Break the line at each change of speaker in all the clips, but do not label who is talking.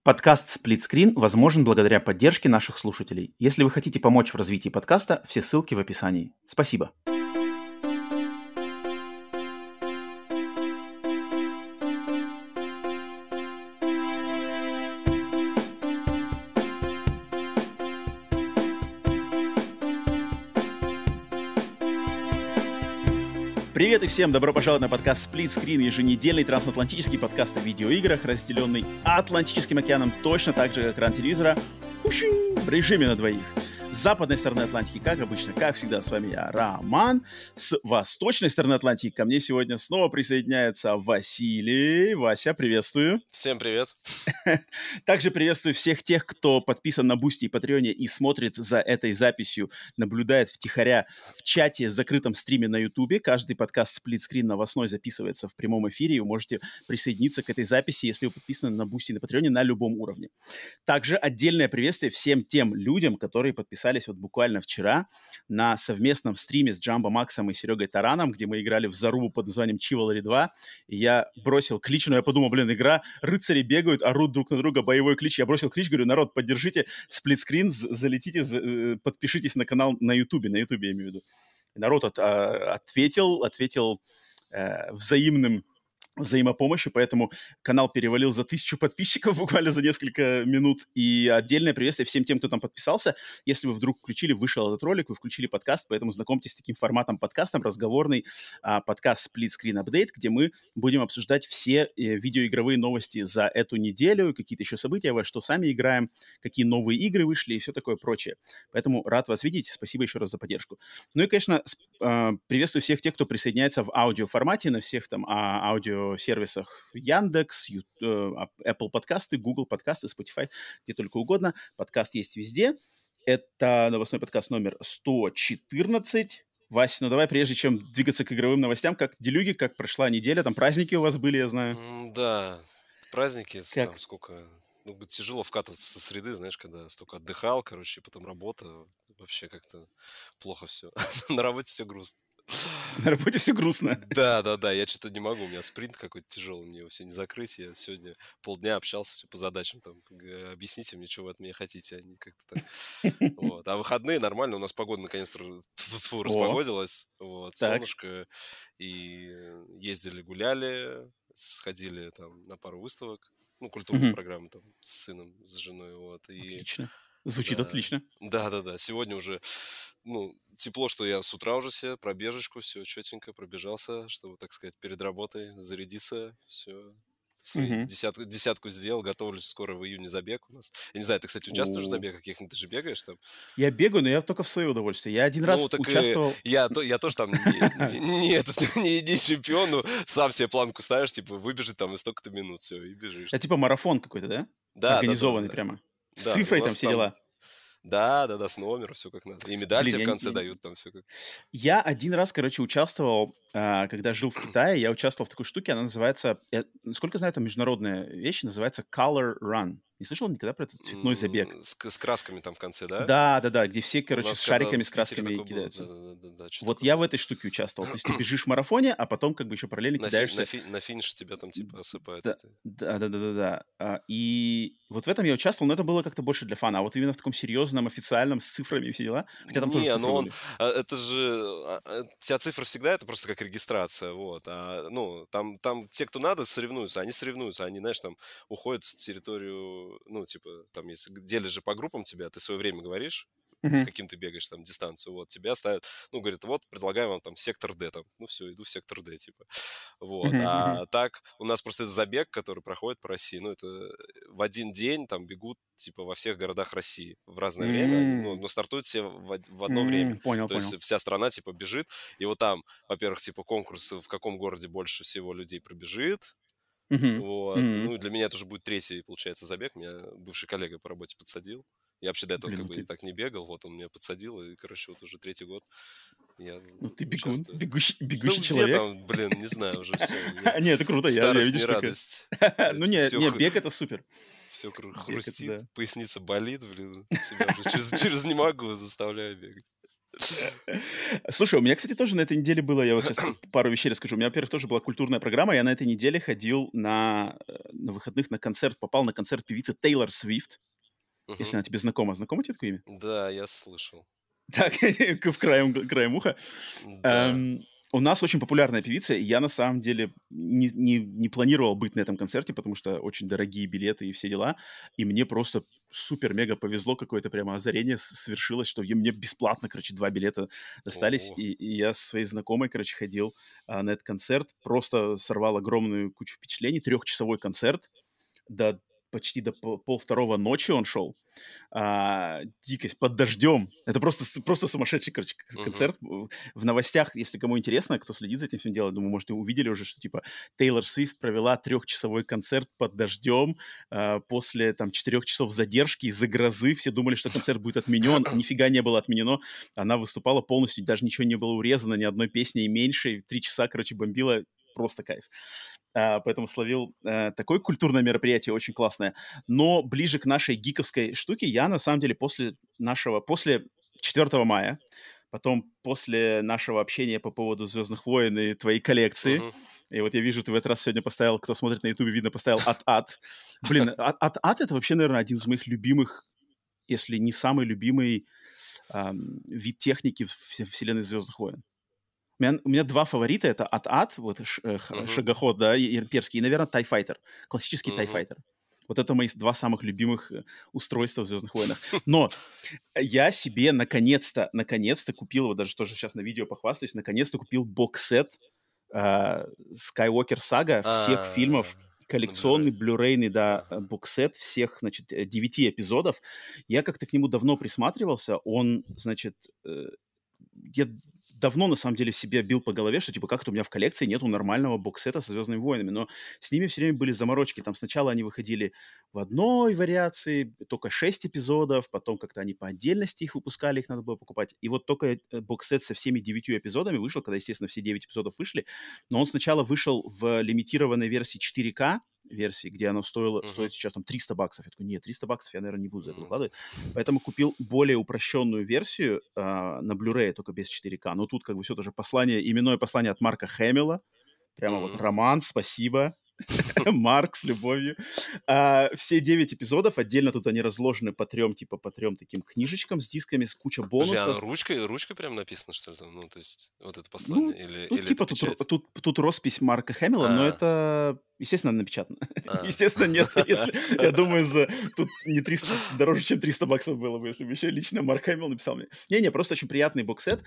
Подкаст «Сплитскрин» возможен благодаря поддержке наших слушателей. Если вы хотите помочь в развитии подкаста, все ссылки в описании. Спасибо. Привет и всем! Добро пожаловать на подкаст «Сплитскрин», еженедельный трансатлантический подкаст о видеоиграх, разделенный Атлантическим океаном, точно так же, как экран телевизора, в режиме на двоих. С западной стороны Атлантики, как обычно, как всегда, с вами я, Роман. С восточной стороны Атлантики ко мне сегодня снова присоединяется Василий. Вася, приветствую.
Всем привет.
Также приветствую всех тех, кто подписан на Бусти и Патреоне и смотрит за этой записью, наблюдает втихаря в чате, закрытом стриме на Ютубе. Каждый подкаст «Сплитскрин» новостной записывается в прямом эфире, и вы можете присоединиться к этой записи, если вы подписаны на Бусти и на Патреоне на любом уровне. Также отдельное приветствие всем тем людям, которые подписались вот буквально вчера на совместном стриме с Джамбо Максом и Серегой Тараном, где мы играли в зарубу под названием Chivalry 2. И я бросил клич, но я подумал, игра, рыцари бегают, орут друг на друга, боевой клич. Я бросил клич, говорю, народ, поддержите Сплитскрин, залетите, подпишитесь на канал на Ютубе, я имею в виду. И народ ответил взаимопомощью, поэтому канал перевалил за 1000 подписчиков буквально за несколько минут. И отдельное приветствие всем тем, кто там подписался. Если вы вдруг вышел этот ролик, вы включили подкаст, поэтому знакомьтесь с таким форматом подкастом, разговорный подкаст Split Screen Update, где мы будем обсуждать все видеоигровые новости за эту неделю, какие-то еще события, во что сами играем, какие новые игры вышли и все такое прочее. Поэтому рад вас видеть, спасибо еще раз за поддержку. Ну и, конечно, приветствую всех тех, кто присоединяется в аудиоформате на всех там аудиосервисах Яндекс, Apple подкасты, Google подкасты, Spotify, где только угодно. Подкаст есть везде. Это новостной подкаст номер 114. Вася, ну давай, прежде чем двигаться к игровым новостям, как делюги, как прошла неделя, там праздники у вас были, я знаю.
Да, праздники, там сколько... Ну, тяжело вкатываться со среды, знаешь, когда столько отдыхал, короче, и потом работа, вообще как-то плохо все. На работе все грустно.
На работе все грустно.
Да, я что-то не могу, у меня спринт какой-то тяжелый, мне его все не закрыть. Я сегодня полдня общался все по задачам, там, объясните мне, что вы от меня хотите, они как-то так. Вот. А выходные нормально, у нас погода наконец-то распогодилась, вот, солнышко, и ездили, гуляли, сходили там на пару выставок, ну, культурную программу там с сыном, с женой, вот. И...
Отлично. Звучит отлично.
Да. Сегодня уже, ну, тепло, что я с утра уже себе пробежечку, все четенько пробежался, чтобы, так сказать, перед работой зарядиться, все. Десятку сделал, готовлюсь скоро в июне забег у нас. Я не знаю, ты, кстати, участвуешь в забегах каких-нибудь, ты же бегаешь там?
Я бегаю, но я только в свое удовольствие. Я один раз участвовал...
Я тоже там не иди чемпион, но сам себе планку ставишь, типа, выбежит там и столько-то минут, все, и бежишь.
Это типа марафон какой-то, да?
Да.
Организованный прямо. С цифрой там все дела.
Да, с номером, все как надо. И медаль тебе в конце дают, там все как...
Я один раз, участвовал, когда жил в Китае, я участвовал в такой штуке, она называется, насколько знаю, это международная вещь, называется Color Run. Не слышал никогда про этот цветной забег?
С красками там в конце, да?
Да, где все, с шариками, с красками кидаются.
Да,
вот я в этой штуке участвовал. То есть ты бежишь в марафоне, а потом еще параллельно кидаешься...
На финише тебя там типа осыпают.
Да. И вот в этом я участвовал, но это было как-то больше для фана. А вот именно в таком серьезном, официальном, с цифрами и все дела. Хотя там тоже цифры были.
Это же... У тебя цифры всегда, это просто как регистрация, вот. Там те, кто надо, соревнуются. Они, знаешь, там уходят в территорию... Ну, типа, там, если делишь же по группам тебя, ты свое время говоришь, с каким ты бегаешь там дистанцию, вот, тебя ставят, ну, говорят, вот, предлагаем вам там сектор D, там, ну, все, иду в сектор D, типа, вот, а так, у нас просто это забег, который проходит по России, ну, это в один день там бегут, типа, во всех городах России в разное время, но стартуют все в одно время,
понял.
есть вся страна, типа, бежит, и вот там, во-первых, типа, конкурс, в каком городе больше всего людей пробежит. Вот. Ну, для меня это уже будет третий, получается, забег. Меня бывший коллега по работе подсадил. Я вообще до этого и так не бегал. Вот он меня подсадил, и, короче, вот уже третий год я
ты бегун, бегущий
человек.
Где
там, не знаю, уже все.
Не, это круто, я вижу,
не радость.
Ну, не, бег это супер.
Все хрустит, поясница болит, себя уже через не могу, заставляю бегать.
Слушай, у меня, кстати, тоже на этой неделе было, я вот сейчас пару вещей расскажу. У меня, во-первых, тоже была культурная программа. Я на этой неделе ходил на выходных на концерт, попал на концерт певицы Тейлор Свифт, если
Мгм.
она тебе знакома. Знакомо тебе такое имя?
Да, я слышал.
Так, в краем уха.
Да.
Эм, у нас очень популярная певица, и я на самом деле не планировал быть на этом концерте, потому что очень дорогие билеты и все дела. И мне просто супер-мега повезло, какое-то прямо озарение свершилось, что мне бесплатно, короче, 2 билета достались.
О.
И я со своей знакомой, короче, ходил на этот концерт. Просто сорвал огромную кучу впечатлений. Трехчасовой концерт. До, почти до полвторого ночи он шел. Дикость под дождем. Это просто сумасшедший, короче,
Мгм.
концерт. В новостях, если кому интересно, кто следит за этим всем делом, думаю, может, и увидели уже, что, типа, Тейлор Свифт провела трехчасовой концерт под дождем после, там, 4 часов задержки из-за грозы. Все думали, что концерт будет отменен. Нифига не было отменено. Она выступала полностью, даже ничего не было урезано, ни одной песни и меньше. 3 часа, короче, бомбила. Просто кайф. Поэтому словил такое культурное мероприятие, очень классное. Но ближе к нашей гиковской штуке я, на самом деле, после 4 мая, потом после нашего общения по поводу «Звездных войн» и твоей коллекции,
Мгм.
и вот я вижу, ты в этот раз сегодня поставил, кто смотрит на Ютубе, видно, поставил «Ат-Ат». Блин, «Ат-Ат» — это вообще, наверное, один из моих любимых, если не самый любимый вид техники в вселенной «Звездных войн». У меня два фаворита. Это Ат-Ат, вот
Мгм.
шагоход, да, имперский, и, наверное, Тайфайтер, классический
Мгм.
Тайфайтер. Вот это мои два самых любимых устройства в «Звездных войнах». Но я себе наконец-то купил, вот даже тоже сейчас на видео похвастаюсь, наконец-то купил бокс-сет Skywalker Saga всех
А,
фильмов,
на Blu-ray.
коллекционный, блюрейный, да,
Ага.
боксет всех, значит, 9 эпизодов. Я как-то к нему давно присматривался. Он, значит, я давно, на самом деле, себе бил по голове, что, типа, как-то у меня в коллекции нету нормального боксета со «Звездными войнами», но с ними все время были заморочки. Там сначала они выходили в одной вариации, только 6 эпизодов, потом как-то они по отдельности их выпускали, их надо было покупать. И вот только боксет со всеми 9 эпизодами вышел, когда, естественно, все 9 эпизодов вышли, но он сначала вышел в лимитированной версии 4К, версии, где оно
Мгм.
стоит сейчас там $300. Я такой, нет, $300 я, наверное, не буду за это
Ну,
выкладывать. Поэтому купил более упрощенную версию на Blu-ray, только без 4К. Но тут как бы все тоже послание, именное послание от Марка Хэмилла. Прямо вот
м.
роман, спасибо. Марк с любовью. Все 9 эпизодов, отдельно тут они разложены по трем таким книжечкам с дисками, с куча
Подожди, а
бонусов.
ручкой прям написано, что ли, там? Ну, то есть, вот это
Ну,
послание или,
тут
или это
типа
печать?
тут роспись Марка Хэмилла, но
А,
это, естественно, напечатано.
а.
Естественно, нет, если, я думаю, тут не 300, дороже, чем $300 было бы, если бы еще лично Марк Хэмилл написал мне. Не-не, просто очень приятный боксет.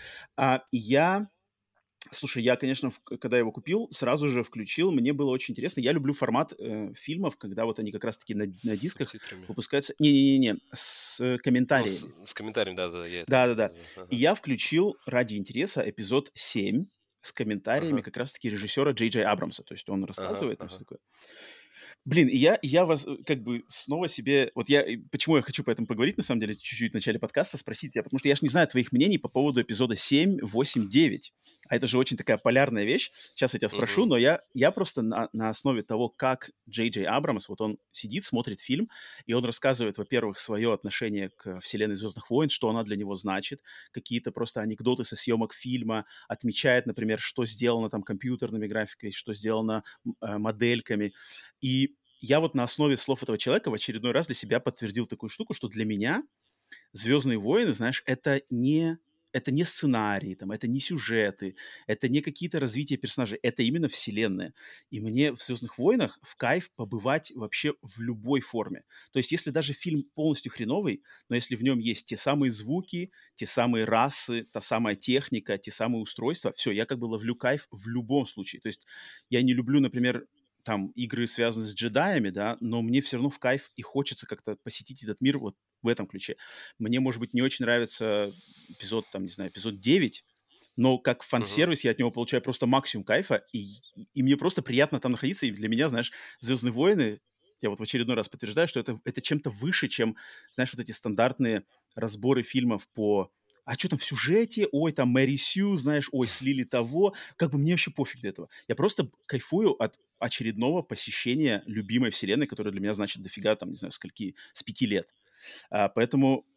Слушай, я, конечно, когда его купил, сразу же включил. Мне было очень интересно. Я люблю формат фильмов, когда вот они как раз-таки на
С
дисках
субтитрами.
выпускаются. Не-не-не, с
Ну,
комментариями.
с комментарием, да-да, я это имел в
Да-да-да.
виду.
И
Ага.
я включил ради интереса эпизод 7 с комментариями
Ага.
как раз-таки режиссера Джей Джей Абрамса. То есть он
Ага.
рассказывает там все
Ага.
такое. Блин, и я вас как бы снова себе... Вот почему я хочу по этому поговорить, на самом деле, чуть-чуть в начале подкаста, спросить тебя, потому что я же не знаю твоих мнений по поводу эпизода 7, 8, 9. А это же очень такая полярная вещь. Сейчас я тебя спрошу,
Мгм.
но я просто на основе того, как Джей Джей Абрамс, вот он сидит, смотрит фильм, и он рассказывает, во-первых, свое отношение к вселенной «Звездных войн», что она для него значит, какие-то просто анекдоты со съемок фильма, отмечает, например, что сделано там компьютерными графикой, что сделано модельками. И я вот на основе слов этого человека в очередной раз для себя подтвердил такую штуку, что для меня «Звездные войны», знаешь, это не сценарии, там, это не сюжеты, это не какие-то развития персонажей, это именно вселенная. И мне в «Звездных войнах» в кайф побывать вообще в любой форме. То есть если даже фильм полностью хреновый, но если в нем есть те самые звуки, те самые расы, та самая техника, те самые устройства, все, я как бы ловлю кайф в любом случае. То есть я не люблю, например, там игры, связанные с джедаями, да, но мне все равно в кайф и хочется как-то посетить этот мир вот в этом ключе. Мне, может быть, не очень нравится эпизод, там, не знаю, эпизод 9, но как
Мгм.
фан-сервис я от него получаю просто максимум кайфа, и мне просто приятно там находиться, и для меня, знаешь, «Звездные войны», я вот в очередной раз подтверждаю, что это чем-то выше, чем, знаешь, вот эти стандартные разборы фильмов по а что там в сюжете, ой, там Мэри Сью, знаешь, ой, слили того, как бы мне вообще пофиг до этого. Я просто кайфую от очередного посещения любимой вселенной, которая для меня значит дофига, там, не знаю, скольки, с 5 лет. Поэтому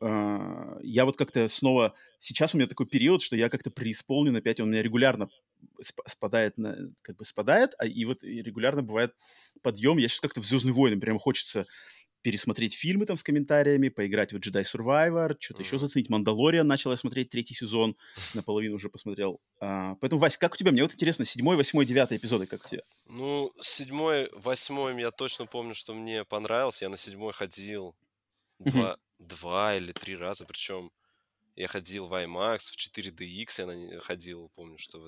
я вот как-то снова... Сейчас у меня такой период, что я как-то преисполнен опять, он у меня регулярно спадает, как бы спадает, и вот и регулярно бывает подъем. Я сейчас как-то в «Звездные войны» прямо хочется пересмотреть фильмы там с комментариями, поиграть в Jedi Survivor, что-то еще
Мгм.
заценить. «Мандалориан» начал я смотреть 3-й сезон, наполовину уже посмотрел. Поэтому, Вась, как у тебя? Мне вот интересно, 7-й, 8-й, 9-й эпизоды, как у тебя?
Ну, 7-й, 8-й я точно помню, что мне понравился. Я на 7-й ходил
Мгм.
два или 3 раза, причем я ходил в IMAX, в 4DX я ходил, помню, что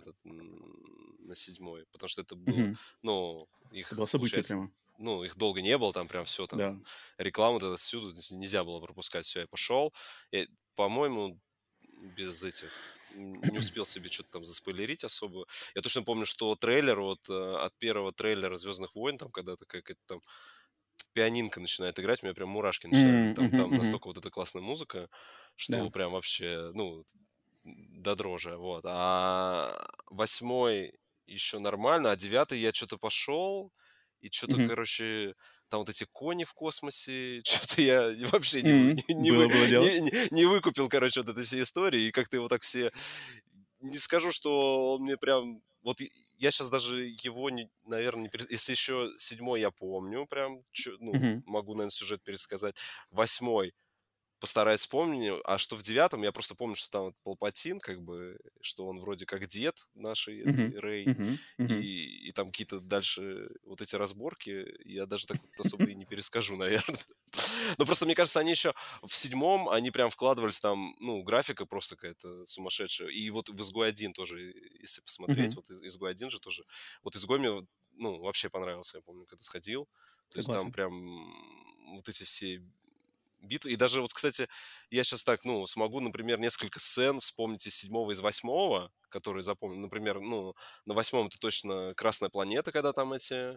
на 7-й, потому что это было,
Мгм.
ну,
Это
их,
было событие
получается,
прямо.
ну, их долго не было, там прям все,
Да.
там, рекламу вот это всюду, нельзя было пропускать, все, я пошел, по-моему, без этих, не успел себе что-то там заспойлерить особо. Я точно помню, что трейлер, вот от первого трейлера «Звездных войн», там, когда-то какая-то там пианинка начинает играть, у меня прям мурашки начинают. Там,
Мгм,
там
мгм.
настолько вот эта классная музыка, что
Да.
прям вообще, ну, до дрожи, вот. А 8-й еще нормально, а 9-й я что-то пошел, и что-то,
Мгм.
короче, там вот эти кони в космосе, что-то я вообще не, вы- не, вы-
Было дело.
не выкупил, короче, вот этой всей истории, и как-то его так все... Не скажу, что он мне прям... Вот я сейчас даже его, наверное, не... Если еще 7-й я помню, прям, ну,
Мгм.
могу, наверное, сюжет пересказать. 8-й постараюсь вспомнить. А что в 9-м, я просто помню, что там вот Палпатин, как бы, что он вроде как дед нашей этой
Мгм.
Рэй,
Мгм. Мгм.
и там какие-то дальше вот эти разборки, я даже так вот особо и не перескажу, наверное. Но просто, мне кажется, они еще в 7-м, они прям вкладывались там, ну, графика просто какая-то сумасшедшая. И вот в «Изгой-1» тоже, если посмотреть,
Мгм.
вот «Изгой-1» же тоже. Вот «Изгой» мне, ну, вообще понравился, я помню, когда сходил. То есть там
Согласен.
прям вот эти все битвы. И даже вот, кстати, я сейчас так, ну, смогу, например, несколько сцен вспомнить из 7-го, из 8-го, которые запомнил. Например, ну, на 8-м это точно «Красная планета», когда там эти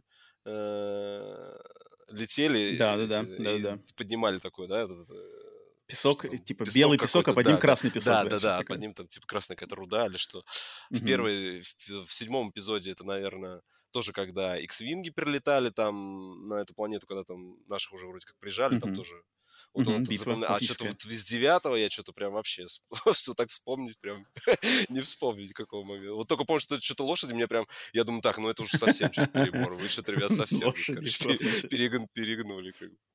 летели
Да-да-да.
и
Да-да-да.
поднимали такой, да, этот,
Песок,
что там,
типа
песок
белый песок, а
какой-то,
под ним
да, да,
красный песок,
да,
да,
да,
что-то
да, под
такое.
ним там типа красная какая-то руда или что.
Мгм.
В 7-м эпизоде это, наверное, тоже когда X-винги прилетали там на эту планету, когда там наших уже вроде как прижали, там
Мгм.
тоже. Вот он
Мгм.
это
Битва
запоминал. А что-то
классическая.
вот из 9-го я что-то прям вообще все так вспомнить прям не вспомнить какого момента. Вот только помню, что что-то лошади меня прям... Я думаю, так, ну это уже совсем что-то перебор. Вы что-то, ребят, совсем здесь,
Лошади в
короче,
космосе.
перегнули. Как бы.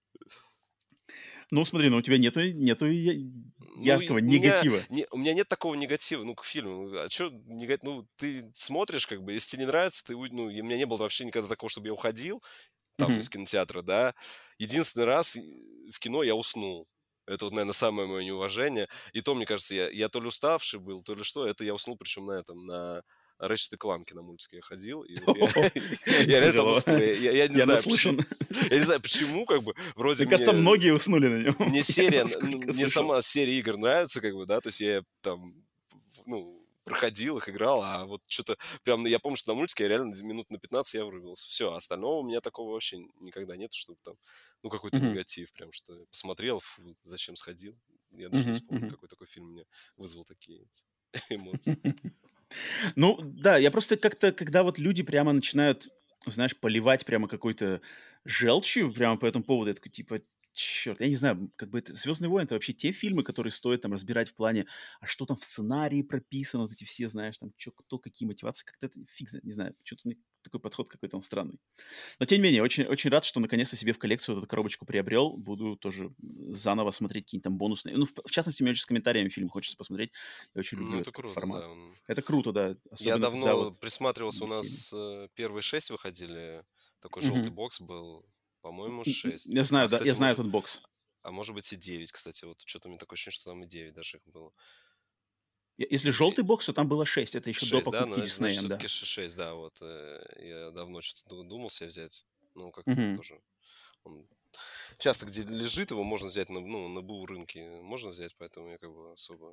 Ну, смотри, ну у тебя нету
Ну,
яркого негатива.
у меня нет такого негатива, ну, к фильму. А что ну, ты смотришь, как бы, если тебе не нравится, ну, и у меня не было вообще никогда такого, чтобы я уходил там
Мгм.
из кинотеатра, да. Единственный раз в кино я уснул. Это вот, наверное, самое мое неуважение. И то, мне кажется, я то ли уставший был, то ли что. Это я уснул, причем на этом, на Ratchet и Clank на мультике я ходил. И вот я,
Я не
я реально там
смотрел
уснул.
его.
Я не
Я
знаю, почему.
наслышан.
Я не знаю, почему, как бы, вроде
Мне кажется,
мне
многие уснули на нем.
мне
Я
серия,
насколько
мне
слышал.
сама серия игр нравится, как бы, да, то есть я там, ну, проходил их, играл, а вот что-то прям, я помню, что на мультике я реально минут на 15 я врубился. Все, остального у меня такого вообще никогда нет, чтобы там, ну, какой-то
Мгм.
негатив прям, что я посмотрел, фу, зачем сходил. Я даже не
Мгм.
вспомню,
Мгм.
какой такой фильм мне вызвал такие эти эмоции.
Ну, да, я просто как-то, когда вот люди прямо начинают, знаешь, поливать прямо какой-то желчью прямо по этому поводу, я такой, типа, черт, я не знаю, как бы это «Звездные войны» — это вообще те фильмы, которые стоит там разбирать в плане, а что там в сценарии прописано, вот эти все, знаешь, там, чё, кто, какие мотивации, как-то это фиг знает, не знаю, что-то мне такой подход какой-то он странный. Но тем не менее, очень, очень рад, что наконец-то себе в коллекцию вот эту коробочку приобрел. Буду тоже заново смотреть какие-нибудь там бонусные. Ну, в частности, мне очень с комментариями фильм хочется посмотреть. Я очень
Ну,
люблю
это
этот как
круто,
формат.
да.
Это круто, да.
Я
Особенно, когда
давно
вот
присматривался, у
не в теме.
нас первые 6 выходили, такой желтый
Мгм.
бокс был, по-моему, 6.
Я
А,
знаю, да, я
кстати,
знаю
может,
этот бокс.
А может быть и 9, кстати. Вот что-то у меня такое ощущение, что там и 9 даже их было.
Если
И
желтый бокс, то там было 6. Это еще до
6, да?
покупки
Значит,
Диснеем, да.
все-таки 6, да. Вот я давно что-то думал себе взять. Ну, как-то
Мгм.
тоже. Он часто где лежит, его можно взять на, ну, на БУ рынке. Можно взять, поэтому я как бы особо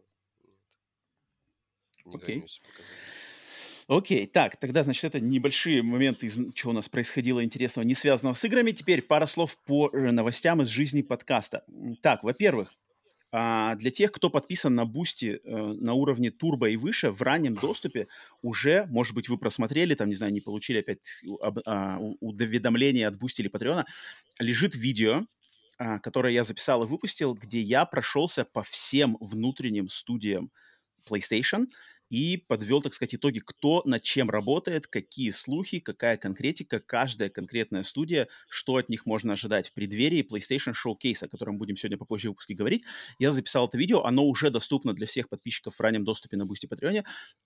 не
Окей.
гонюсь показать.
Окей, так, тогда, значит, это небольшие моменты, что у нас происходило интересного, не связанного с играми. Теперь пара слов по новостям из жизни подкаста. Так, во-первых, для тех, кто подписан на Бусти на уровне турбо и выше, в раннем доступе уже, может быть, вы просмотрели, там, не знаю, не получили опять уведомления от Бусти или Патреона, лежит видео, которое я записал и выпустил, где я прошелся по всем внутренним студиям PlayStation и подвел, так сказать, итоги, кто над чем работает, какие слухи, какая конкретика, каждая конкретная студия, что от них можно ожидать в преддверии PlayStation Showcase, о котором будем сегодня попозже в выпуске говорить. Я записал это видео, оно уже доступно для всех подписчиков в раннем доступе на Boosty и Patreon.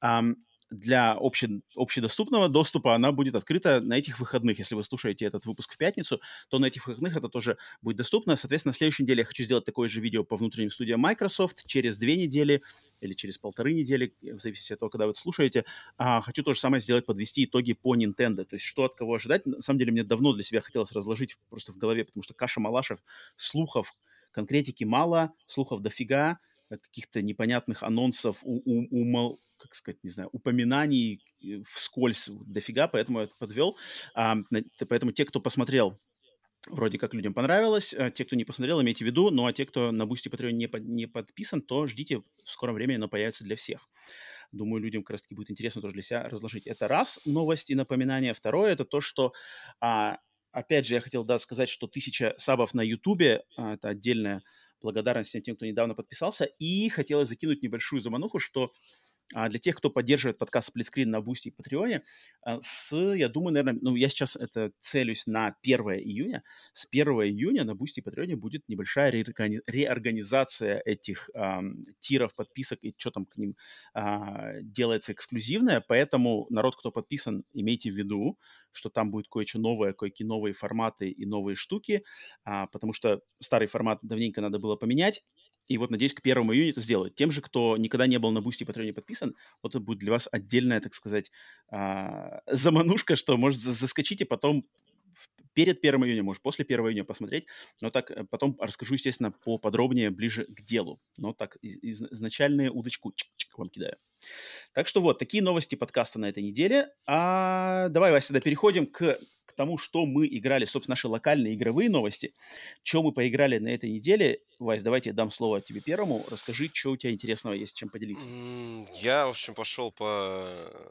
Для общедоступного доступа она будет открыта на этих выходных. Если вы слушаете этот выпуск в пятницу, то на этих выходных это тоже будет доступно. Соответственно, на следующей неделе я хочу сделать такое же видео по внутренним студиям Microsoft. Через 2 недели или через 1,5 недели, в зависимости от того, когда вы это слушаете, хочу то же самое сделать, подвести итоги по Nintendo. То есть что от кого ожидать. На самом деле мне давно для себя хотелось разложить просто в голове, потому что каша-малаша, слухов, конкретики мало, слухов дофига, каких-то непонятных анонсов, как сказать, не знаю, упоминаний вскользь дофига, поэтому я это подвел. Поэтому те, кто посмотрел, вроде как людям понравилось. Те, кто не посмотрел, имейте в виду. Ну, а те, кто на Boosty Patreon не подписан, то ждите, в скором времени оно появится для всех. Думаю, людям как раз-таки будет интересно тоже для себя разложить. Это раз, новость и напоминание. Второе, это то, что, опять же, я хотел сказать, что 1000 сабов на Ютубе, это отдельная благодарность всем тем, кто недавно подписался. И хотелось закинуть небольшую замануху, что для тех, кто поддерживает подкаст «Сплитскрин» на Boosty и Патреоне, я думаю, наверное, я сейчас это целюсь на 1 июня. С 1 июня на Boosty и Патреоне будет небольшая реорганизация этих тиров, подписок и что там к ним делается эксклюзивное. Поэтому народ, кто подписан, имейте в виду, что там будет кое-что новое, кое-какие новые форматы и новые штуки, потому что старый формат давненько надо было поменять. И вот, надеюсь, к 1 июня это сделают. Тем же, кто никогда не был на Boosty и Patreon подписан, вот это будет для вас отдельная, так сказать, заманушка, что, может, заскочите потом перед 1 июня, может, после 1 июня посмотреть. Но так потом расскажу, естественно, поподробнее, ближе к делу. Но так, изначальную удочку вам кидаю. Так что вот, такие новости подкаста на этой неделе. Давай, Вася, тогда переходим к тому, что мы играли, собственно, наши локальные игровые новости. Что мы поиграли на этой неделе. Вась, давайте я дам слово тебе первому. Расскажи, что у тебя интересного есть, чем поделиться.
Я, в общем, пошел по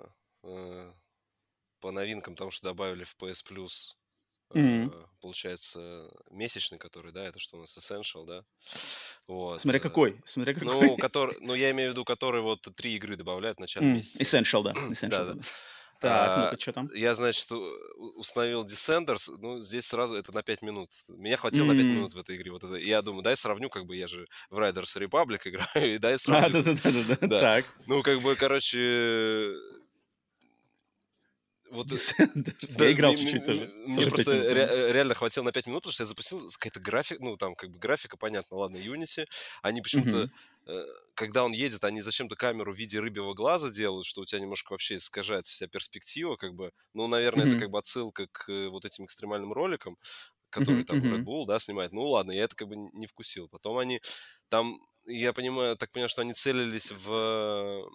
новинкам, потому что добавили в PS Plus, получается, месячный, который, да, это что у нас, Essential, да? Вот.
Смотря какой.
Ну, я имею в виду, который вот 3 игры добавляют в начале месяца.
Essential, да. Essential, да. Так, ну-ка, что там?
Я, значит, установил Descenders, ну, здесь сразу это на 5 минут. Меня хватило на 5 минут в этой игре. Вот это. И я думаю, дай сравню, как бы я же в Riders Republic играю, и дай сравню.
Да. Так.
Ну, как бы, короче... Вот,
я играл чуть-чуть тоже.
Мне просто реально хватило на 5 минут, потому что я запустил какая-то графика, ну, там, как бы графика, понятно, ладно, Unity. Они почему-то, когда он едет, они зачем-то камеру в виде рыбьего глаза делают, что у тебя немножко вообще искажается вся перспектива, как бы. Ну, наверное, это как бы отсылка к вот этим экстремальным роликам, которые там Red Bull, да, снимает. Ну, ладно, я это как бы не вкусил. Потом они там, я так понимаю, что они целились в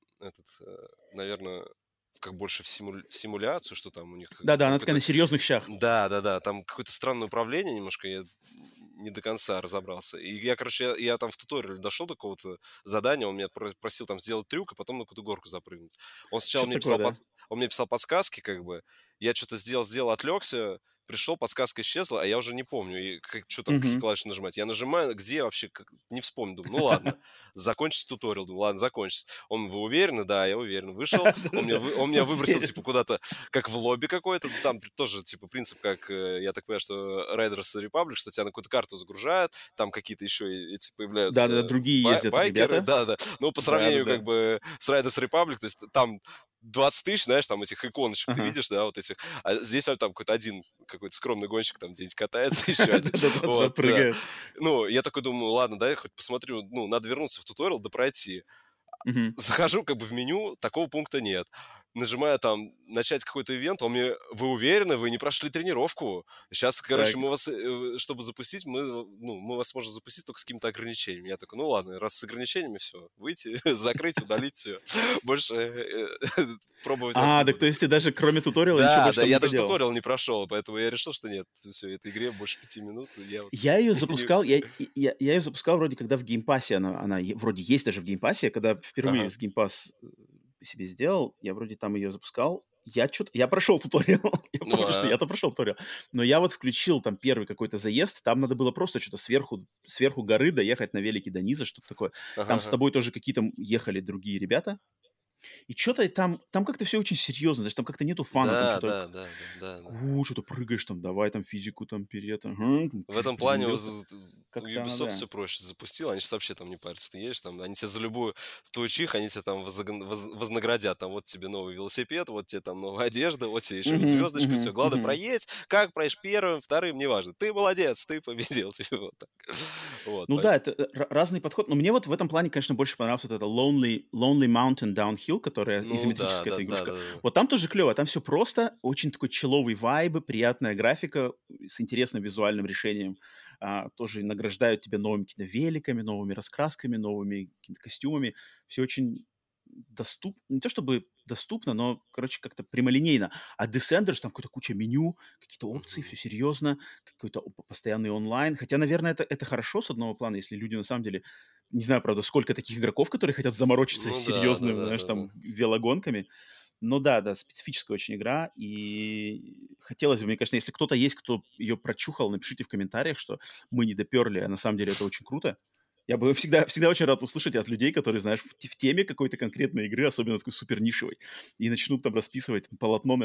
наверное... как больше в симуляцию, что там у них...
Да, она такая на серьезных щах.
Да, там какое-то странное управление немножко, я не до конца разобрался. И я, короче, я там в туториале дошел до какого-то задания, он меня просил там сделать трюк, и потом на какую-то горку запрыгнуть. Он сначала мне писал подсказки, как бы, я что-то сделал, отвлекся, пришел, подсказка исчезла, а я уже не помню, что там, какие клавиши нажимать. Я нажимаю, где вообще, не вспомню. Думаю, ну ладно, закончится туториал. Думаю, ладно, закончится. Вы уверены? Да, я уверен. Вышел, он меня выбросил, типа, куда-то, как в лобби какое-то. Там тоже, типа, принцип, как, я так понимаю, что Riders Republic, что тебя на какую-то карту загружают, там какие-то еще эти появляются...
Да, другие ездят
байкеры,
ребята.
Да. Ну, по сравнению, как бы, с Riders Republic, то есть там 20 тысяч, знаешь, там этих иконочек ты видишь, да, вот этих. А здесь там какой-то один, какой-то скромный гонщик там где-нибудь катается, еще один.
Прыгает.
Ну, я такой думаю, ладно, да, я хоть посмотрю, ну, надо вернуться в туториал, да пройти. Захожу как бы в меню, такого пункта нет. Нажимаю там начать какой-то ивент, он мне, вы уверены, вы не прошли тренировку? Сейчас, короче, мы вас, чтобы запустить, мы вас можем запустить только с какими-то ограничениями. Я такой, ну ладно, раз с ограничениями, все, выйти, закрыть, удалить, все. Больше пробовать вас не буду.
Так то есть ты даже кроме туториала ничего больше
не
не
я даже
поделал?
туториал не прошел, поэтому я решил, что нет, все, этой игре больше 5 минут.
Я ее запускал, я ее запускал вроде, когда в геймпассе, она вроде есть даже в геймпассе, когда впервые с геймпасс себе сделал, я вроде там ее запускал, Я прошел туториал, я
Ну,
помню, что я-то прошел туториал, но я вот включил там первый какой-то заезд, там надо было просто что-то сверху горы доехать на велике до низа, что-то такое.
ага,
Там с
ага.
тобой тоже какие-то ехали другие ребята, и что-то там как-то все очень серьезно, значит, там как-то нету фана, там
Да,
что-то
да, да, да, да.
что-то прыгаешь там, давай там физику там перед, ага,
В этом плане
приземлился.
у
Как-то она,
Ubisoft
да.
все проще запустил, они сейчас вообще там не парятся. Ты едешь, там, они тебе за любую твою чих, они тебе там вознаградят. Там вот тебе новый велосипед, вот тебе там новая одежда, вот тебе еще
Мгм,
звездочка, все.
мгм,
Главное,
мгм.
проедь. Как проедешь первым, вторым, неважно. Ты молодец, ты победил. Типа вот так. Вот,
Ну да, это разный подход. Но мне вот в этом плане, конечно, больше понравился вот это Lonely Mountain Downhill, которая
ну да,
изометрическая
да,
эта
да,
игрушка.
да, да.
Вот там тоже клево, там все просто, очень такой человый вайб, приятная графика с интересным визуальным решением. Тоже награждают тебя новыми какими-то великами, новыми раскрасками, новыми какими-то костюмами. Все очень доступно, не то чтобы доступно, но, короче, как-то прямолинейно. А Descenders, там какая-то куча меню, какие-то опции,
Мгм.
все серьезно, какой-то постоянный онлайн. Хотя, наверное, это хорошо с одного плана, если люди на самом деле, не знаю, правда, сколько таких игроков, которые хотят заморочиться с
Ну да, да,
серьезным,
да,
знаешь,
да, да.
там, велогонками. Но да, да, специфическая очень игра, и хотелось бы, мне, конечно, если кто-то есть, кто ее прочухал, напишите в комментариях, что мы не доперли, а на самом деле это очень круто. Я бы всегда очень рад услышать от людей, которые, знаешь, в теме какой-то конкретной игры, особенно такой супер нишевой, и начнут там расписывать полотно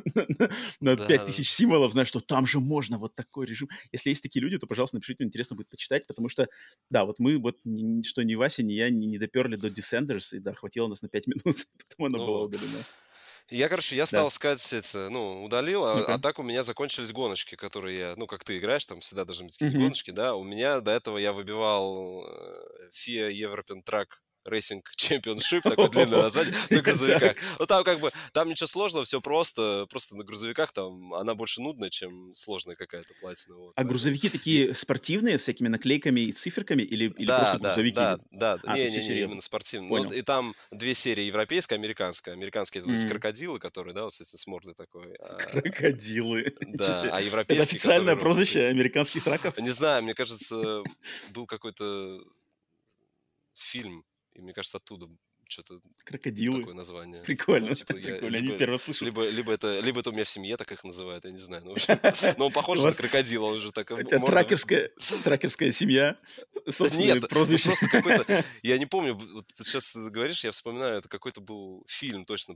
на
Да,
5000 символов, знаешь, что там же можно вот такой режим. Если есть такие люди, то, пожалуйста, напишите, интересно будет почитать, потому что, да, вот мы, вот что ни Вася, ни я не доперли до Descenders, и да, хватило нас на 5 минут, потом она
ну
была
вот.
удалена.
Я стал
Да,
искать это, ну, удалил, а
ну-ка.
так у меня закончились гоночки, которые я, ну, как ты играешь, там всегда должны быть какие-то
Мгм.
гоночки, да, у меня до этого я выбивал FIA European Track Racing Championship, такое длинное название, на грузовиках.
Так.
Ну, там как бы, там ничего сложного, все просто на грузовиках там она больше нудная, чем сложная какая-то платина, вот,
А
поэтому...
грузовики такие спортивные, с всякими наклейками и циферками, или просто
Да, да,
грузовик
да,
едет?
да.
То есть все
Не-не-не,
серьезно.
именно спортивный. Ну, вот
Понял.
и там 2 серии: европейская, американская. Американские — это вот эти
М.
крокодилы, которые, да, вот с мордой такой.
Крокодилы. Ничего
Да,
себе.
а
Это
европейские, которые
официальное
ровно
прозвище
такие.
американских траков?
Не знаю, мне кажется, был какой-то фильм, и мне кажется, оттуда что-то
Крокодилы.
такое название. Ну,
Прикольно,
типа, я
прикольно. Не первый слышу.
либо это у меня в семье так их называют, я не знаю. Ну, в общем, но он
У
похож на
вас
крокодила, он же так,
у тя
морда
тракерская семья,
Да нет,
собственные
ну
прозвища.
просто какой-то, я не помню, вот ты сейчас говоришь, я вспоминаю, это какой-то был фильм точно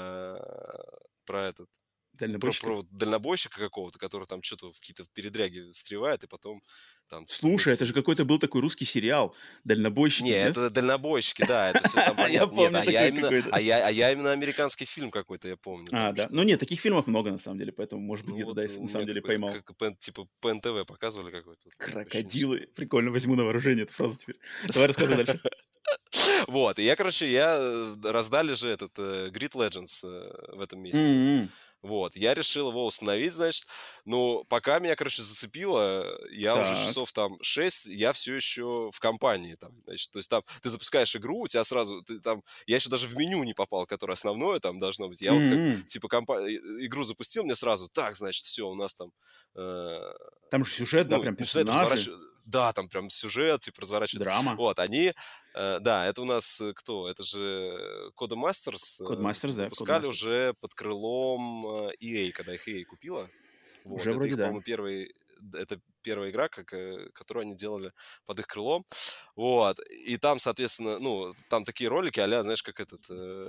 про этот, про
Дальнобойщиков?
вот дальнобойщика какого-то, который там что-то в какие-то передряги встревает, и потом там типа
Слушай, это
вместе
же какой-то был такой русский сериал "Дальнобойщики",
Не,
нет?
это дальнобойщики, да, это все там
Я
понятно. Нет,
помню такой какой-то.
я именно американский фильм какой-то, я помню там,
Да. Ну нет,
что,
таких фильмов много на самом деле, поэтому, может быть,
ну
где-то, да,
вот
я
у
на самом
меня
деле
какой-то,
поймал.
типа по НТВ показывали какой-то, вот такое ощущение, что...
Крокодилы. Прикольно, возьму на вооружение эту фразу теперь. Давай рассказывай дальше.
Вот, и раздали же этот Grid Legends в этом месяце.
М.
Вот, я решил его установить, значит. Но пока меня, короче, зацепило, я уже
Так.
часов там 6, я все еще в компании там, значит. То есть там ты запускаешь игру, у тебя сразу, ты там, я еще даже в меню не попал, которое основное там должно быть. Я вот как,
М.
типа, игру запустил, мне сразу, так, значит, все, у нас там, э,
Там же сюжет, да,
ну,
прям
начинает
персонажи,
разворачиваться, да, там прям сюжет, типа, разворачивается.
драма.
Вот, да, это у нас кто? Это же Codemasters
Codemasters, да,
выпускали
Codemasters.
уже под крылом EA, когда их EA купила. Вот,
Уже
это
вроде
их,
да.
по-моему, это первая игра, которую они делали под их крылом. Вот, и там, соответственно, ну, там такие ролики а-ля, знаешь, как этот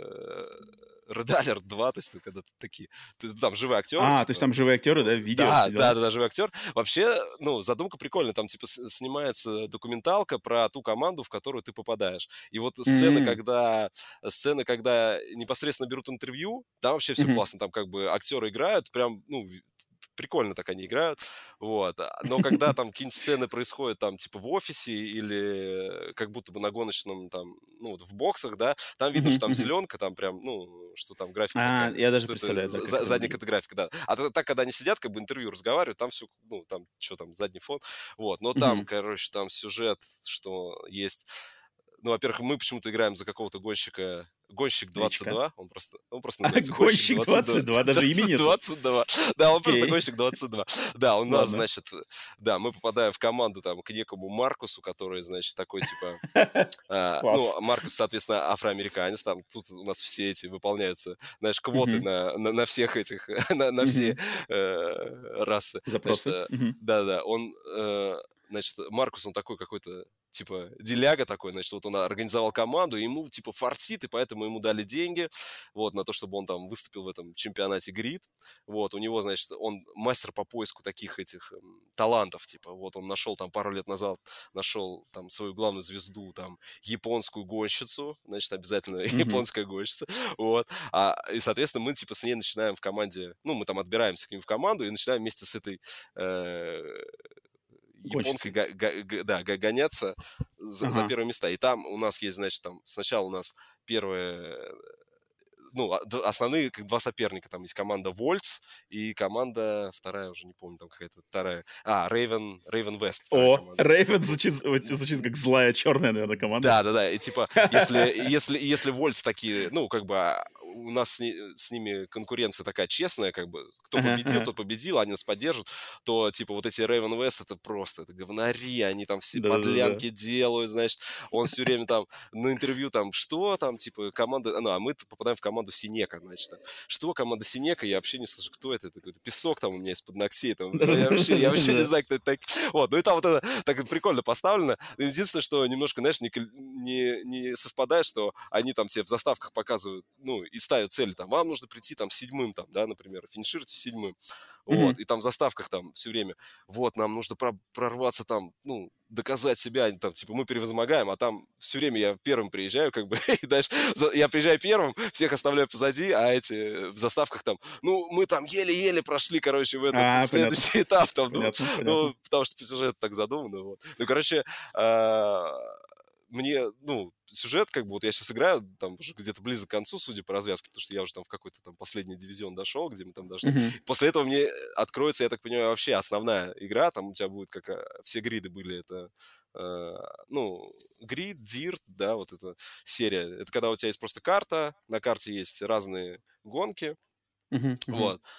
Red Alert 2, то есть когда такие, то есть там живые актеры,
То есть
типа,
там живые актеры, да, видео,
да,
все
да,
дела?
да, да, живой актер. Вообще, ну, задумка прикольная. Там, типа, снимается документалка про ту команду, в которую ты попадаешь. И вот
М.
сцены, когда непосредственно берут интервью, там вообще все
Мгм.
классно. Там как бы актеры играют, прям, ну, прикольно так они играют, вот. Но когда там какие-нибудь сцены происходят там типа в офисе или как будто бы на гоночном там, ну, вот в боксах, да, там видно, что
Мгм.
там
Мгм.
зеленка, там прям, ну, что там графика такая,
Я даже
что это
представляю, да, как это
задняя
выглядит.
какая-то графика, да. А так, когда они сидят, как бы интервью разговаривают, там все, ну, там, что там, задний фон, вот. Но там,
Мгм.
короче, там сюжет, что есть... Ну, во-первых, мы почему-то играем за какого-то гонщика, Гонщик
Новичка.
22, он просто называется Гонщик
Гонщик
22.
22, даже имя нету.
22. Да, он просто
Окей.
Гонщик 22. Да, у нас,
Ладно.
значит, да, мы попадаем в команду там к некому Маркусу, который, значит, такой, типа,
Класс.
Маркус, соответственно, афроамериканец, там, тут у нас все эти выполняются, знаешь, квоты
Мгм.
на всех этих, на все
Мгм.
расы. Значит,
Запросы. Мгм.
да-да, он, значит, Маркус, он такой какой-то, типа, деляга такой, значит, вот он организовал команду, и ему, типа, фартит, и поэтому ему дали деньги, вот, на то, чтобы он там выступил в этом чемпионате грид, вот, у него, значит, он мастер по поиску таких этих талантов, типа, вот, он нашел там пару лет назад, нашел там свою главную звезду, там, японскую гонщицу, значит, обязательно
Мгм.
японская гонщица, вот, и, соответственно, мы, типа, с ней начинаем в команде, ну, мы там отбираемся к ним в команду и начинаем вместе с этой э, японкой
Гонщицей.
да, гоняться за
Ага.
первые места. И там у нас есть, значит, там сначала у нас первые, ну, основные два соперника. Там есть команда Вольц и команда, вторая уже не помню, там какая-то вторая. Рейвен Вест, вторая
О,
команда.
Рейвен звучит как злая черная, наверное, команда.
Да, и типа, если Вольц такие, ну, как бы у нас с ними конкуренция такая честная, как бы, кто
Ага,
победил,
ага.
тот победил, они нас поддержат, то, типа, вот эти Рейвен Вест, это просто, это говнари, они там все
Да-да-да-да.
подлянки делают, значит, он все время там на интервью там, что там, типа, команда, ну, а мы попадаем в команду Синека, значит, там, что команда Синека, я вообще не слышу, кто это, какой-то песок там у меня из-под ногтей, там, я вообще не
Да-да-да-да-да.
знаю, кто это так, вот, ну, и там вот это так прикольно поставлено, единственное, что немножко, знаешь, не совпадает, что они там тебе в заставках показывают, ну, и ставят цели, там, вам нужно прийти там седьмым, там, да, например, финишируйте седьмым, вот,
Мгм.
и там в заставках там все время, вот, нам нужно прорваться там, ну, доказать себя, там, типа, мы превозмогаем, а там все время я первым приезжаю, как бы, и дальше я приезжаю первым, всех оставляю позади, а эти в заставках там, ну, мы там еле-еле прошли, короче, в
Понятно.
следующий этап, там,
Понятно, понятно.
ну, потому что по сюжету так задумано, вот. Ну, короче, а, мне, ну, сюжет, как бы, вот я сейчас играю, там, уже где-то близко к концу, судя по развязке, потому что я уже там в какой-то там последний дивизион дошел, где мы там должны...
Мгм.
После этого мне откроется, я так понимаю, вообще основная игра, там у тебя будет, как все гриды были, это, ну, грид, дирт, да, вот эта серия. Это когда у тебя есть просто карта, на карте есть разные гонки,
Мгм. Мгм.
вот,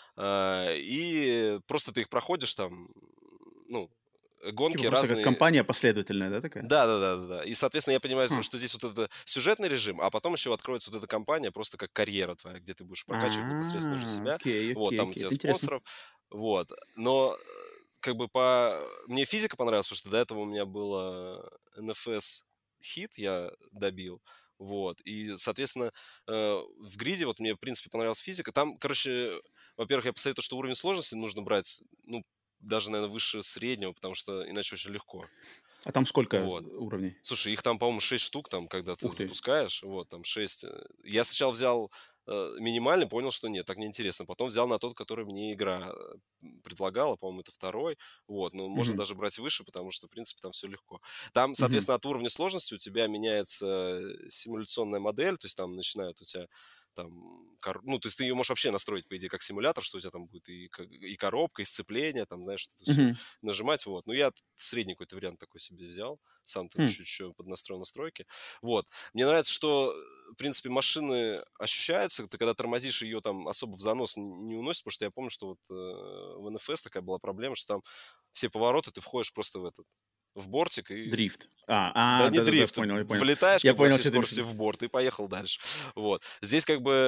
и просто ты их проходишь там, ну,
Типа
гонки
просто как
разные.
компания последовательная, да, такая?
Да. И, соответственно, я понимаю,
Хм.
что здесь вот это сюжетный режим, а потом еще откроется вот эта компания просто как карьера твоя, где ты будешь прокачивать непосредственно уже себя.
Окей,
Вот,
окей,
там у
окей.
тебя
Это интересно.
спонсоров. Вот. Но как бы мне физика понравилась, потому что до этого у меня было NFS хит, я добил. Вот. И, соответственно, в гриде вот мне, в принципе, понравилась физика. Там, короче, во-первых, я посоветую, что уровень сложности нужно брать, ну, даже, наверное, выше среднего, потому что иначе очень легко.
А там сколько
Вот.
уровней?
Слушай, их там, по-моему, 6 штук, там, когда ты
Ух ты.
запускаешь, вот, там 6. Я сначала взял минимальный, понял, что нет, так неинтересно. Потом взял на тот, который мне игра предлагала, по-моему, это второй. Вот, но можно
Мгм.
даже брать выше, потому что, в принципе, там все легко. Там,
Мгм.
соответственно, от уровня сложности у тебя меняется симуляционная модель, то есть там начинают у тебя там, ну, то есть ты ее можешь вообще настроить, по идее, как симулятор, что у тебя там будет и коробка, и сцепление, там, знаешь, это все
Мгм.
нажимать, вот. Ну, я средний какой-то вариант такой себе взял, сам там
Хм.
чуть-чуть еще поднастроил настройки. Вот. Мне нравится, что, в принципе, машины ощущаются, ты когда тормозишь, ее там особо в занос не уносит, потому что я помню, что вот в NFS такая была проблема, что там все повороты ты входишь просто в бортик и...
Дрифт.
Да не
Да-да-да,
дрифт,
понял, я понял.
влетаешь
Я
как бы во
понял,
всей
что ты имеешь в
скорости
виду.
в борт и поехал дальше. Вот. Здесь как бы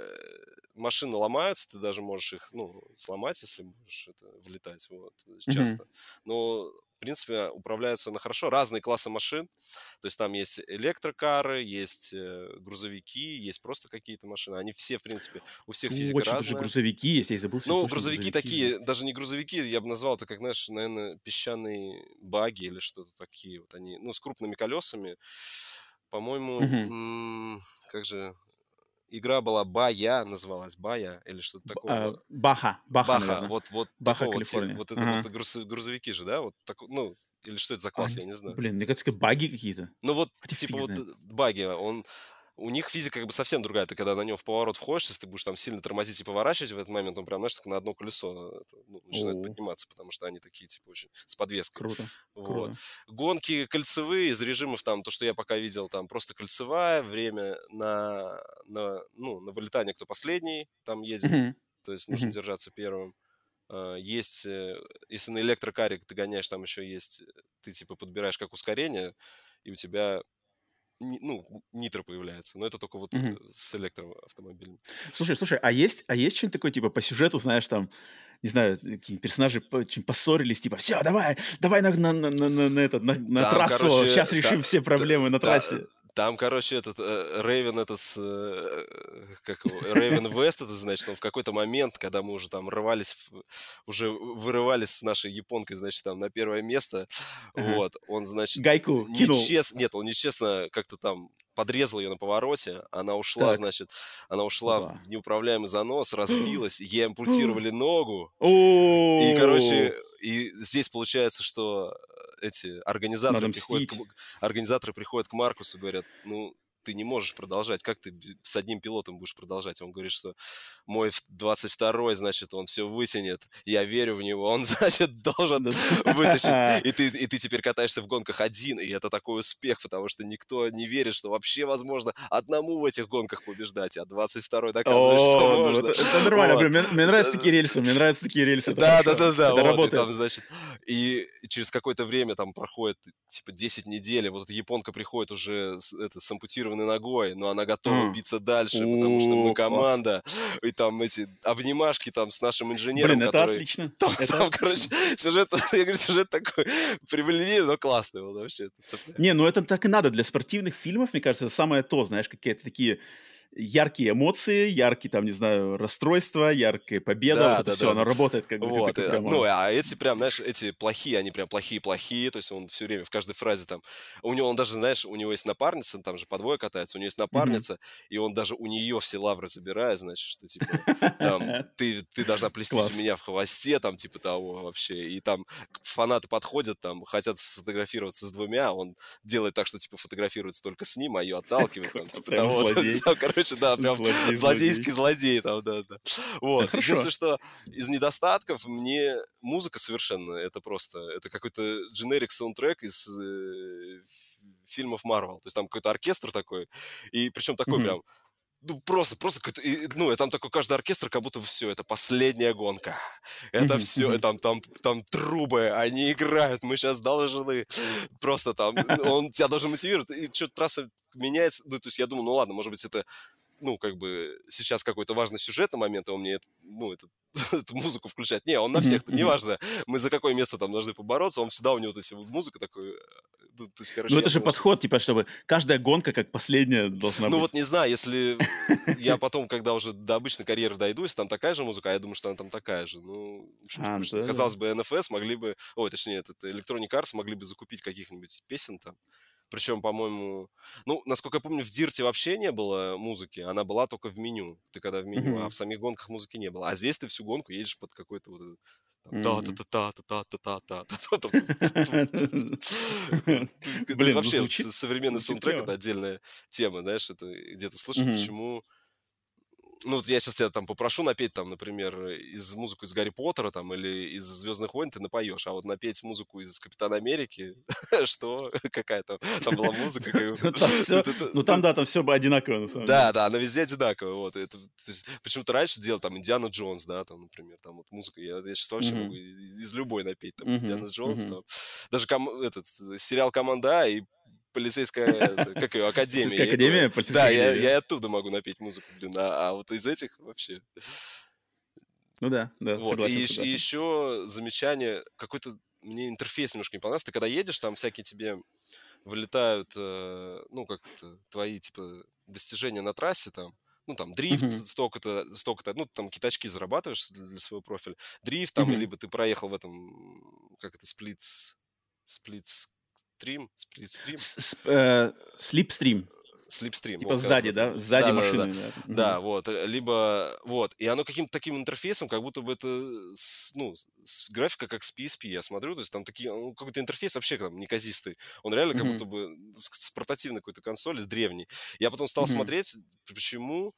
машины ломаются, ты даже можешь их, ну, сломать, если будешь это влетать, вот,
Мгм.
часто. Но, в принципе, управляются она хорошо. Разные классы машин, то есть там есть электрокары, есть грузовики, есть просто какие-то машины. Они все, в принципе, у всех физика
Точно, даже
разная.
грузовики есть. Я забыл себе
Ну,
точно
грузовики
грузовики же.
такие, даже не грузовики, я бы назвал это, как, знаешь, наверное, песчаные баги или что-то такие. Вот они, ну, с крупными колесами. По-моему,
Мгм.
как же, игра была Бая, называлась Бая или что-то такого.
Баха,
Баха,
наверно.
вот
Баха,
такого
Калифорния.
вот это
Ага.
грузовики же, да, вот так, ну, или что это за класс, я не знаю.
Блин, мне кажется, как баги какие-то.
Ну вот,
Хотя
типа
фиг
вот
знает.
баги, у них физика как бы совсем другая. Ты когда на нем в поворот входишь, если ты будешь там сильно тормозить и поворачивать в этот момент, он прям, знаешь, так на одно колесо начинает
О,
подниматься, потому что они такие, типа, очень с подвеской.
круто,
Вот.
круто.
Гонки кольцевые из режимов там, то, что я пока видел, там просто кольцевая, время на вылетание, кто последний там едет,
Мгм,
то есть нужно
мгм.
держаться первым. Есть, если на электрокаре ты гоняешь, там еще есть, ты типа подбираешь как ускорение, и у тебя нитро появляется, но это только вот
Мгм.
с электроавтомобилем.
Слушай, а есть что-нибудь такое, типа, по сюжету, знаешь, там, не знаю, какие персонажи очень поссорились, типа, все, давай на
Там,
трассу,
короче,
сейчас решим все проблемы на трассе.
там, короче, этот Рейвен, как его, Рейвен Вест, это значит, он в какой-то момент, когда мы уже там уже вырывались с нашей японкой, значит, там на первое место,
Ага.
вот, он, значит,
Гайку кинул.
он нечестно как-то там подрезал ее на повороте, она ушла,
Так,
значит, она ушла
опа.
в неуправляемый занос, разбилась, ей ампутировали ногу, и,
О,
короче, и здесь получается, что эти
надо мстить.
организаторы приходят к Маркусу и говорят, ну, ты не можешь продолжать, как ты с одним пилотом будешь продолжать? Он говорит, что мой 22-й, значит, он все вытянет, я верю в него, он, значит, должен вытащить, и ты теперь катаешься в гонках один, и это такой успех, потому что никто не верит, что вообще возможно одному в этих гонках побеждать, а 22-й доказывает, что
О, ну
можно.
это нормально.
Вот.
Блин, мне нравятся такие рельсы, мне нравятся такие рельсы, это
Да, да,
хорошо.
да, да,
Это
вот, и там,
работает.
значит, и через какое-то время там проходит, типа, 10 недель, и вот эта японка приходит уже с ампутированной ногой, но она готова
А.
биться дальше, потому что мы
О, класс.
команда, и там эти обнимашки там с нашим
Блин,
инженером,
это
который...
отлично.
Там,
Это
короче,
отлично.
сюжет, я говорю, сюжет такой прямолинейный, но классный он вообще, это цепляет.
Не, ну это так и надо. Для спортивных фильмов, мне кажется, это самое то, знаешь, какие-то такие яркие эмоции, яркие, там, не знаю, расстройства, яркая победа. Вот
Да,
это
да,
все,
да,
оно
да.
работает, как бы ты
Вот,
такой прямо...
а эти прям, знаешь, эти плохие, они прям плохие-плохие, то есть он все время в каждой фразе там, у него, он даже, знаешь, у него есть напарница, там же по двое катается, у него есть
Мгм.
напарница, и он даже у нее все лавры забирает, значит, что, типа, там, ты должна плестись у
Класс.
меня в хвосте, там, типа того вообще, и там фанаты подходят, там, хотят сфотографироваться с двумя, он делает так, что, типа, фотографируется только с ним, а ее отталкивает, там, типа
Прям
того,
злодей.
там, короче, да, прям
Злодей.
злодейский злодей, там, да, да.
Это
Вот.
хорошо.
Единственное, что из недостатков мне музыка совершенно, это просто, это какой-то generic саундтрек из фильмов Marvel. То есть там какой-то оркестр такой, и причем такой
Мгм.
прям, ну, просто какой-то, ну, и там такой каждый оркестр, как будто все, это последняя гонка. Это
Мгм.
все,
Мгм.
там трубы, они играют, мы сейчас должны просто там, он тебя должен мотивировать, и что-то трасса меняется, ну, то есть я думаю, ну, ладно, может быть, это ну, как бы, сейчас какой-то важный сюжетный момент, и он мне, эту музыку включает. Не, он на
Мгм.
всех,
Мгм.
неважно, мы за какое место там должны побороться, он всегда у него вот эти вот музыка такой, ну, то есть,
Ну
короче,
это
я
же
думал, что...
подход, типа, чтобы каждая гонка как последняя должна
Ну, вот
быть.
не знаю, если я потом, когда уже до обычной карьеры дойду, если там такая же музыка, а я думаю, что она там такая же, ну, в общем,
А,
потому
ну
что,
тогда да.
казалось бы, NFS могли бы, ой, точнее, Electronic Arts могли бы закупить каких-нибудь песен там, причем, по-моему, ну, насколько я помню, в Дирте вообще не было музыки, она была только в меню. Ты когда в меню, а
Мгм.
в самих гонках музыки не было. А здесь ты всю гонку едешь под какой-то вот этот там
Мгм.
та-та-та-та-та-та-та-та-та. Это
Блин, ну
вообще вот
звучит
современный
звучит
саундтрек — это
клево.
отдельная тема, знаешь, это где-то слышишь,
Мгм.
почему ну, вот я сейчас тебя там попрошу напеть, там, например, музыку из Гарри Поттера там, или из Звездных войн, ты напоешь, а вот напеть музыку из Капитана Америки, что? Какая там была музыка?
Там все, ну там,
Ну,
да, там все одинаково на самом
да,
деле.
да, она везде одинаковая. Вот, это, то есть, почему-то раньше делал там Индиана Джонс, да, там, например, там вот музыка. Я сейчас вообще могу
Мгм.
из любой напеть, там, Индиана
Мгм.
Джонс,
Мгм.
там, даже сериал «Команда А» и полицейская, как ее, академия,
Полицейская
я и то,
академия, полицейская
да, я
академия.
и оттуда могу напеть музыку, блин, а вот из этих вообще.
Ну да, да,
Вот, и,
согласен,
и
согласен.
еще замечание, какой-то мне интерфейс немножко не понравился. Ты когда едешь, там всякие тебе вылетают, ну, как это, твои, типа, достижения на трассе, там, ну, там, дрифт,
Мгм.
столько-то, ну, там, какие-то очки зарабатываешь для своего профиля. Дрифт, там,
Мгм.
либо ты проехал в этом, как это, сплитстрим,
Слипстрим.
Слипстрим.
Типа
Вот, когда
сзади,
вот это...
да? Сзади
Да-да-да.
машины, да.
Да, вот. Либо... Вот. И оно каким-то таким интерфейсом, как будто бы это... Ну, графика как с PSP, я смотрю. То есть там такие... Ну, какой-то интерфейс вообще там неказистый. Он реально как
Мгм.
будто бы с портативной какой-то консоли, с древней. Я потом стал
Мгм.
смотреть, почему...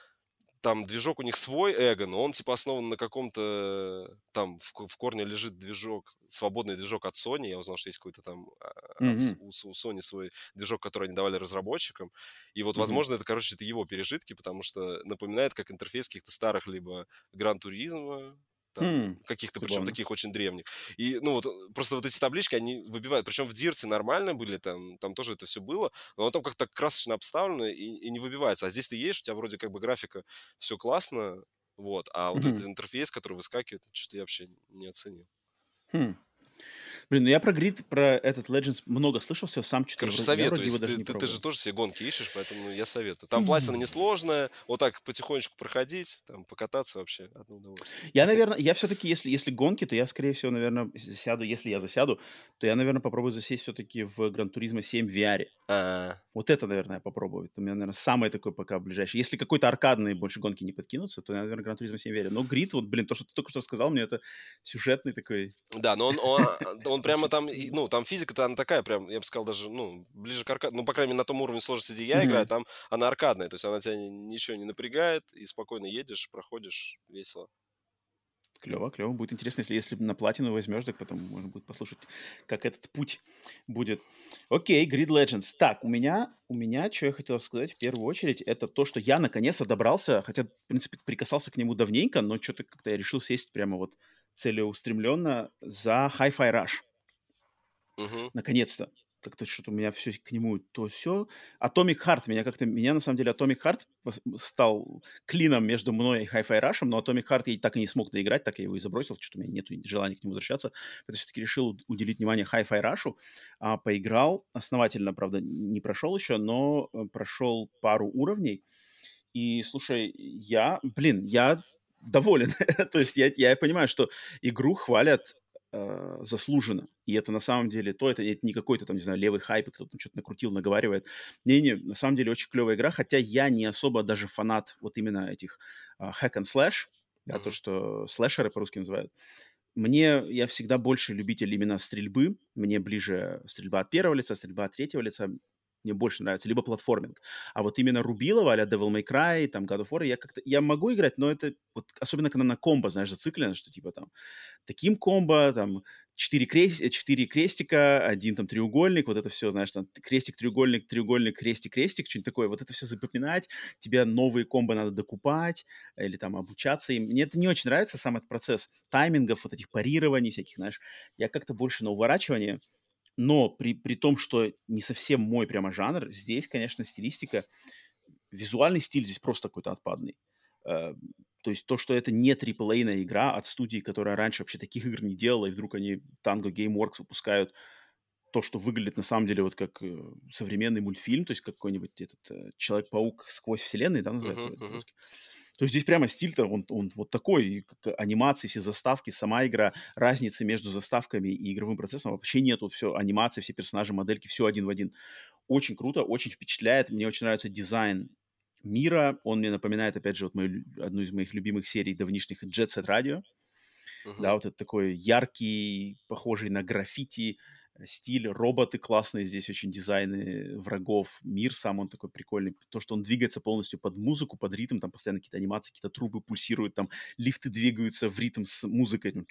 Там движок у них свой, Эго, но он типа основан на каком-то... Там в корне лежит движок, свободный движок от Sony. Я узнал, что есть какой-то там
Мгм.
у Sony свой движок, который они давали разработчикам. И вот,
Мгм.
возможно, это, короче, это его пережитки, потому что напоминает как интерфейс каких-то старых либо Гран Туризма, там, каких-то, причем
Забавно.
таких очень древних. И, ну, вот, просто вот эти таблички, они выбивают. Причем в Дирте нормально были, там тоже это все было, но оно там как-то красочно обставлено и не выбивается. А здесь ты едешь, у тебя вроде как бы графика все классно, вот, а вот
Мгм.
этот интерфейс, который выскакивает, что-то я вообще не оценил.
Хм. Блин, ну я про Grid, про этот Legends много слышал, всё, сам что-то
Короче,
я
советую,
вроде его
если
даже
ты,
не
ты, ты же
пробовал.
тоже себе гонки ищешь, поэтому я советую. Там платина несложная, вот так потихонечку проходить, там покататься вообще одно удовольствие.
Я, наверное, я все-таки, если гонки, то я, скорее всего, наверное, сяду, если я засяду, то я, наверное, попробую засесть все-таки в Gran Turismo 7 в VR.
А,
Вот это, наверное, я попробую. Это у меня, наверное, самое такое пока ближайшее. Если какой-то аркадные больше гонки не подкинутся, то я, наверное, Gran Turismo 7 в VR. Но Grid, вот, блин, то, что ты только что сказал, мне это сюжетный такой
да, но он прямо
звучит.
там, ну, там физика-то она такая, прям, я бы сказал, даже, ну, ближе к аркаду, ну, по крайней мере, на том уровне сложности, где я играю,
Мгм.
там она аркадная, то есть она тебя ничего не напрягает, и спокойно едешь, проходишь, весело.
Клево, клево. Будет интересно, если на платину возьмешь, так потом можно будет послушать, как этот путь будет. Окей, Grid Legends. Так, у меня, что я хотел сказать в первую очередь, это то, что я наконец-то добрался, хотя, в принципе, прикасался к нему давненько, но что-то как-то я решил сесть прямо вот целеустремленно за Hi-Fi Rush.
Угу,
Наконец-то. Как-то что-то у меня все к нему то все. Atomic Heart меня на самом деле Atomic Heart стал клином между мной и Hi-Fi Rush, но Atomic Heart я так и не смог доиграть, так я его и забросил, что-то у меня нету желания к нему возвращаться. Это все-таки решил уделить внимание Hi-Fi Rush, поиграл основательно, правда, не прошел еще, но прошел пару уровней. И, слушай, я доволен. То есть я понимаю, что игру хвалят заслуженно. И это на самом деле это не какой-то там, не знаю, левый хайп, и кто-то там что-то накрутил, наговаривает. Не-не, на самом деле очень клевая игра, хотя я не особо даже фанат вот именно этих hack and slash, да, то,
угу,
что слэшеры по-русски называют. Я всегда больше любитель именно стрельбы. Мне ближе стрельба от первого лица, стрельба от третьего лица. Мне больше нравится. Либо платформинг. А вот именно рубилово а-ля Devil May Cry, там, God of War, я могу играть, но это вот особенно когда на комбо, знаешь, зациклено, что типа там таким комбо, там, 4 крестика, один там треугольник, вот это все, знаешь, там, крестик, треугольник, треугольник, крестик, крестик, что-нибудь такое, вот это все запоминать, тебе новые комбо надо докупать или там обучаться им. Мне это не очень нравится, сам этот процесс таймингов, вот этих парирований всяких, знаешь. Я как-то больше на уворачивание, но при том, что не совсем мой прямо жанр, здесь, конечно, стилистика, визуальный стиль здесь просто какой-то отпадный. Э, То есть то, что это не AAA игра от студии, которая раньше вообще таких игр не делала, и вдруг они Tango Gameworks выпускают то, что выглядит на самом деле вот как современный мультфильм, то есть как какой-нибудь этот Человек-паук сквозь вселенные, да, называется
угу,
вроде
угу.
по-русски. То есть здесь прямо стиль-то, он вот такой, и как анимации, все заставки, сама игра, разницы между заставками и игровым процессом вообще нету, все, анимации, все персонажи, модельки, все один в один. Очень круто, очень впечатляет, мне очень нравится дизайн мира, он мне напоминает, опять же, вот одну из моих любимых серий давнишних Jet Set Radio, да,
Мгм.
вот это такой яркий, похожий на граффити стиль, роботы классные здесь очень, дизайны врагов, мир сам он такой прикольный, то, что он двигается полностью под музыку, под ритм, там постоянно какие-то анимации, какие-то трубы пульсируют, там лифты двигаются в ритм с музыкой, ну,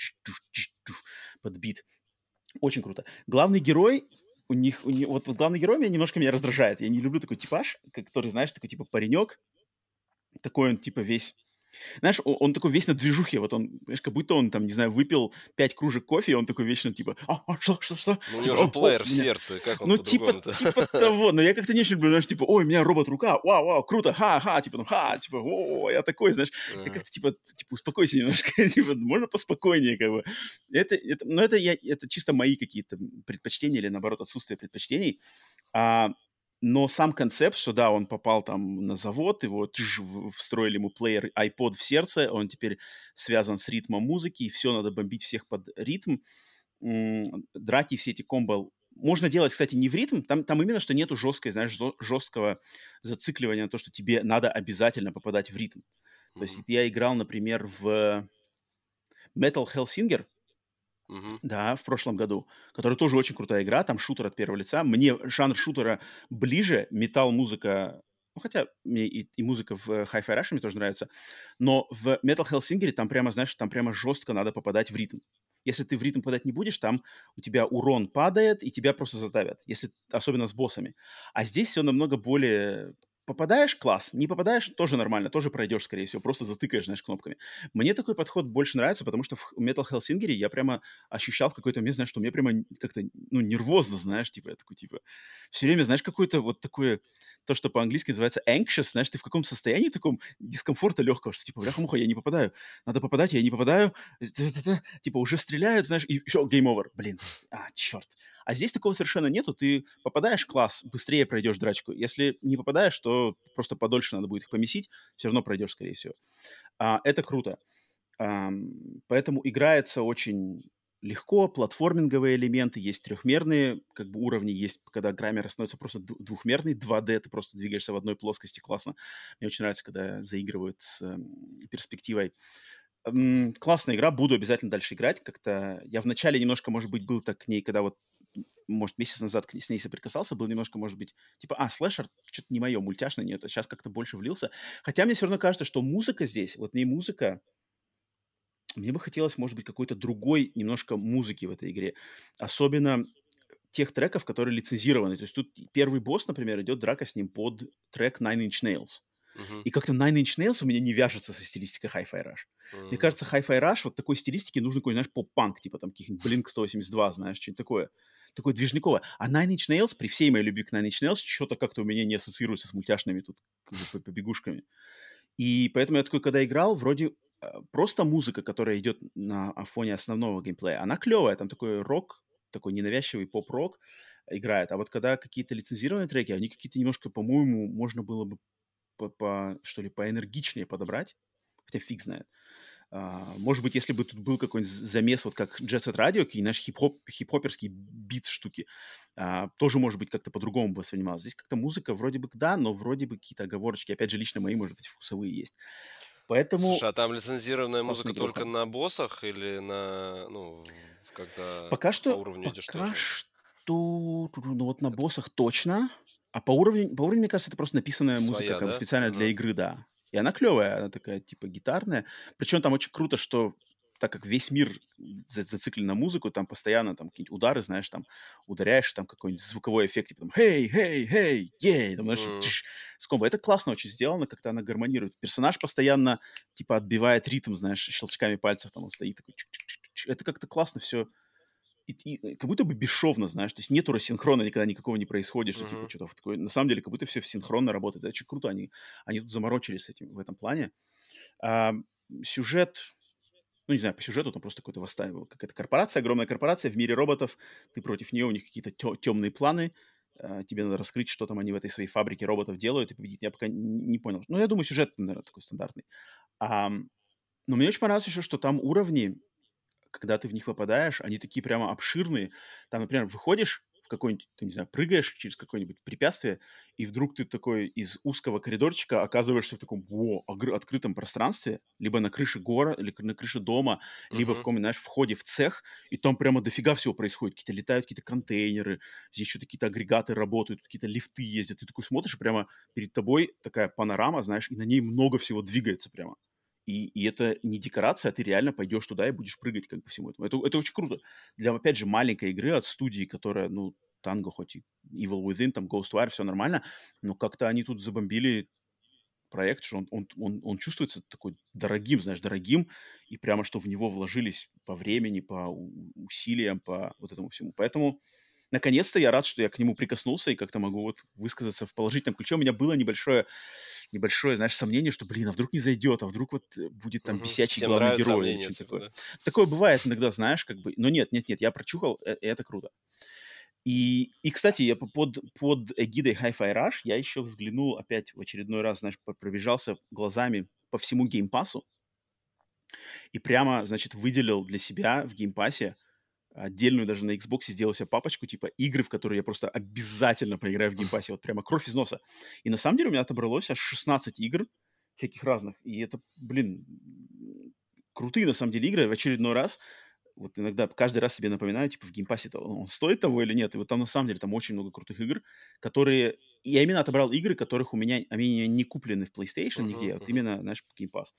под бит. Очень круто. Главный герой, вот главный герой меня раздражает. Я не люблю такой типаж, который, знаешь, такой типа паренек, такой он типа весь знаешь, он такой весь на движухе, вот он, знаешь, как будто он там, не знаю, выпил 5 кружек кофе, и он такой вечно, типа, что?
Ну, у него
Типа,
же
о,
плеер в
у меня...
сердце, как он
Ну, типа,
по-другому-то?
типа того, но я как-то не очень люблю, знаешь, типа, ой, у меня робот-рука, вау, круто, типа, ну, типа, о, я такой, знаешь, я
Ага.
как-то, типа, успокойся немножко, типа, можно поспокойнее, как бы. Но это чисто мои какие-то предпочтения или, наоборот, отсутствие предпочтений. А, но сам концепт, что да, он попал там на завод, его встроили ему плеер iPod в сердце, он теперь связан с ритмом музыки, и все, надо бомбить всех под ритм. Драки, все эти комбо можно делать, кстати, не в ритм, там именно, что нету жесткой, знаешь, жесткого зацикливания на то, что тебе надо обязательно попадать в ритм. То есть
Мгм.
я играл, например, в Metal Hellsinger,
Мгм.
да, в прошлом году, которая тоже очень крутая игра, там шутер от первого лица. Мне жанр шутера ближе, метал-музыка, ну, хотя мне и музыка в Hi-Fi Rush мне тоже нравится, но в Metal Hellsinger там прямо, знаешь, там прямо жестко надо попадать в ритм. Если ты в ритм попадать не будешь, там у тебя урон падает, и тебя просто задавят, если, особенно с боссами. А здесь все намного более... Попадаешь — класс, не попадаешь — тоже нормально, тоже пройдешь, скорее всего, просто затыкаешь, знаешь, кнопками. Мне такой подход больше нравится, потому что в Metal Hellsinger я прямо ощущал в какой-то момент, знаешь, что мне прямо как-то, ну, нервозно, знаешь, типа, я такой, типа, все время, знаешь, какое-то вот такое, то, что по-английски называется anxious, знаешь, ты в каком-то состоянии таком дискомфорта легкого, что, типа, бляха-муха, я не попадаю, надо попадать, я не попадаю, типа, уже стреляют, знаешь, и все, game over, блин, черт. А здесь такого совершенно нету, ты попадаешь — класс, быстрее пройдешь драчку, если не попадаешь, то просто подольше надо будет их помесить, все равно пройдешь, скорее всего. Это круто. Поэтому играется очень легко, платформинговые элементы, есть трехмерные как бы уровни, есть, когда граммер становится просто двухмерный, 2D, ты просто двигаешься в одной плоскости, классно. Мне очень нравится, когда заигрывают с перспективой.
Мгм.
Классная игра, буду обязательно дальше играть. Как-то я вначале немножко, может быть, был так к ней, когда вот, может, месяц назад с ней соприкасался, был немножко, может быть, типа, слэшер, что-то не мое, мультяшно, нет, а сейчас как-то больше влился. Хотя мне все равно кажется, что музыка здесь, вот не музыка, мне бы хотелось, может быть, какой-то другой немножко музыки в этой игре. Особенно тех треков, которые лицензированы. То есть тут первый босс, например, идет драка с ним под трек Nine Inch Nails.
Мгм.
И как-то Nine Inch Nails у меня не вяжется со стилистикой Hi-Fi Rush. Мне
Мгм.
кажется, Hi-Fi Rush вот такой стилистики нужен какой-нибудь, знаешь, поп-панк, типа там каких-нибудь Blink-182, знаешь, что-нибудь такое. Такое движниковое. А Nine Inch Nails, при всей моей любви к Nine Inch Nails, что-то как-то у меня не ассоциируется с мультяшными тут как бы побегушками. И поэтому я такой, когда играл, вроде просто музыка, которая идет на фоне основного геймплея, она клевая, там такой рок, такой ненавязчивый поп-рок играет. А вот когда какие-то лицензированные треки, они какие-то немножко, по-моему, можно было бы что ли, поэнергичнее подобрать, хотя фиг знает. Может быть, если бы тут был какой-нибудь замес, вот как Jet Set Radio, какие, знаешь, хип-хоперские бит-штуки, тоже, может быть, как-то по-другому бы воспринималось. Здесь как-то музыка вроде бы да, но вроде бы какие-то оговорочки, опять же, лично мои, может быть, вкусовые есть. Поэтому
Слушай, а там лицензированная
классная
музыка только
игруха.
на боссах или на, ну, когда
Пока
по
что,
уровню идешь
пока
тоже?
что, ну вот на
Это
боссах точно, а по уровню, мне кажется, это просто написанная музыка
своя,
как бы
да?
специально для
Ага.
игры, да. И она клевая, она такая типа гитарная. Причем там очень круто, что так как весь мир зациклен на музыку, там постоянно там какие-нибудь удары, знаешь, там ударяешь, там какой-нибудь звуковой эффект, типа там «Хей, хей, хей, ей!» Там, знаешь,
М.
тш, с комбо. Это классно очень сделано, как-то она гармонирует. Персонаж постоянно типа отбивает ритм, знаешь, щелчками пальцев, там он стоит такой. Это как-то классно все как будто бы бесшовно, знаешь, то есть нету рассинхрона никогда никакого не происходит, что типа
Мгм.
что-то такое. На самом деле, как будто все синхронно работает. Это очень круто, они тут заморочились с этим в этом плане. А, Сюжет, ну, не знаю, по сюжету там просто какой-то какая-то корпорация, огромная корпорация в мире роботов, ты против нее, у них какие-то темные планы, тебе надо раскрыть, что там они в этой своей фабрике роботов делают и победить. Я пока не понял. Ну, я думаю, сюжет, наверное, такой стандартный. Ам, но мне очень понравилось еще, что там уровни, когда ты в них попадаешь, они такие прямо обширные. Там, например, выходишь в какой-нибудь, ты не знаю, прыгаешь через какое-нибудь препятствие, и вдруг ты такой из узкого коридорчика оказываешься в таком открытом пространстве, либо на крыше гора, или на крыше дома, либо в
Мгм.
каком-нибудь, знаешь, входе в цех, и там прямо дофига всего происходит. Какие-то летают какие-то контейнеры, здесь что-то какие-то агрегаты работают, какие-то лифты ездят. Ты такой смотришь, и прямо перед тобой такая панорама, знаешь, и на ней много всего двигается прямо. И это не декорация, а ты реально пойдешь туда и будешь прыгать как бы всему этому. Это очень круто. Для, опять же, маленькой игры от студии, которая, ну, Tango, хоть и Evil Within, там, Ghostwire, все нормально, но как-то они тут забомбили проект, что он чувствуется такой дорогим, знаешь, дорогим, и прямо что в него вложились по времени, по усилиям, по вот этому всему. Поэтому наконец-то я рад, что я к нему прикоснулся и как-то могу вот высказаться в положительном ключе. У меня было небольшое, знаешь, сомнение, что, блин, а вдруг не зайдет, а вдруг вот будет там
Мгм.
бесячий
Всем
главный
нравится
герой или
мнение,
что-нибудь
типа,
такое.
да?
Такое бывает иногда, знаешь, как бы. Но нет, я прочухал, и это круто. И, кстати, я под эгидой Hi-Fi Rush я еще взглянул опять в очередной раз, знаешь, пробежался глазами по всему геймпасу и прямо, значит, выделил для себя в геймпассе отдельную даже на Xbox сделал себе папочку, типа игры, в которые я просто обязательно поиграю в геймпассе, вот прямо кровь из носа. И на самом деле у меня отобралось аж 16 игр всяких разных. И это, блин, крутые на самом деле игры. В очередной раз вот иногда каждый раз себе напоминаю, типа, в геймпассе он стоит того или нет. И вот там на самом деле там очень много крутых игр, которые... Я именно отобрал игры, которых у меня, они не куплены в PlayStation нигде, а вот именно, знаешь, Game Pass.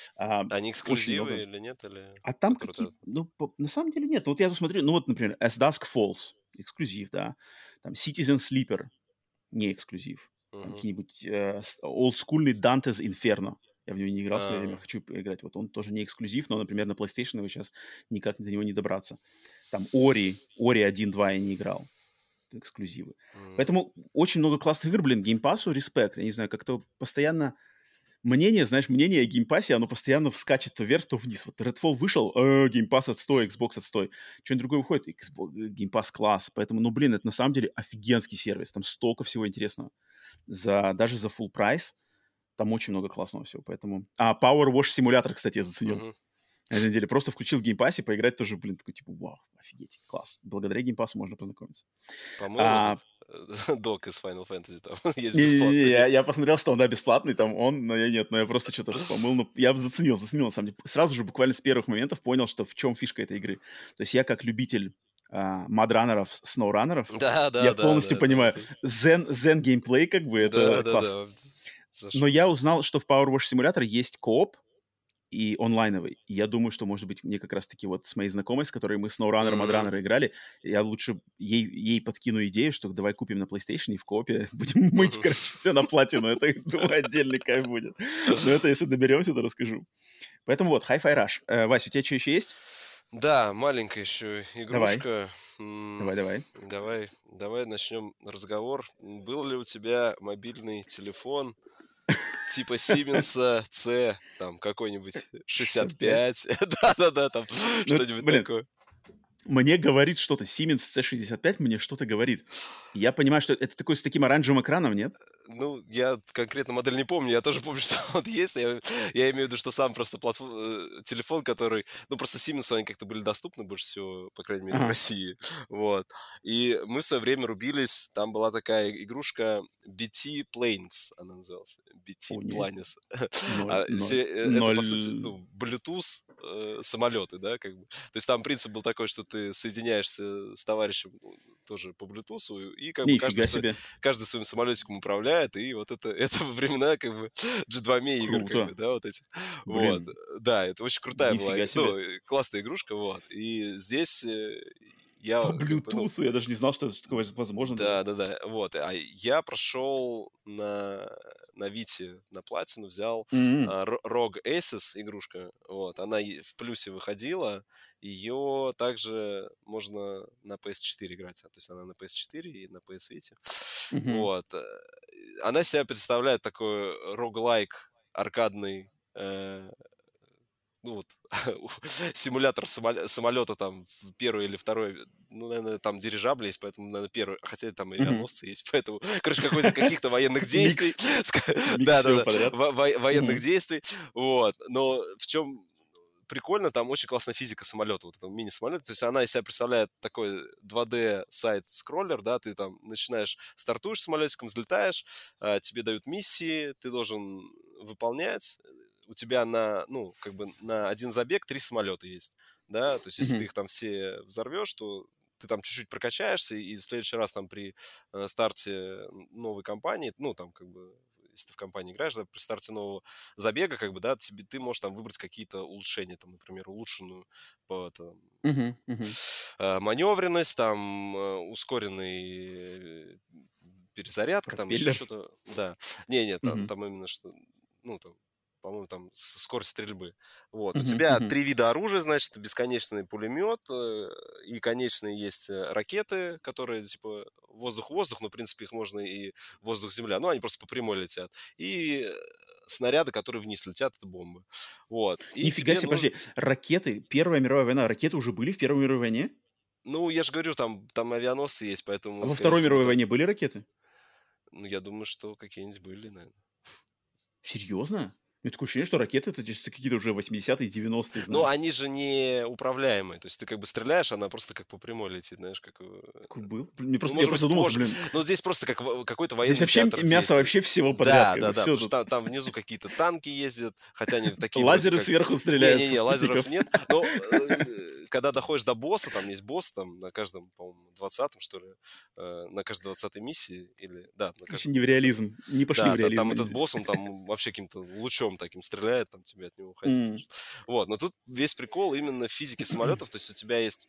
Они
Очень
эксклюзивы
много.
или нет? Или
А там
которые-то...
какие-то... Ну, на самом деле нет. Вот я тут смотрю, ну вот, например, As Dusk Falls, эксклюзив, да. Там Citizen Sleeper, не эксклюзив. Там
Мгм.
какие-нибудь олдскульный Dante's Inferno. Я в него не играл в свое время,
А,
хочу поиграть. Вот он тоже не эксклюзив, но, например, на PlayStation его сейчас никак до него не добраться. Там Ori 1.2 я не играл. Это эксклюзивы.
м.
Поэтому очень много классных игр, блин, геймпасу респект. Я не знаю, как-то постоянно мнение, знаешь, мнение о геймпассе, оно постоянно вскачет то вверх, то вниз. Вот Redfall вышел, геймпасс отстой, Xbox отстой. Что-нибудь другое выходит, геймпасс класс. Поэтому, ну, блин, это на самом деле офигенский сервис. Там столько всего интересного. Даже за full прайс там очень много классного всего. Поэтому... Power Wash симулятор, кстати, я заценил.
Мгм.
На этой неделе просто включил в геймпассе, поиграть тоже, блин, такой, типа, вау, офигеть, класс. Благодаря геймпассу можно познакомиться.
По-моему, этот
А,
док из Final Fantasy там есть
Не-не-не,
бесплатный.
я посмотрел, что он, да, бесплатный, там он, но я нет, но я просто что-то помыл, ну, я заценил, на самом деле. Сразу же, буквально с первых моментов понял, что в чем фишка этой игры. То есть я как любитель мадранеров, сноураннеров,
Да,
я
да, да,
полностью
да, да,
понимаю,
это...
зен геймплей, как бы,
Да,
это
да,
класс.
да,
Но
зашел.
я узнал, что в Power Wash Simulator есть кооп, и онлайновый. И я думаю, что, может быть, мне как раз-таки вот с моей знакомой, с которой мы SnowRunner,
М.
Mudrunner играли, я лучше ей подкину идею, что давай купим на PlayStation и в коопе будем мыть,
Мгм.
короче, все на платину. Это, думаю, отдельный кайф будет. Но это если доберемся, то расскажу. Поэтому вот, Hi-Fi Rush. Вась, у тебя что еще есть?
Да, маленькая еще
Давай,
игрушка.
давай.
Давай начнем разговор. Был ли у тебя мобильный телефон типа Siemens C, там какой-нибудь
65.
65? Да-да-да, там
Ну, это,
что-нибудь
блин,
такое.
мне говорит что-то. Siemens C65 мне что-то говорит. И я понимаю, что это такой с таким оранжевым экраном, нет?
Ну, я конкретно модель не помню, я тоже помню, что он есть. Я имею в виду, что сам просто телефон, который... Ну, просто Siemens, они как-то были доступны больше всего, по крайней мере, в
Ага.
России. Вот. И мы в свое время рубились, там была такая игрушка BT Planes, она называлась. BT
О, нет.
Planes.
Ноль, ноль,
Это, по сути,
ноль.
ну, Bluetooth самолеты, да, как бы. То есть там принцип был такой, что ты соединяешься с товарищем тоже по Bluetooth, и как бы
Нифига себе.
каждый своим самолетиком управляет, и вот это во времена как бы G2Me игр, как
Круто.
бы, да, вот этих. Вот.
Блин,
Да, это очень крутая была,
нифига себе.
ну, классная игрушка, вот. И здесь я
По
как бы, ну,
блютусу я даже не знал, что это такое возможно даже.
да-да-да, вот. А я прошел на Вите, на платину, взял
М.
ROG Aces игрушка, вот. Она в плюсе выходила, ее также можно на PS4 играть. То есть она на PS4 и на PS Vita.
Мгм.
Вот. Она себя представляет такой роглайк аркадный, ну вот, симулятор самолета там первый или второй, ну, наверное, там дирижабли есть, поэтому, наверное, первый, хотя там и
Мгм.
авианосцы есть, поэтому, короче, каких-то военных действий,
Микс. Микс всего
да-да-да,
подряд.
военных
Мгм.
действий, вот, но в чем прикольно, там очень классная физика самолета, вот этого мини-самолета, то есть она из себя представляет такой 2D сайт-скроллер, да, ты там начинаешь, стартуешь самолетиком, взлетаешь, тебе дают миссии, ты должен выполнять, у тебя ну, как бы на один забег 3 самолета есть, да, то есть если ты
Мгм.
их там все взорвешь, то ты там чуть-чуть прокачаешься, и в следующий раз там при старте новой кампании, ну, там как бы если ты в компании играешь, да, при старте нового забега, как бы, да, ты можешь там выбрать какие-то улучшения, там, например, улучшенную там,
Мгм. Мгм.
маневренность, там, ускоренный перезарядка, там еще
Пропеллер.
что-то, да. Не, там,
Мгм.
там именно что, ну, там, по-моему, там скорость стрельбы. Вот. У
Мгм.
тебя
Мгм.
3 вида оружия, значит, бесконечный пулемет, и конечные есть ракеты, которые, типа, воздух-воздух, но, в принципе, их можно и воздух-земля. Ну, они просто по прямой летят. И снаряды, которые вниз летят, это бомбы. Вот. И
Нифига
тебе
себе,
нужно...
подожди. Ракеты, Первая мировая война, ракеты уже были в Первой мировой войне?
Ну, я же говорю, там авианосцы есть,
А
поэтому,
во
скорее
Второй
всего,
мировой
да.
войне были ракеты?
Ну, я думаю, что какие-нибудь были, наверное.
Серьезно? Мне такое ощущение, что ракеты это чисто какие-то уже 80-е, 90-е,
Но
знаешь.
они же не управляемые. То есть ты как бы стреляешь, она просто как по прямой летит, знаешь, как...
Такой был. Мне
Ну,
просто, я
может
просто
быть,
задумался,
позже.
блин,
Но здесь просто как какой-то
здесь
военный
вообще
театр
мясо
действий.
вообще всего подряд,
Да,
как бы,
да, да,
все
потому что
тут.
там внизу какие-то танки ездят, хотя они такие вроде
Лазеры
как...
сверху стреляют со
Не-не-не, лазеров
спутников.
нет. Но когда доходишь до босса, там есть босс, там на каждом, по-моему, 20-м, что ли, на каждой 20-й миссии, или, да, на
Короче,
каждом
не в
20-м.
реализм. Не пошли в
Да,
реализм
там
они
этот
здесь.
босс, он там вообще каким-то лучом таким стреляет, там тебе от него уходить
М.
нужно. Вот, но тут весь прикол именно в физике самолетов, то есть у тебя есть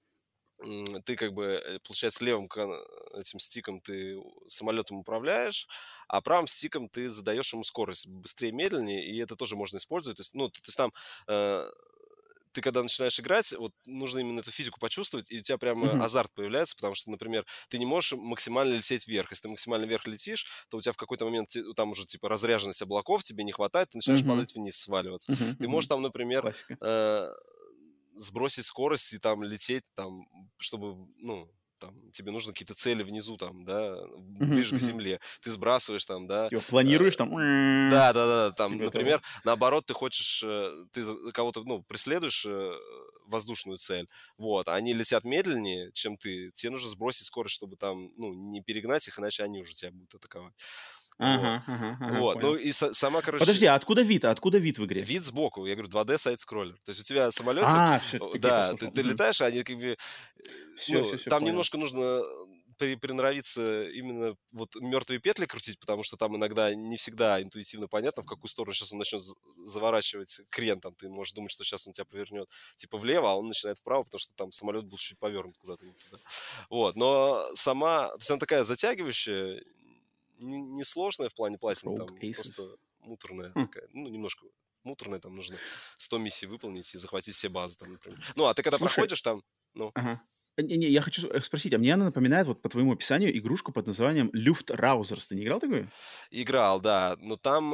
ты как бы, получается, левым этим стиком ты самолетом управляешь, а правым стиком ты задаешь ему скорость быстрее, медленнее, и это тоже можно использовать. То есть, ну, то есть там э, ты когда начинаешь играть, вот нужно именно эту физику почувствовать, и у тебя прямо
Мгм.
азарт появляется, потому что, например, ты не можешь максимально лететь вверх. Если ты максимально вверх летишь, то у тебя в какой-то момент там уже типа разряженность облаков, тебе не хватает, ты начинаешь
Мгм.
падать вниз, сваливаться.
Мгм.
Ты можешь
Мгм.
там, например,
Классика.
э, сбросить скорость и там лететь, там, чтобы, ну, там, тебе нужны какие-то цели внизу, там, да,
Мгм.
ближе к
Мгм.
земле. Ты сбрасываешь там, да.
Типа
э,
планируешь там,
Да, да, да, там,
типа того.
например, наоборот, ты хочешь, ты кого-то, ну, преследуешь воздушную цель, вот, а они летят медленнее, чем ты. Тебе нужно сбросить скорость, чтобы там, ну, не перегнать их, иначе они уже тебя будут атаковать. Вот.
Ага, ага, ага,
Вот. Ну
понял.
и сама,
Подожди,
короче,
а откуда вид? А откуда вид в игре?
вид сбоку, я говорю, 2D сайт-скроллер. То есть у тебя самолетик,
А, все, окей,
да,
пошел,
ты,
пошел.
ты летаешь, а они как бы,
Все, все,
ну,
все,
там
понял.
немножко нужно приноровиться именно вот мертвые петли крутить, потому что там иногда не всегда интуитивно понятно, в какую сторону сейчас он начнет заворачивать крен, там ты можешь думать, что сейчас он тебя повернет типа влево, а он начинает вправо, потому что там самолет был чуть повернут куда-то не туда. Вот, но сама, то есть она такая затягивающая, несложная в плане платины,
Rogue
там
Aces.
просто муторная
Хм.
такая, ну, немножко муторная, там нужно 100 миссий выполнить и захватить все базы, там, например. Ну, а ты когда
Слушай,
проходишь там, ну,
ага. Не, я хочу спросить, а мне она напоминает, вот по твоему описанию, игрушку под названием Luftrausers. Ты не играл такую?
играл, да, но там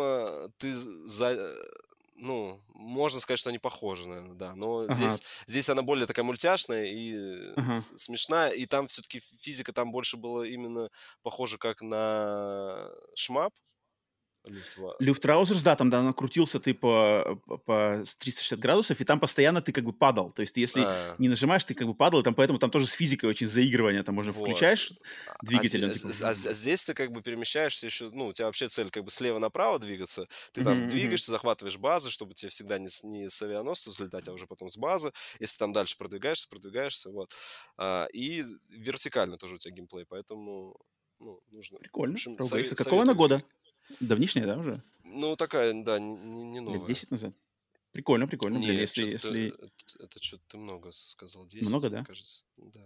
ну, можно сказать, что они похожи, наверное, да. Но
Ага,
здесь она более такая мультяшная и
ага.
смешная, и там все-таки физика там больше была именно похожа как на шмап, Люфтва.
Люфтраузерс, да, там, да, накрутился ты по 360 градусов, и там постоянно ты как бы падал. То есть ты, если
А,
не нажимаешь, ты как бы падал, и там поэтому там тоже с физикой очень заигрывание. Там можно
вот.
включаешь двигатель, он такой...
Здесь ты как бы перемещаешься еще, ну, у тебя вообще цель как бы слева направо двигаться, ты
Мгм,
там
мгм,
двигаешься, захватываешь базы, чтобы тебе всегда не с авианосца взлетать, а уже потом с базы, если там дальше продвигаешься, вот. И вертикально тоже у тебя геймплей, поэтому, ну, нужно, в
Прикольно.
общем,
Rogue Aces. Какого она
советую.
года? Давнишняя, да, уже?
Ну, такая, да, не
Лет
новая.
10 назад? Прикольно, прикольно, блин,
Не,
если,
что-то
если
это что-то ты много сказал,
много,
10, мне
да?
кажется, да.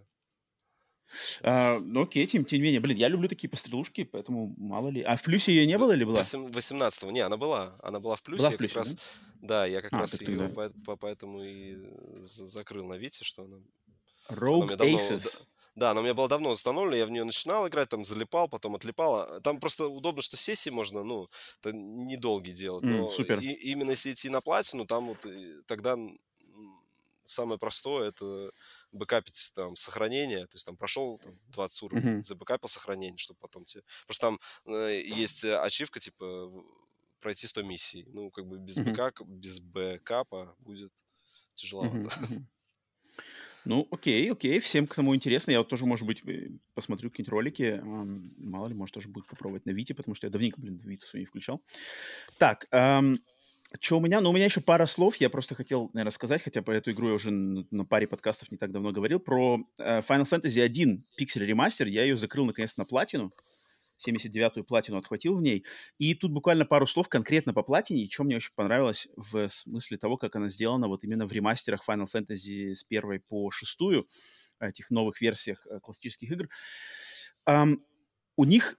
Сейчас.
Ну окей, тем не менее, блин, я люблю такие пострелушки, поэтому мало ли. А в плюсе ее не было или была?
18-го. Не, она была в
Была
плюсе,
в
я как
плюсе, да?
раз, да, я как раз
Так
ее
тогда.
поэтому и закрыл на Вите, что она у
Rogue
меня давно,
Aces.
да, она у меня была давно установлена, я в нее начинал играть, там залипал, потом отлипал. Там просто удобно, что сессии можно, ну, это недолгие делать, но
Супер.
именно если идти на платину, там вот тогда самое простое это бэкапить там сохранение, то есть там прошел там, 20 уровней,
Мгм,
забэкапил сохранение, чтобы потом тебе... Потому что там есть ачивка, типа, пройти 100 миссий. Ну, как бы
мгм,
без бэкапа будет тяжеловато.
мгм, мгм. Ну, окей, окей, всем, кому интересно, я вот тоже, может быть, посмотрю какие-нибудь ролики, мало ли, может, тоже будет попробовать на Вите, потому что я давненько, блин, Виту свою не включал. Так, что у меня? Ну, у меня еще пара слов, я просто хотел, наверное, сказать, хотя про эту игру я уже на паре подкастов не так давно говорил, про Final Fantasy 1 Pixel Remaster, я ее закрыл, наконец, на платину, 79-ю платину отхватил в ней. И тут буквально пару слов конкретно по платине, и что мне очень понравилось в смысле того, как она сделана вот именно в ремастерах Final Fantasy с первой по шестую, этих новых версиях классических игр. Ам, у них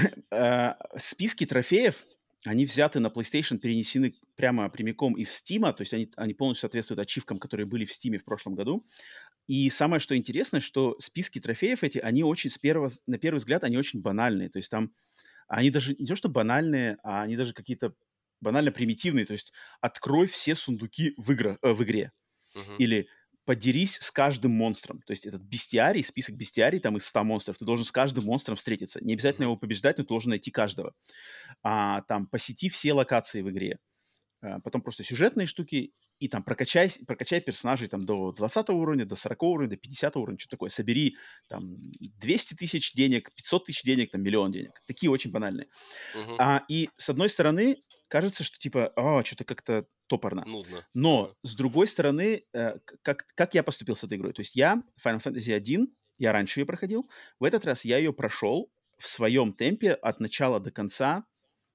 списки трофеев, они взяты на PlayStation, перенесены прямо прямиком из Steam, то есть они полностью соответствуют ачивкам, которые были в Steam в прошлом году. И самое, что интересно, что списки трофеев эти, они очень на первый взгляд, они очень банальные. То есть там они даже не то, что банальные, а они даже какие-то банально примитивные. То есть открой все сундуки в игре.
Мгм.
Или подерись с каждым монстром. То есть этот бестиарий, список бестиарий там из 100 монстров, ты должен с каждым монстром встретиться. Не обязательно
Мгм.
его побеждать, но ты должен найти каждого. Там посети все локации в игре. потом просто сюжетные штуки, и там прокачай персонажей там до 20 уровня, до 40 уровня, до 50 уровня, что такое. Собери там 200 тысяч денег, 500 тысяч денег, там миллион денег. Такие очень банальные.
Мгм.
И с одной стороны, кажется, что типа, что-то как-то топорно.
Нудно.
Но
Ага.
с другой стороны, как я поступил с этой игрой? То есть я Final Fantasy 1, я раньше ее проходил, в этот раз я ее прошел в своем темпе от начала до конца,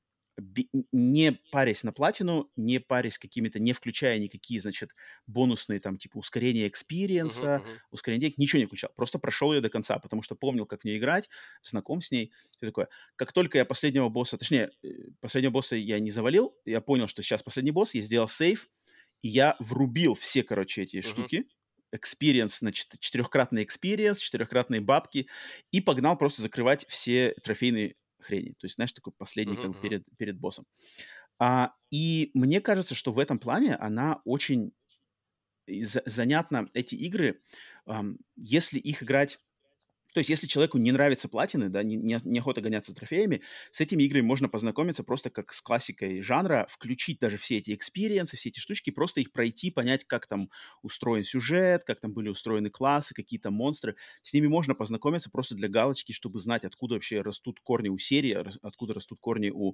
не парясь на платину, не парясь какими-то, не включая никакие, значит, бонусные там, типа, ускорение
Мгм,
экспириенса,
мгм.
ускорение денег, ничего не включал. Просто прошел ее до конца, потому что помнил, как в нее играть, знаком с ней. Всё такое. Как только я последнего босса, точнее, последнего босса я не завалил, я понял, что сейчас последний босс, я сделал сейв, и я врубил все, короче, эти
Мгм.
штуки, экспириенс, значит, четырехкратный экспириенс, четырехкратные бабки, и погнал просто закрывать все трофейные хрени. То есть, знаешь, такой последний
Мгм,
как бы
мгм.
перед боссом. И мне кажется, что в этом плане она очень занятна, эти игры, если их играть. То есть, если человеку не нравятся платины, да, неохота гоняться за трофеями, с этими играми можно познакомиться просто как с классикой жанра, включить даже все эти экспириенсы, все эти штучки, просто их пройти, понять, как там устроен сюжет, как там были устроены классы, какие-то монстры. С ними можно познакомиться просто для галочки, чтобы знать, откуда вообще растут корни у серии, откуда растут корни у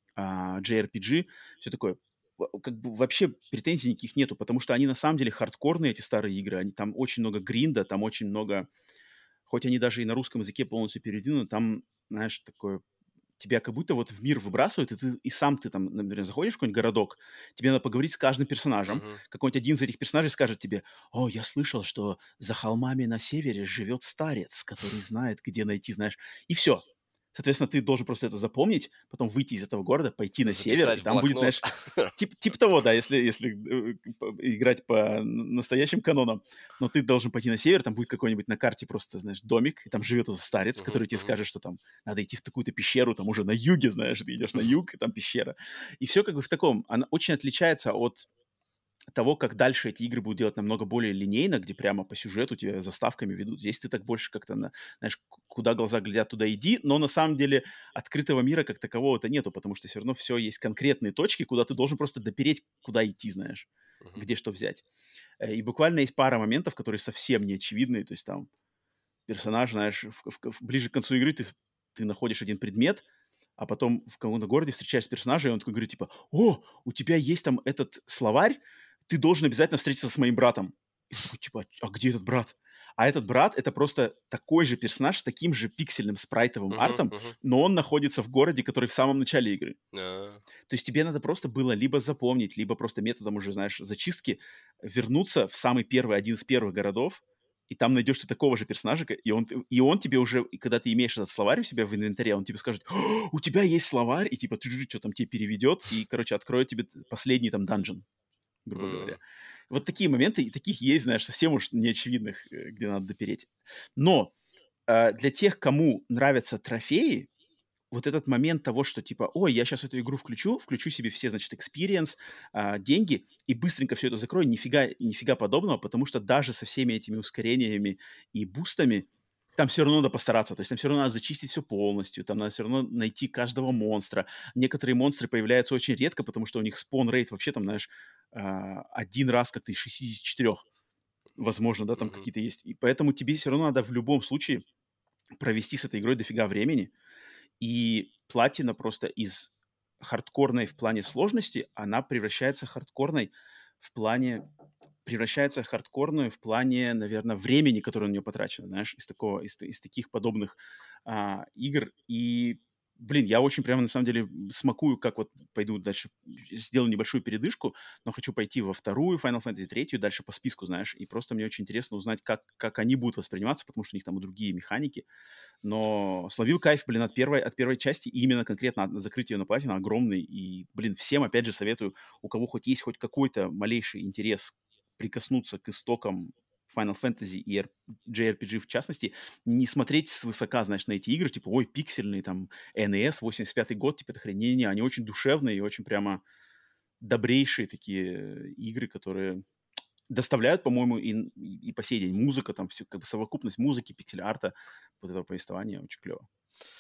JRPG, все такое. Как бы вообще претензий никаких нету, потому что они на самом деле хардкорные, эти старые игры. Там очень много гринда, там очень много, хоть они даже и на русском языке полностью переведены, там, знаешь, такое, тебя как будто вот в мир выбрасывают, и сам ты там, например, заходишь в какой-нибудь городок, тебе надо поговорить с каждым персонажем,
Мгм.
какой-нибудь один из этих персонажей скажет тебе: «О, я слышал, что за холмами на севере живет старец, который знает, где найти, знаешь». И все. Соответственно, ты должен просто это запомнить, потом выйти из этого города, пойти на север,
Записать
и
в
там будет,
блокнот.
знаешь, типа того, да, если играть по настоящим канонам, но ты должен пойти на север, там будет какой-нибудь на карте просто, знаешь, домик, и там живет этот старец,
Мгм,
который тебе
мгм.
скажет, что там надо идти в такую-то пещеру, там уже на юге, знаешь, ты идешь на юг, и там пещера. И все как бы в таком. Она очень отличается от того, как дальше эти игры будут делать намного более линейно, где прямо по сюжету тебя заставками ведут. Здесь ты так больше как-то, знаешь, куда глаза глядят, туда иди, но на самом деле открытого мира как такового-то нету, потому что все равно все есть конкретные точки, куда ты должен просто допереть, куда идти, знаешь,
Мгм.
где что взять. И буквально есть пара моментов, которые совсем не очевидные, то есть там персонаж, знаешь, ближе к концу игры ты находишь один предмет, а потом в каком-то городе встречаешься с персонажем, и он такой говорит, типа, «О, у тебя есть там этот словарь, ты должен обязательно встретиться с моим братом». И ты такой, типа, «А где этот брат?» А этот брат — это просто такой же персонаж с таким же пиксельным спрайтовым
Мгм,
артом,
мгм.
но он находится в городе, который в самом начале игры.
А.
То есть тебе надо просто было либо запомнить, либо просто методом уже, знаешь, зачистки вернуться в самый первый, один из первых городов, и там найдешь ты такого же персонажа, и он тебе уже, и когда ты имеешь этот словарь у себя в инвентаре, он тебе скажет: «О, у тебя есть словарь», и типа что там тебе переведет, и, короче, откроет тебе последний там данжен, грубо
М.
говоря. Вот такие моменты, и таких есть, знаешь, совсем уж неочевидных, где надо допереть. Но для тех, кому нравятся трофеи, вот этот момент того, что типа, ой, я сейчас эту игру включу себе все, значит, experience, деньги, и быстренько все это закрою, нифига подобного, потому что даже со всеми этими ускорениями и бустами там все равно надо постараться, то есть там все равно надо зачистить все полностью, там надо все равно найти каждого монстра. Некоторые монстры появляются очень редко, потому что у них спон-рейт вообще там, знаешь, один раз как-то из 64, возможно, да, там
Мгм.
какие-то есть. И поэтому тебе все равно надо в любом случае провести с этой игрой дофига времени, и платина просто из хардкорной в плане сложности, она превращается хардкорную в плане, наверное, времени, которое на нее потрачено, знаешь, из таких подобных игр. И, блин, я очень прямо на самом деле смакую, как вот пойду дальше, сделаю небольшую передышку, но хочу пойти во вторую Final Fantasy, третью, дальше по списку, знаешь, и просто мне очень интересно узнать, как они будут восприниматься, потому что у них там и другие механики, но словил кайф, блин, от первой части, и именно конкретно от закрытия на платину огромный. И, блин, всем, опять же, советую, у кого хоть есть хоть какой-то малейший интерес прикоснуться к истокам Final Fantasy и JRPG в частности, не смотреть свысока, знаешь, на эти игры, типа, ой, пиксельные, там, NES, 85-й год, типа, это хрень. Не-не-не, они очень душевные и очень прямо добрейшие такие игры, которые доставляют, по-моему, и по сей день. Музыка там, все, как бы совокупность музыки, пиксель-арта, вот этого повествования очень клево.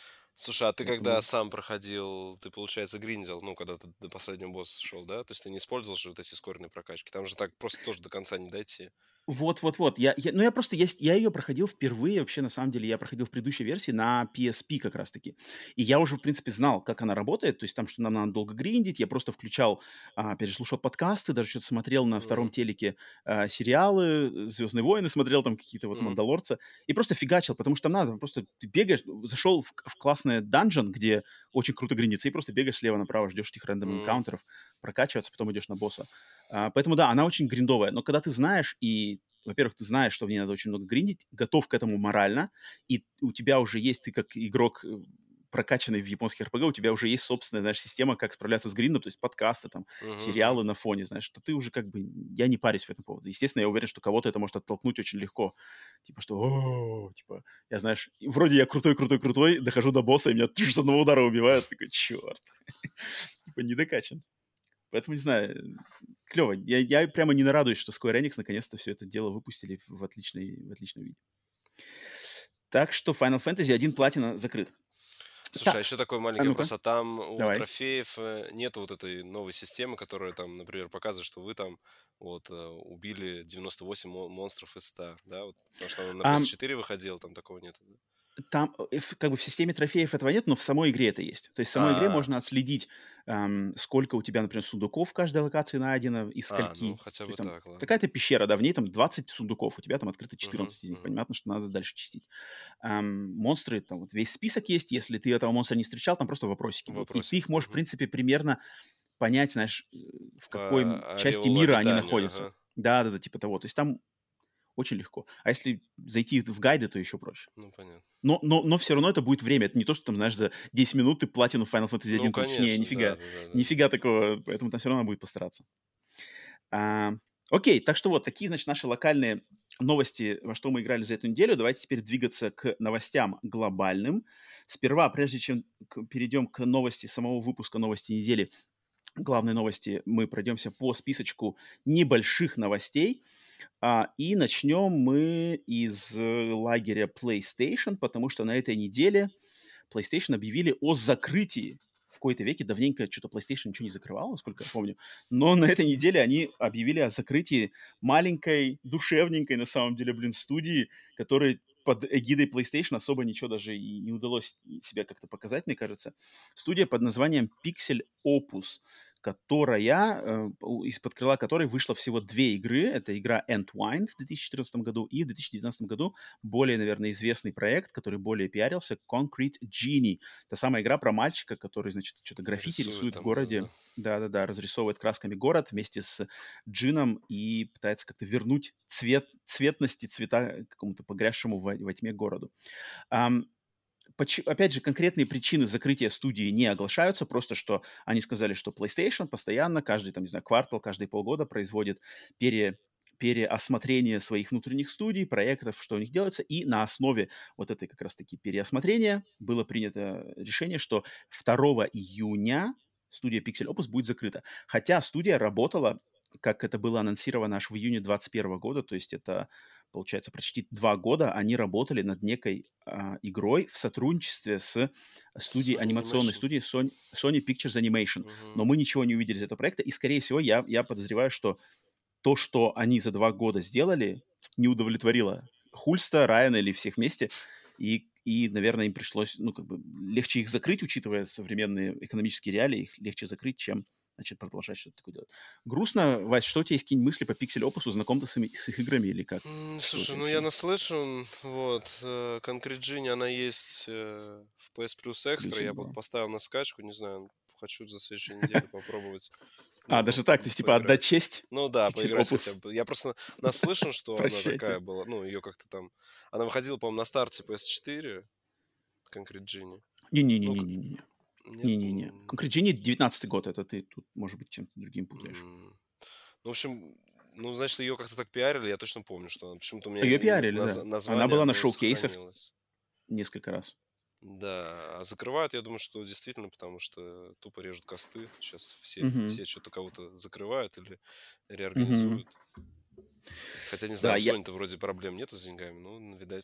Слушай, а ты когда
Поэтому
сам проходил, ты, получается, гриндил, ну, когда ты до последнего босса шел, да? То есть ты не использовал же вот эти ускоренные прокачки? Там же так просто тоже до конца не дойти.
вот. Я просто я ее проходил впервые вообще, на самом деле, я проходил в предыдущей версии на PSP как раз-таки. И я уже, в принципе, знал, как она работает, то есть там, что нам надо долго гриндить. Я просто включал, опять же, слушал подкасты, даже что-то смотрел на втором
Мгм.
телеке сериалы, «Звездные войны» смотрел, там какие-то вот
Мгм.
«Мандалорца», и просто фигачил, потому что там надо, просто ты бегаешь, зашел в классный данжен, где очень круто гриндится, и просто бегаешь слева направо, ждешь этих рандом
М.
энкаунтеров, прокачиваться, потом идешь на босса. Поэтому да, она очень гриндовая. Но когда ты знаешь, и, во-первых, ты знаешь, что в ней надо очень много гриндить, готов к этому морально, и у тебя уже есть, ты как игрок прокачанный в японских РПГ, у тебя уже есть собственная, знаешь, система, как справляться с гриндом, то есть подкасты, там,
Мгм. Мгм.
сериалы на фоне, знаешь, что ты уже как бы, я не парюсь по этому поводу. Естественно, я уверен, что кого-то это может оттолкнуть очень легко. Типа, что, типа, я, знаешь, вроде я крутой, дохожу до босса, и меня с одного удара убивают, такой, черт, типа, не докачан. Поэтому, не знаю, клево. Я прямо не нарадуюсь, что Square Enix наконец-то все это дело выпустили в отличном виде. Так что Final Fantasy 1 Platinum закрыт.
Слушай, а
Так,
еще такой
а
маленький
ну-ка,
вопрос. А там у
давай.
трофеев нет вот этой новой системы, которая там, например, показывает, что вы там вот убили 98 монстров из 100, да? Вот, потому что она на
Ам,
PS4 выходила, там такого нет. Да?
Там, как бы в системе трофеев этого нет, но в самой игре это есть. То есть в самой игре
А,
можно отследить, сколько у тебя, например, сундуков в каждой локации найдено, из
ну
скольки.
хотя
То
бы
есть там
так, ладно.
какая-то пещера, да, в ней там 20 сундуков, у тебя там открыто
Мгм.
14 из них.
Мгм.
Понятно, что надо дальше чистить. Монстры, там вот весь список есть. Если ты этого монстра не встречал, там просто вопросики будут. И ты
Вопросики.
их можешь, в
Мгм.
принципе, примерно понять, знаешь, в какой
По
части
ореолу
мира они
обитания,
находятся.
ага.
Да-да-да, типа того. То есть там очень легко. А если зайти в гайды, то еще проще.
Ну, понятно.
Но все равно это будет время. Это не то, что там, знаешь, за 10 минут ты платину Final Fantasy
Ну,
1 получишь. Не,
конечно, да,
нифига.
да, да, да.
Нифига такого. Поэтому там все равно надо будет постараться. А, Окей, так что вот такие, значит, наши локальные новости, во что мы играли за эту неделю. Давайте теперь двигаться к новостям глобальным. Сперва, прежде чем перейдем к новости самого выпуска новости недели, главной новости, мы пройдемся по списочку небольших новостей. И начнем мы из лагеря PlayStation, потому что на этой неделе PlayStation объявили о закрытии. В кои-то веке давненько что-то PlayStation ничего не закрывал, насколько я помню. Но на этой неделе они объявили о закрытии маленькой, душевненькой, на самом деле, студии, которой под эгидой PlayStation особо ничего даже и не удалось себя как-то показать, мне кажется. Студия под названием Pixel Opus, из-под крыла которой вышло всего две игры. Это игра Entwined в 2014 году и в 2019 году более, наверное, известный проект, который более пиарился, Concrete Genie. Та самая игра про мальчика, который, значит, что-то граффити
Рисует
рисует в
там, да-да-да.
городе. Да-да-да, разрисовывает красками город вместе с Джином и пытается как-то вернуть цветности, цвета какому-то погрязшему во тьме городу. Ам, Опять же, конкретные причины закрытия студии не оглашаются, просто что они сказали, что PlayStation постоянно, каждый, там, не знаю, квартал, каждые полгода производит переосмотрение своих внутренних студий, проектов, что у них делается, и на основе вот этой как раз-таки переосмотрения было принято решение, что 2 июня студия Pixel Opus будет закрыта. Хотя студия работала, как это было анонсировано аж в июне 2021 года, то есть это, получается, почти 2 года они работали над некой игрой в сотрудничестве с
Sony
анимационной
Animation.
студией Sony Pictures Animation. Но
Мгм.
мы ничего не увидели из этого проекта, и, скорее всего, я подозреваю, что то, что они за 2 года сделали, не удовлетворило Хульста, Райана или всех вместе, и, наверное, им пришлось, ну, как бы, легче их закрыть, учитывая современные экономические реалии, их легче закрыть, чем, значит, продолжать что-то такое делать. Грустно. Вась, что у тебя есть какие-нибудь мысли по Pixel Opus? Знаком ты с их играми или как? Что у
Слушай,
тебя
ну я
вообще?
наслышан, вот, Concrete Genie, она есть в PS Plus Extra,
Плюсик
я вот
было.
поставил на скачку, не знаю, хочу за следующей неделе попробовать, ну,
Даже так, то есть, типа, отдать
поиграть.
честь
Ну да,
Pixel
поиграть хотя
Opus?
бы. Я просто наслышан, что она такая
Прощайте.
была, ну, ее как-то там... Она выходила, по-моему, на старте PS4, Concrete Genie. Ну,
Не-не-не-не-не-не.
нет?
Не-не-не. Concrete 19 год, это ты тут, может быть, чем-то другим путаешь.
М. Ну, в общем, ну, значит, ее как-то так пиарили, я точно помню, что она... Почему-то у меня
Ее
именно
пиарили, да. Она
название
была на
одно
шоу-кейсах
сохранилось.
несколько раз.
Да, а закрывают, я думаю, что действительно, потому что тупо режут косты. Сейчас
Мгм.
все что-то кого-то закрывают или
Мгм.
реорганизуют. Хотя, не
Да,
знаю, у
я...
Sony-то вроде проблем нету с деньгами, ну, видать.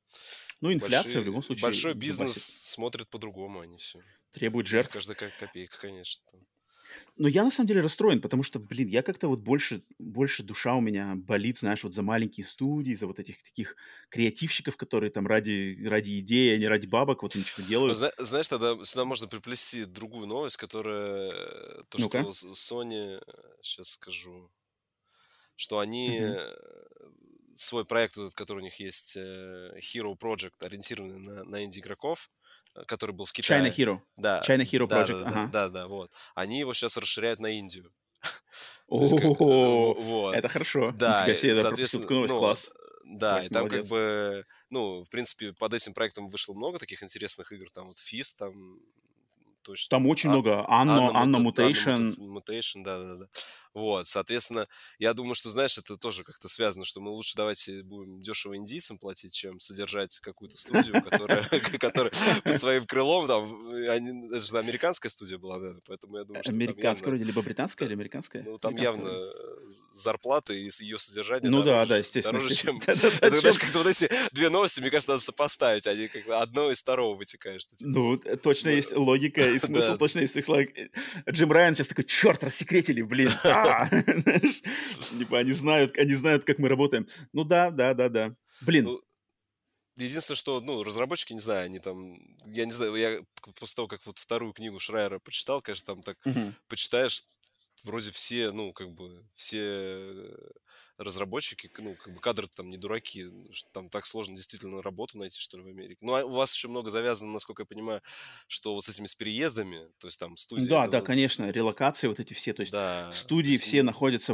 Ну, инфляция в любом
Большой
случае
бизнес
дубасит,
смотрит по-другому, они все.
требует
Им
жертв.
каждая копейка, конечно.
Но я на самом деле расстроен, потому что, блин, я как-то вот больше душа у меня болит, знаешь, вот за маленькие студии, за вот этих таких креативщиков, которые там ради идеи, а не ради бабок, вот они что-то делают.
Знаешь, тогда сюда можно приплести другую новость, которая то,
Ну-ка.
что Sony, сейчас скажу, что они
Мгм.
свой проект, этот, который у них есть, Hero Project, ориентированный на инди-игроков, который был в
China
Китае.
Hero.
Да,
China Hero
да,
Project,
да, да,
ага.
да, да, вот. Они его сейчас расширяют на Индию. То есть,
О,
вот.
это хорошо.
Да,
Нифига себе,
и,
я пропустил
соответственно,
такую новость,
ну,
класс.
да, и
Вась,
там как
молодец.
бы, ну, в принципе, под этим проектом вышло много таких интересных игр, там вот Fist, там
Там
точно,
очень много. Anno Mutation.
Mutation, да-да-да. Вот, соответственно, я думаю, что, знаешь, это тоже как-то связано, что мы лучше давайте будем дешево индийцам платить, чем содержать какую-то студию, которая которая под своим крылом, там, это же американская студия была, да, поэтому я думаю, что там
Американская
явно,
вроде, либо британская,
да,
или американская?
ну, там
Американская
явно
вроде.
зарплаты и ее содержание
Ну да,
дороже,
да, естественно,
дороже,
естественно.
чем...
Да-да-да,
Это, знаешь,
чем...
как-то вот эти две новости, мне кажется, надо сопоставить, они как одно из второго вытекают, что типа
Ну,
вот...
точно
мы-
есть логика и смысл,
Да,
точно есть. Джим Райан сейчас такой, черт, рассекретили, блин. Знаешь, типа они знают, как мы работаем. Ну да, да, да, да. Блин,
ну, единственное, что, ну, разработчики, не знаю, они там, я не знаю, я после того, как вот вторую книгу Шрайера почитал, конечно, там так
мгм.
почитаешь, вроде все, ну, как бы, все разработчики, ну, как бы кадры там не дураки, что там так сложно действительно работу найти, что ли, в Америке. Ну, а у вас еще много завязано, насколько я понимаю, что вот с этими с переездами, то есть там студия,
Да,
это
да,
вот,
конечно, релокации вот эти все. То есть
да, то
студии
есть,
все находятся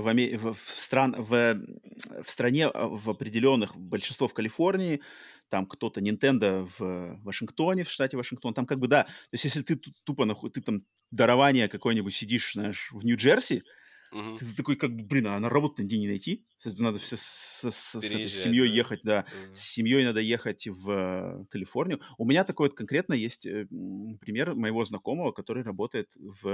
в стране, в определенных, большинство в Калифорнии, там кто-то Nintendo в Вашингтоне, в штате Вашингтон. Там как бы, да, то есть если ты тупо, ты там дарование какое-нибудь сидишь, знаешь, в Нью-Джерси,
мгм,
ты такой, как бы, блин, а на работу нигде не найти. Надо все с этой с
переезжать,
семьей
да.
ехать, да. С семьей надо ехать в Калифорнию. У меня такой вот конкретно есть пример моего знакомого, который работает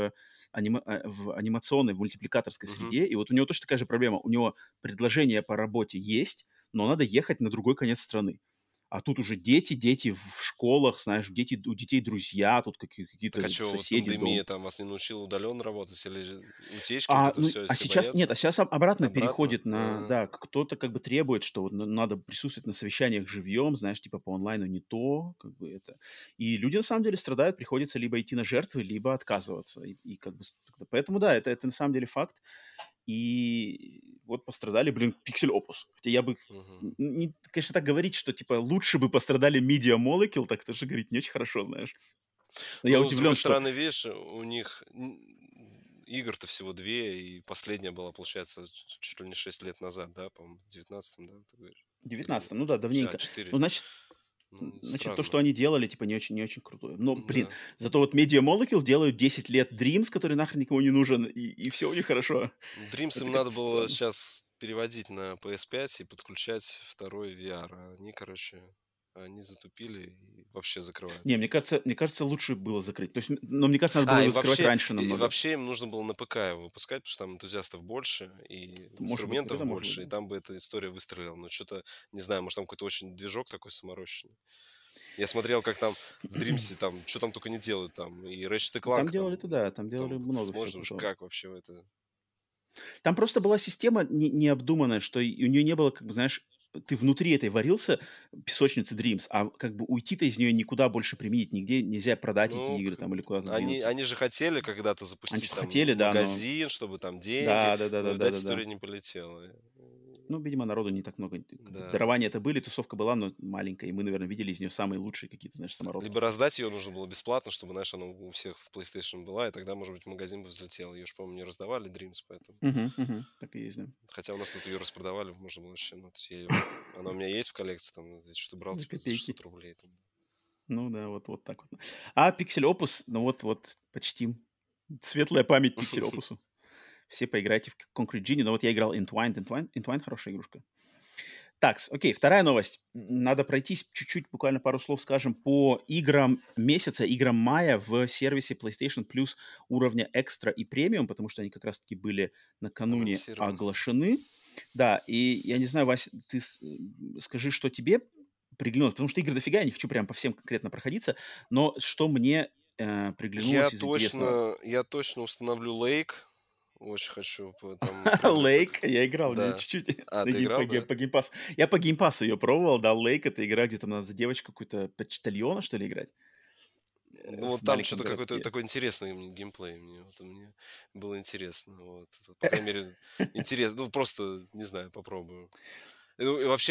в анимационной, в мультипликаторской
Мгм.
среде. И вот у него точно такая же проблема. У него предложение по работе есть, но надо ехать на другой конец страны. А тут уже дети в школах, знаешь, у детей друзья, тут
Так а
какие-то
что, вот
соседи, дом.
пандемия там вас не научила удаленно работать или утечки, вот это
Ну,
все,
а
все
сейчас нет,
боятся?
а сейчас обратно
Обратно?
переходит на, да, кто-то как бы требует, что вот надо присутствовать на совещаниях живьем, знаешь, типа по онлайну не то, как бы это. И люди на самом деле страдают, приходится либо идти на жертвы, либо отказываться. И как бы поэтому да, это на самом деле факт. И вот пострадали, блин, Pixel Opus. Хотя я бы
Мгм.
конечно, так говорить, что типа лучше бы пострадали Media Molecule, так тоже говорить не очень хорошо, знаешь. Но я
Ну, с другой
удивлен, что
стороны, видишь, у них игр-то всего две, и последняя была, получается, чуть ли не 6 лет назад, да, по-моему, в 19-м, да, ты говоришь?
в
Или
19-м, ну да,
подожди,
давненько. Ну,
4. Ну,
значит, то, что
странно.
они делали, типа, не очень крутое. Но, блин,
Да.
зато вот Media Molecule делают 10 лет Dreams, который нахрен никому не нужен, и все у них хорошо.
Dreams
Это
им надо
как-то
было
странно.
сейчас переводить на PS5 и подключать второй VR. А они, короче, они затупили и вообще закрывают
Не,
его.
мне кажется, лучше было закрыть. То есть, но мне кажется, надо было его закрывать раньше
И
намного.
вообще им нужно было на ПК его выпускать, потому что там энтузиастов больше и
Может быть, вот
инструментов
это может быть,
больше, и
да.
там бы эта история выстрелила. Но что-то, не знаю, может, там какой-то очень движок такой саморощенный. Я смотрел, как там в Дримсе, там, что там только не делают, там, и Ratchet
Там
Clank,
делали-то, да, там делали
там,
много всего
смотришь, думаешь,
крутого.
как вообще это...
Там просто была система необдуманная, что и у нее не было, как бы, знаешь, ты внутри этой варился, песочницы Dreams, а как бы уйти-то из нее никуда больше применить, нигде нельзя продать эти
Ну,
игры там или куда-то
они,
двинуться.
они же хотели когда-то
Они
запустить
что-то
там
хотели, да, но...
магазин, чтобы там деньги,
Да, да, да,
но,
да, да,
видать,
да, да.
история не полетела.
Ну, видимо, народу не так много. Как бы
Да.
дарования это были, тусовка была, но маленькая, и мы, наверное, видели из нее самые лучшие какие-то, знаешь, самородки.
Либо раздать ее нужно было бесплатно, чтобы, знаешь, она у всех в PlayStation была, и тогда, может быть, магазин бы взлетел. Ее же, по-моему, не раздавали Dreams, поэтому.
Мгм, мгм. Так и есть, да.
Хотя у нас тут ее распродавали, можно было вообще. Ну, то есть она у меня есть в коллекции, там, здесь что брал,
За
типа, за
копейки.
600 рублей. Там.
Ну да, вот так вот. А Pixel Opus, ну вот почти светлая память Pixel Opus. Все поиграйте в Concrete Genie. Но вот я играл Entwine хорошая игрушка. Так, окей, вторая новость. Надо пройтись чуть-чуть, буквально пару слов скажем, по играм месяца, играм мая в сервисе PlayStation Plus уровня Extra и Premium, потому что они как раз-таки были накануне
Анонсирован.
оглашены. Да, и я не знаю, Вася, ты скажи, что тебе приглянулось, потому что игр дофига, я не хочу прям по всем конкретно проходиться, но что мне приглянулось из интересного.
Я точно установлю Lake. Очень хочу там
Лейк, я играл в нее
Да.
чуть-чуть
Ты играл, да?
по геймпасу. Я по геймпасу ее пробовал, да, Лейк — это игра, где там надо за девочку какую-то почтальона, что ли, играть
Ну,
в
вот там
маленьком
что-то какой-то
городке.
такой интересный геймплей мне было интересно. Вот. По крайней мере, интересно. Ну, просто, не знаю, попробую. Ну, и вообще,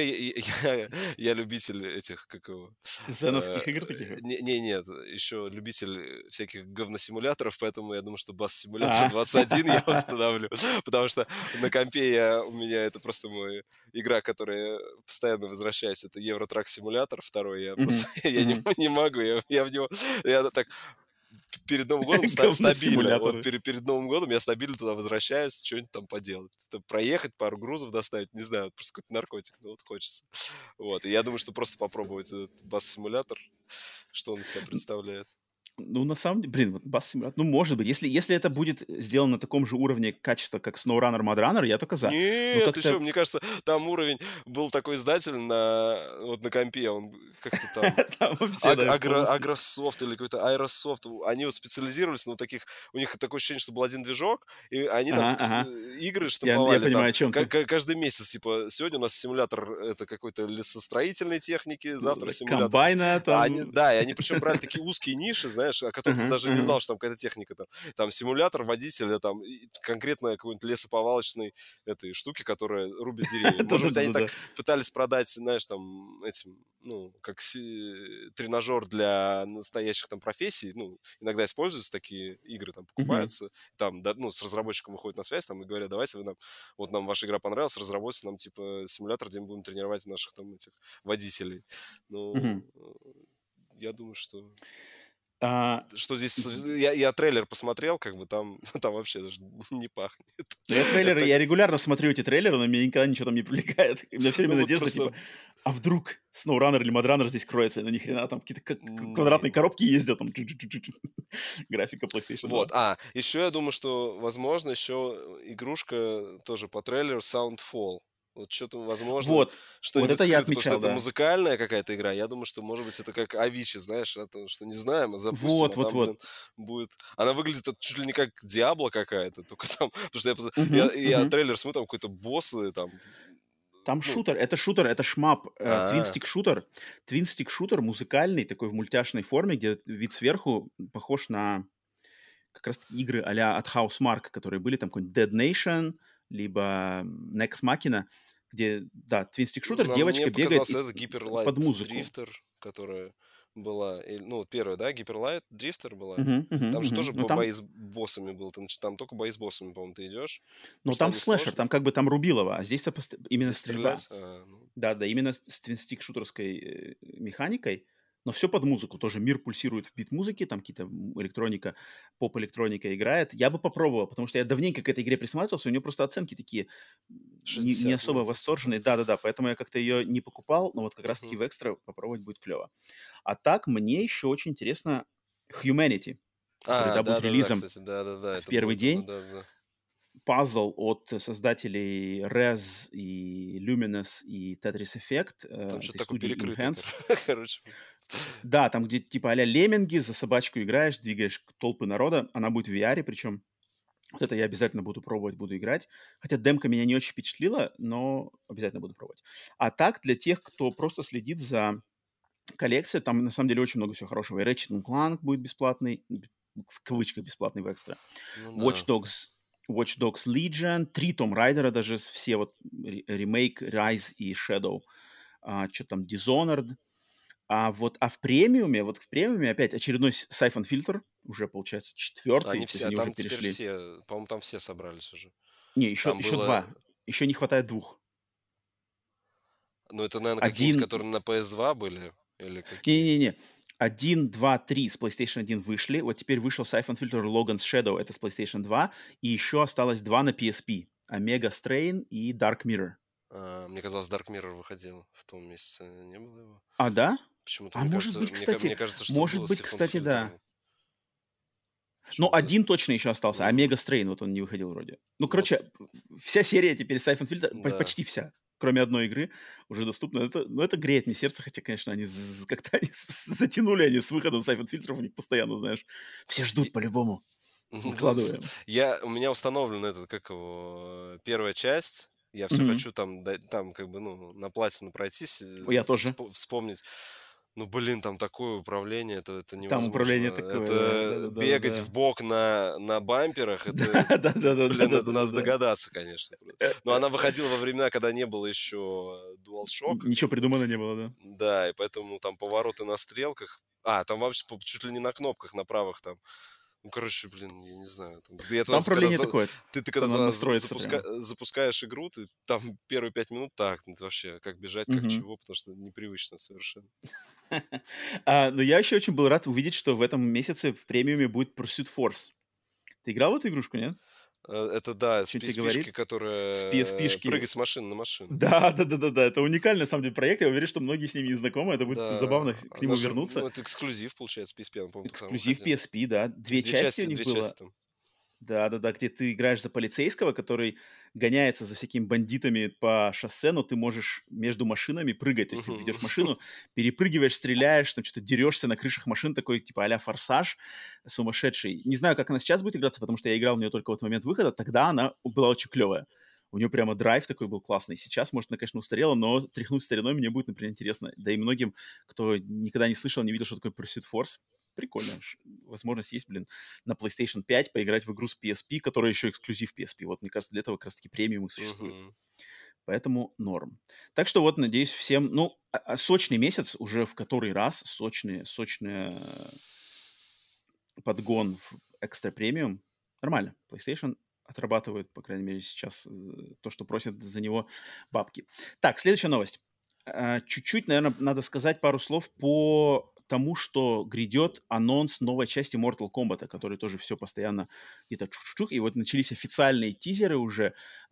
я любитель этих, как его...
Зеновских игр таких вот.
Нет, еще любитель всяких говносимуляторов, поэтому я думаю, что Bass Simulator
А.
21 я установлю, потому что на компе у меня это просто моя игра, которая постоянно возвращаюсь, это Euro Truck Simulator 2, я просто я не могу, я в него, я так перед Новым годом стабильно, вот
Говносимуляторы.
перед Новым годом я стабильно туда возвращаюсь, что-нибудь там поделать. Проехать, пару грузов доставить, не знаю, просто какой-то наркотик, но вот хочется. Вот, и я думаю, что просто попробовать этот бас-симулятор, что он из себя представляет.
Ну, на самом деле, блин, вот Bass Simulator, ну, может быть, если это будет сделано на таком же уровне качества, как SnowRunner, MudRunner, я только за. Но
Нет,
как-то
еще, мне кажется, там уровень был такой издатель вот на компе, он как-то там
там вообще, да, полностью.
Агрософт или какой-то Аэрософт, они вот специализировались на таких, у них такое ощущение, что был один движок, и они там
Ага.
игры
Я
штамповали там
понимаю, о чем ты.
каждый месяц, типа, сегодня у нас симулятор это какой-то лесостроительной техники, завтра симулятор...
Комбайна там.
Да, и они причем брали такие узкие ниши, знаешь, о которых ты даже не знал, что там какая-то техника там. Там симулятор водителя, там конкретно какой-нибудь лесоповалочной этой штуки, которая рубит деревья. Может быть, они так
Да-да-да-да.
пытались продать, знаешь, там, этим, ну, как тренажер для настоящих там профессий. Ну, иногда используются такие игры, там, покупаются, там, да, ну, с разработчиком выходят на связь, там, и говорят, давайте вы нам, вот нам ваша игра понравилась, разработайте нам, типа, симулятор, где мы будем тренировать наших, там, этих водителей. Ну, я думаю, что
А,
здесь...
и-
Я трейлер посмотрел, как бы там, там вообще даже не пахнет.
Ну, я
Это
трейлеры,
так...
я регулярно смотрю эти трейлеры, но меня никогда ничего там не привлекает. У меня все время
Ну, вот
надежда,
просто...
типа, а вдруг SnowRunner или MudRunner здесь кроется, но ни хрена, там какие-то
Не,
квадратные коробки ездят, там графика PlayStation 2.
вот, еще я думаю, что, возможно, еще игрушка тоже по трейлеру Soundfall. Вот что-то, возможно,
Вот
что-нибудь
это я
скрыто, потому что
отмечал,
это
да.
музыкальная какая-то игра. Я думаю, что, может быть, это как Avicii, знаешь, это, что не знаем, а запустим, а там,
Вот.
блин, будет... Она выглядит чуть ли не как Диабло какая-то, только там... Потому что я
Мгм.
трейлер смотрю, там какой-то боссы, там...
Там
Ну,
шутер, это шмап,
а,
твинстик-шутер. Твинстик-шутер музыкальный, такой в мультяшной форме, где вид сверху похож на как раз таки игры а-ля от Housemarque, которые были, там какой-нибудь Dead Nation, либо Nex Machina, где, да, твинстик-шутер,
мне
девочка бегает
показался
и
это
под
Hyperlight
музыку.
Drifter, которая была, ну, вот первая, да, Hyperlight Drifter была. Там же тоже
Ну,
бои с боссами был. Там только бои с боссами, по-моему, ты идешь.
но
Просто
там
они
слэшер,
сложные.
там как бы там рубилово, а здесь именно
Здесь
стрельба.
стрелять. Ну,
Да, именно с твинстик-шутерской механикой, но все под музыку. Тоже мир пульсирует в бит-музыке, там какие-то электроника, поп-электроника играет. Я бы попробовал, потому что я давненько к этой игре присматривался, у нее просто оценки такие не
60,
особо
ну, так типа.
восторженные. Да-да-да, поэтому я как-то ее не покупал, но вот как раз-таки
Мгм.
в экстра попробовать будет клево. А так, мне еще очень интересно Humanity, который, да, будет
Да-да-да,
релизом
кстати, да-да-да,
в
это
первый
будет,
день.
да-да-да.
Пазл от создателей Rez и Luminous и Tetris Effect,
Там что-то
этой
такое
студии
перекрытое,
Enhance.
короче.
Да, там, где типа а-ля лемминги, за собачку играешь, двигаешь толпы народа. Она будет в VR, причем вот это я обязательно буду пробовать, буду играть. Хотя демка меня не очень впечатлила, но обязательно буду пробовать. А так, для тех, кто просто следит за коллекцией, там на самом деле очень много всего хорошего. И Ratchet Clank будет бесплатный, в кавычках бесплатный в экстра.
Ну
Watch
да.
Dogs, Watch Dogs Legion, 3 Tomb Raider, даже все вот ремейк, Rise и Shadow. Что там, Dishonored. Вот в премиуме опять очередной Siphon фильтр, уже получается четвертый,
Они
то есть
все,
они уже
там теперь
перешли.
все, по-моему, там все собрались уже.
Не,
Там
еще
было,
два. Еще не хватает двух.
ну, это, наверное, какие-нибудь,
Один,
которые на PS2 были, или какие?
не-не-не, один, два, три с PlayStation 1 вышли. Вот теперь вышел Siphon фильтр Logan's Shadow, это с PlayStation 2. И еще осталось два на PSP. Omega Strain и Dark Mirror.
Мне казалось, Dark Mirror выходил в том месяце. Не было его?
А, да?
Почему-то,
А может быть, кстати,
мне кажется, что
может
было
быть,
Siphon
кстати, да.
Filter.
Но
Почему-то...
один точно еще остался, а
Мгм.
Mega Strain, вот он не выходил вроде. Ну,
Вот,
короче, вся серия теперь Siphon Filter,
да.
почти вся. кроме одной игры, уже доступно. Это греет мне сердце, хотя, конечно, они как-то они затянули они с выходом сайфон-фильтров, у них постоянно, знаешь, все ждут по-любому. Выкладываем.
У меня установлен этот, как его, первая часть. Я все
Мгм.
хочу там как бы, ну, на платину пройтись,
Я тоже.
вспомнить. Ну, блин, там такое управление, это
Там
невозможно.
управление такое, да,
Это бегать в
да-да-да-да-да.
бок на бамперах, это, блин, это надо
Да-да-да-да-да-да-да-да.
догадаться, конечно. Но она выходила во времена, когда не было еще DualShock, как
Ничего
бы.
придумано не было, да?
Да, и поэтому там повороты на стрелках. Там вообще чуть ли не на кнопках, на правых там. Ну, короче, блин, я не знаю. Я
Там
туда,
управление такое,
ты когда
там надо
туда
настроиться прямо.
запускаешь игру, ты там первые 5 минут так, ну, это вообще как бежать, как
Мгм.
чего, потому что непривычно совершенно.
Но я еще очень был рад увидеть, что в этом месяце в премиуме будет Pursuit Force. Ты играл в эту игрушку, нет?
Это да, с
Что-нибудь тебе
PSP-шки,
говорит? С
которая
PSP-шки.
прыгать с машины на машину.
Да, да-да-да-да, это уникальный, на самом деле, проект. Я уверен, что многие с ними не знакомы. Это будет
Да,
забавно к
она
нему
же,
вернуться.
ну, это эксклюзив, получается, PSP, она, по-моему, только там
Эксклюзив
выходила.
PSP, да. Две части у них
Две
было.
части там.
Да-да-да, где ты играешь за полицейского, который гоняется за всякими бандитами по шоссе, но ты можешь между машинами прыгать. То есть ты
Мгм.
ведешь машину, перепрыгиваешь, стреляешь, там что-то дерешься на крышах машин, такой типа а-ля «Форсаж» сумасшедший. Не знаю, как она сейчас будет играться, потому что я играл в нее только вот в момент выхода. Тогда она была очень клевая. У нее прямо драйв такой был классный. Сейчас, может, она, конечно, устарела, но тряхнуть стариной мне будет, например, интересно. Да и многим, кто никогда не слышал, не видел, что такое Pursuit Force, прикольно. Возможность есть, блин, на PlayStation 5 поиграть в игру с PSP, которая еще эксклюзив PSP. Вот, мне кажется, для этого как раз-таки премиумы существуют.
Мгм.
Поэтому норм. Так что вот, надеюсь, всем... Ну, сочный месяц уже в который раз. Сочный подгон в экстра премиум. Нормально. PlayStation отрабатывает, по крайней мере, сейчас то, что просят за него бабки. Так, следующая новость. Чуть-чуть, наверное, надо сказать пару слов по тому, что грядет анонс новой части Mortal Kombat, который тоже все постоянно где-то чук-чук. И вот начались официальные тизеры уже,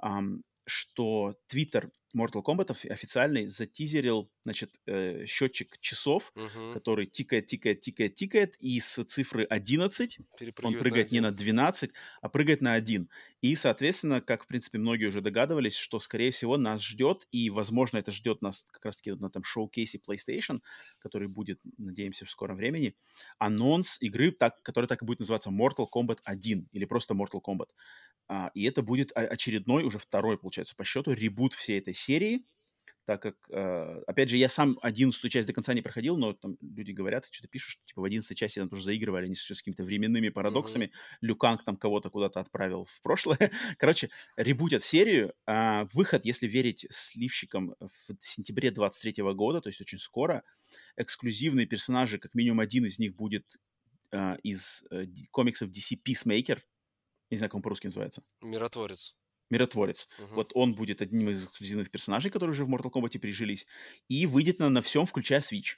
что Twitter Mortal Kombat официальный затизерил, значит, счетчик часов,
Мгм.
который тикает, тикает, тикает, тикает, и с цифры 11 он
Перепрыгивать на
прыгает не на
один.
12, а прыгает на 1. И, соответственно, как, в принципе, многие уже догадывались, что, скорее всего, нас ждет, и, возможно, это ждет нас как раз-таки на там шоу-кейсе PlayStation, который будет, надеемся, в скором времени, анонс игры, которая так и будет называться Mortal Kombat 1 или просто Mortal Kombat. И это будет очередной, уже второй, получается, по счету, ребут всей этой серии, так как, опять же, я сам 11-ю часть до конца не проходил, но там люди говорят, что-то пишут, что типа в 11-й части там тоже заигрывали, они с какими-то временными
Мгм.
парадоксами. Люканг там кого-то куда-то отправил в прошлое. Короче, ребутят серию. Выход, если верить сливщикам, в сентябре 23 года, то есть очень скоро. Эксклюзивные персонажи, как минимум один из них будет из комиксов DC Peacemaker. Не знаю, как он по-русски называется.
Миротворец.
Миротворец.
Мгм.
Вот он будет одним из эксклюзивных персонажей, которые уже в Mortal Kombat прижились. И выйдет на всем, включая Switch.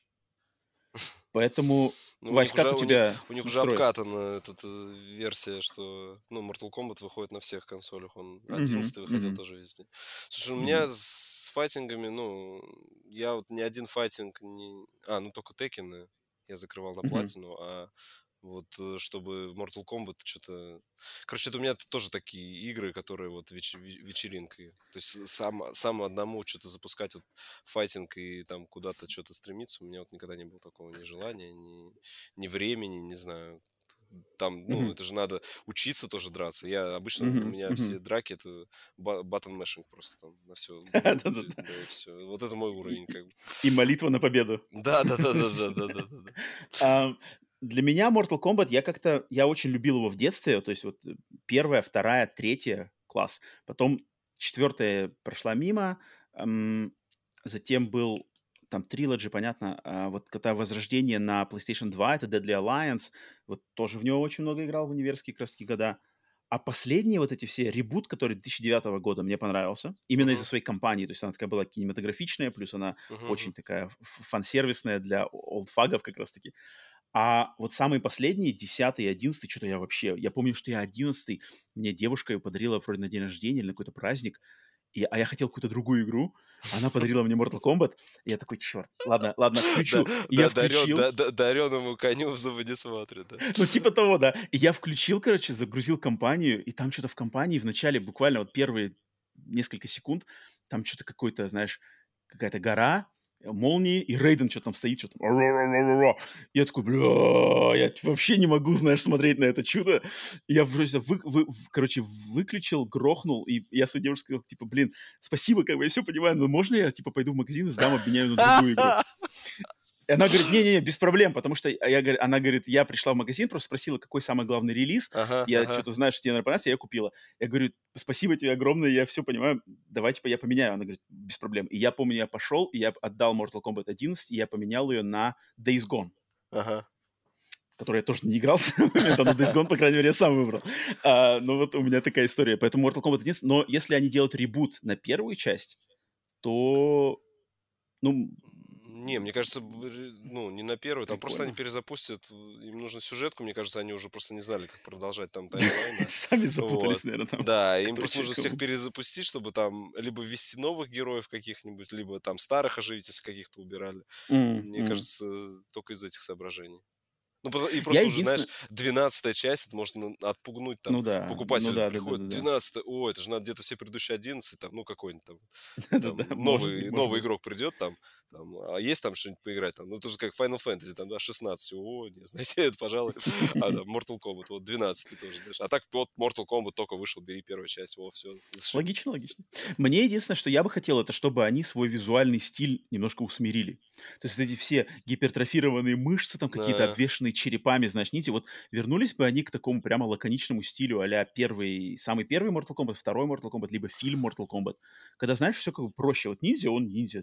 Поэтому,
Ну,
Вась, как у тебя
у них уже
устроит?
обкатана эта версия, что, ну, Mortal Kombat выходит на всех консолях. Он
Мгм,
11 выходил
мгм,
тоже везде. Слушай, у меня
мгм,
с файтингами, ну, я вот ни один файтинг не... ну, только Tekken я закрывал на
мгм,
платину, а вот чтобы в Mortal Kombat что-то... Короче, это у меня тоже такие игры, которые вот вечеринкой. То есть сам одному что-то запускать вот файтинг и там куда-то что-то стремиться, у меня вот никогда не было такого ни желания, ни времени, не знаю. Там, ну,
мгм,
это же надо учиться тоже драться. Я обычно, у
мгм,
меня
мгм.
все драки это button mashing просто там на все,
Да-да-да.
да, и все. Вот это мой
И
уровень,
и
как бы.
и молитва на победу.
Да, да, да, да, да, да, да, да, да.
Ам, Для меня Mortal Kombat, я очень любил его в детстве. То есть вот 1-я, 2-я, 3-я — класс. Потом 4-я прошла мимо. Затем был там Trilogy, понятно. Вот когда Возрождение на PlayStation 2, это Deadly Alliance. Вот тоже в него очень много играл в университетские как раз таки года. А последние вот эти все, ребут, который 2009 года, мне понравился. Именно из-за
Мгм,
своей компании. То есть она такая была кинематографичная, плюс она
мгм, мгм.
очень такая фан-сервисная для олдфагов как раз-таки. А вот самые последние, 10-й и 11-й, что-то я вообще... Я помню, что я 11-й, мне девушка ее подарила вроде на день рождения или на какой-то праздник, я хотел какую-то другую игру, она подарила мне Mortal Kombat, и я такой, черт, ладно, ладно,
Да,
включу. И я
да,
включил,
дареному коню в зубы не смотрит, да.
ну, типа того, да. И я включил, короче, загрузил компанию, и там что-то в компании в начале, буквально вот первые несколько секунд, там что-то какой-то, знаешь, какая-то гора, молнии, и Рейден что-то там стоит, что-то... Я такой, бля, я вообще не могу, знаешь, смотреть на это чудо. Я просто, короче, выключил, грохнул, и я своей девушке сказал, типа, блин, спасибо, как бы, я все понимаю, но можно я, типа, пойду в магазин и сдам, обменяю на другую игру? И она говорит, не-не-не, без проблем, потому что она говорит, я пришла в магазин, просто спросила, какой самый главный релиз,
Ага,
я
ага.
что-то знаю, что тебе наверное, понравится, я купила. Я говорю, спасибо тебе огромное, я все понимаю, давай, типа, я поменяю. Она говорит, без проблем. И я помню, я пошел, и я отдал Mortal Kombat 11, и я поменял ее на Days Gone,
Ага.
который я тоже не играл с того момента, но Days Gone, по крайней мере, я сам выбрал. Ну вот у меня такая история. Поэтому Mortal Kombat 11, но если они делают ребут на первую часть, то, ну,
Не, мне кажется, ну, не на первый, там просто они
прикольно.
перезапустят, им нужно сюжетку, мне кажется, они уже просто не знали, как продолжать там таймлайны.
Сами
Вот.
запутались, наверное, там,
Да, им
кто
просто нужно всех
кому.
перезапустить, чтобы там либо ввести новых героев каких-нибудь, либо там старых оживить, если каких-то убирали.
М,
Мне
м.
кажется, только из этих соображений. Ну, и
Я
просто уже, знаешь,
единственное...
12-я часть, это может отпугнуть там
Ну да, ну
покупателя.
да,
Приходит
да-да-да-да.
12-я, о, это же надо где-то все предыдущие 11, там, ну, какой-нибудь там
Да-да-да, может быть, может
новый
быть.
игрок придет там, а есть там что-нибудь поиграть, там, ну, тоже как Final Fantasy, там, да, 16, о, не, знаете, это, пожалуй, а, да, Mortal Kombat, вот, 12 тоже, знаешь, а так, вот, Mortal Kombat только вышел, бери первую часть, о, все, зашибись.
Логично, логично. Мне единственное, что я бы хотел, это чтобы они свой визуальный стиль немножко усмирили. То есть вот эти все гипертрофированные мышцы, там какие-то
На,
обвешанные черепами, знаешь, нити, вот вернулись бы они к такому прямо лаконичному стилю а-ля первый, самый первый Mortal Kombat, второй Mortal Kombat, либо фильм Mortal Kombat. Когда, знаешь, все как бы проще. Вот ниндзя, он ниндзя.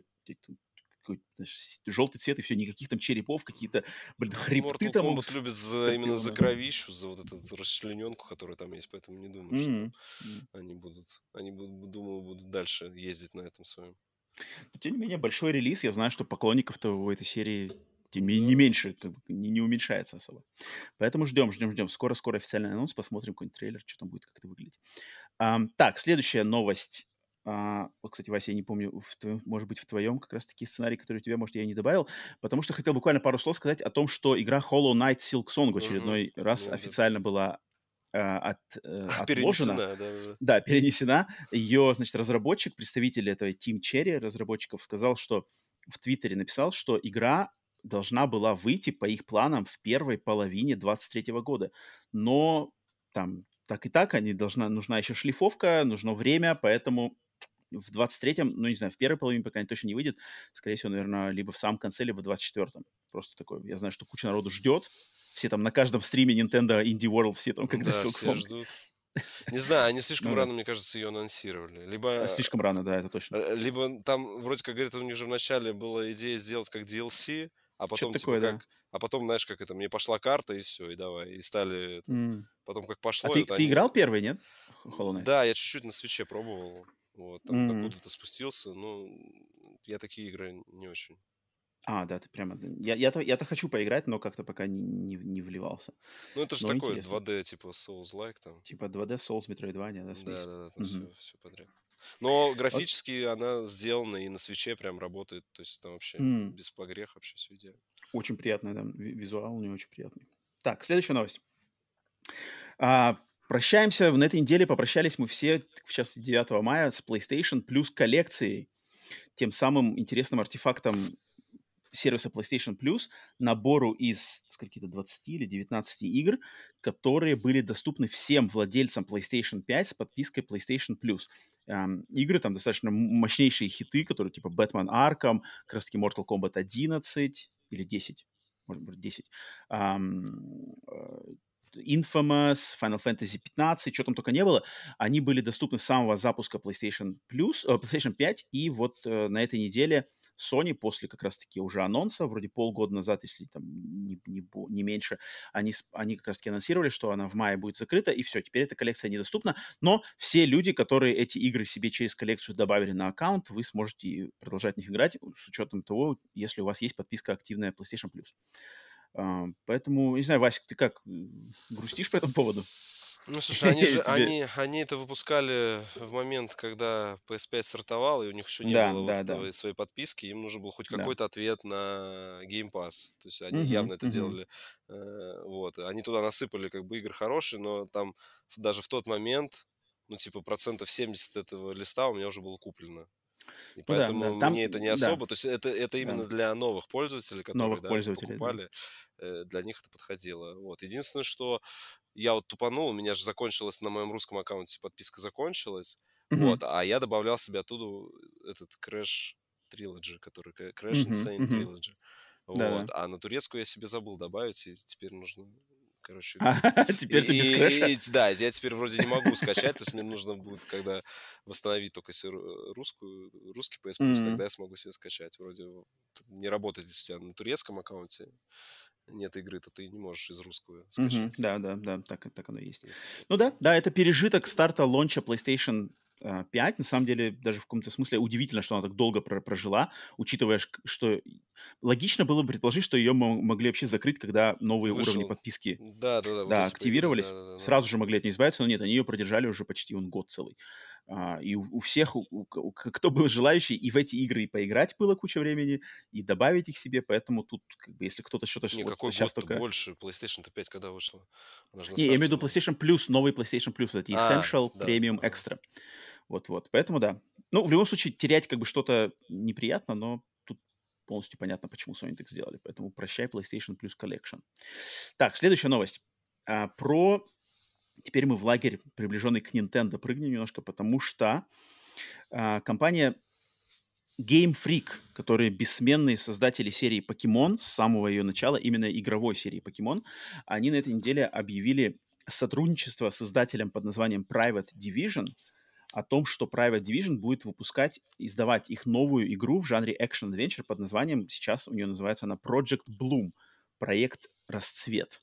Желтый цвет и все, никаких там черепов, какие-то, блин, хребты
Mortal
там у
Kombat любит именно за
скорпиона.
кровищу, за вот эту расчлененку, которая там есть, поэтому не думаю, что
М, м.
думаю, будут дальше ездить на этом своем.
Но, тем не менее, большой релиз. Я знаю, что поклонников-то у этой серии не
Да.
меньше, как бы, не уменьшается особо. Поэтому ждем, ждем, ждем. Скоро-скоро официальный анонс, посмотрим какой-нибудь трейлер, что там будет, как это выглядит. Так, следующая новость. Вот, кстати, Вася, я не помню, может быть, в твоем как раз-таки сценарий, который у тебя, может, я и не добавил, потому что хотел буквально пару слов сказать о том, что игра Hollow Knight Silk Song в
Мгм.
очередной раз
Да-да.
официально была отложена,
Перенесена, да-да-да.
да, перенесена. Ее, значит, разработчик, представитель этого Team Cherry разработчиков, сказал, что в Твиттере написал, что игра должна была выйти по их планам в первой половине 23 года. Но там так и так, нужна еще шлифовка, нужно время, поэтому в 23-м, ну, не знаю, в первой половине пока точно не выйдет. Скорее всего, наверное, либо в самом конце, либо в 24-м. Просто такое. Я знаю, что куча народу ждет. Все там на каждом стриме Nintendo Indie World, все там, когда
Да,
Silk
все
Song.
ждут. Не знаю, они слишком
Ну да.
рано, мне кажется, ее анонсировали. Либо,
Слишком рано, да, это точно.
либо там, вроде как говорят, у них же вначале была идея сделать как DLC, а
Что-то
потом, типа,
такое, да.
знаешь, как это, мне пошла карта, и все, и давай. И стали это.
М.
Потом как
А
пошло, и
ты,
вот
ты
они.
играл первый, нет? Hollow Knight?
Да, я чуть-чуть на свече пробовал. Вот, там
М.
докуда-то спустился. Ну, я такие игры не очень.
Да, ты прямо... Я-то хочу поиграть, но как-то пока не вливался.
Ну, это же
Но
такое
интересно.
2D, типа Souls-like там.
Типа 2D Souls, Metroidvania, да, смесь.
Да-да-да, там
Мгм.
все подряд. Но
Вот.
графически она сделана и на свече прям работает. То есть там вообще
М.
без погрех вообще все идеально.
Очень приятный, да, визуал у него очень приятный. Так, следующая новость. А, Прощаемся. На этой неделе попрощались мы все, в частности, 9 мая, с PlayStation Plus коллекцией. Тем самым интересным артефактом сервиса PlayStation Plus, набору из скольки-то 20 или 19 игр, которые были доступны всем владельцам PlayStation 5 с подпиской PlayStation Plus. Игры там достаточно мощнейшие хиты, которые типа Batman Arkham, как раз таки Mortal Kombat 11 или 10, может быть, 10. Infamous, Final Fantasy 15, что там только не было, они были доступны с самого запуска PlayStation Plus, PlayStation 5, и вот на этой неделе Sony после как раз-таки уже анонса, вроде полгода назад, если там не меньше, они как раз-таки анонсировали, что она в мае будет закрыта, и все, теперь эта коллекция недоступна, но все люди, которые эти игры себе через коллекцию добавили на аккаунт, вы сможете продолжать в них играть с учетом того, если у вас есть подписка активная PlayStation Plus. Поэтому, не знаю, Васик, ты как, грустишь по этому поводу?
Ну, слушай,
Тебе...
они это выпускали в момент, когда PS5 стартовал, и у них еще не
Да,
было вот
да, да,
этого своей подписки, им нужен был хоть
да.
какой-то ответ на Game Pass. То есть они
Мгм,
явно это
мгм.
делали. Вот. Они туда насыпали как бы игры хорошие, но там даже в тот момент ну, типа, 70% этого листа у меня уже было куплено. И
Ну да, да,
поэтому
там,
мне это не
да,
особо... То есть это
да,
именно для новых пользователей, которые,
новых
да,
пользователей, да.
покупали, для них это подходило. Вот. Единственное, что я вот тупанул, у меня же закончилась на моем русском аккаунте, подписка закончилась,
Мгм,
вот, а я добавлял себе оттуда этот Crash Trilogy, который Crash
мгм,
Insane
мгм.
Trilogy.
Да-да.
Вот. А на турецкую я себе забыл добавить, и теперь нужно, короче...
Теперь ты без крэша?
Да, я теперь вроде не могу скачать, то есть мне нужно будет, когда восстановить только русский PS Plus,
М.
тогда я смогу себе скачать. Вроде не работает, если у тебя на турецком аккаунте нет игры, то ты не можешь из русского
Мгм.
скачать.
Да, да, да, так оно и есть.
Есть такое.
Ну да, да, это пережиток старта лонча PlayStation 5. На самом деле, даже в каком-то смысле удивительно, что она так долго прожила, учитывая, что логично было бы предположить, что ее могли вообще закрыть, когда новые уровни
Вышел.
подписки,
Да-да-да, вот
да,
эти появились,
активировались.
да-да-да.
Сразу же могли от нее избавиться, но нет, они ее продержали уже почти год целый. И у всех, кто был желающий, и в эти игры и поиграть было куча времени, и добавить их себе, поэтому тут, как бы, если кто-то что-то
Не,
вот
какой
сейчас
год-то
только.
больше? PlayStation-то 5 когда вышла? Она же на
Не, я имею в
старте
виду
была.
PlayStation Plus, новый PlayStation Plus, вот эти Essential,
Да,
Premium,
ага.
Extra. Вот-вот, поэтому да. Ну, в любом случае, терять как бы что-то неприятно, но тут полностью понятно, почему Sony так сделали. Поэтому прощай PlayStation Plus Collection. Так, следующая новость. Про... Теперь мы в лагерь, приближенный к Nintendo, прыгнем немножко, потому что компания Game Freak, которые бессменные создатели серии Pokemon с самого ее начала, именно игровой серии Pokemon, они на этой неделе объявили сотрудничество с издателем под названием Private Division о том, что Private Division будет издавать их новую игру в жанре Action-Adventure под названием, сейчас у нее называется она Project Bloom, проект Расцвет.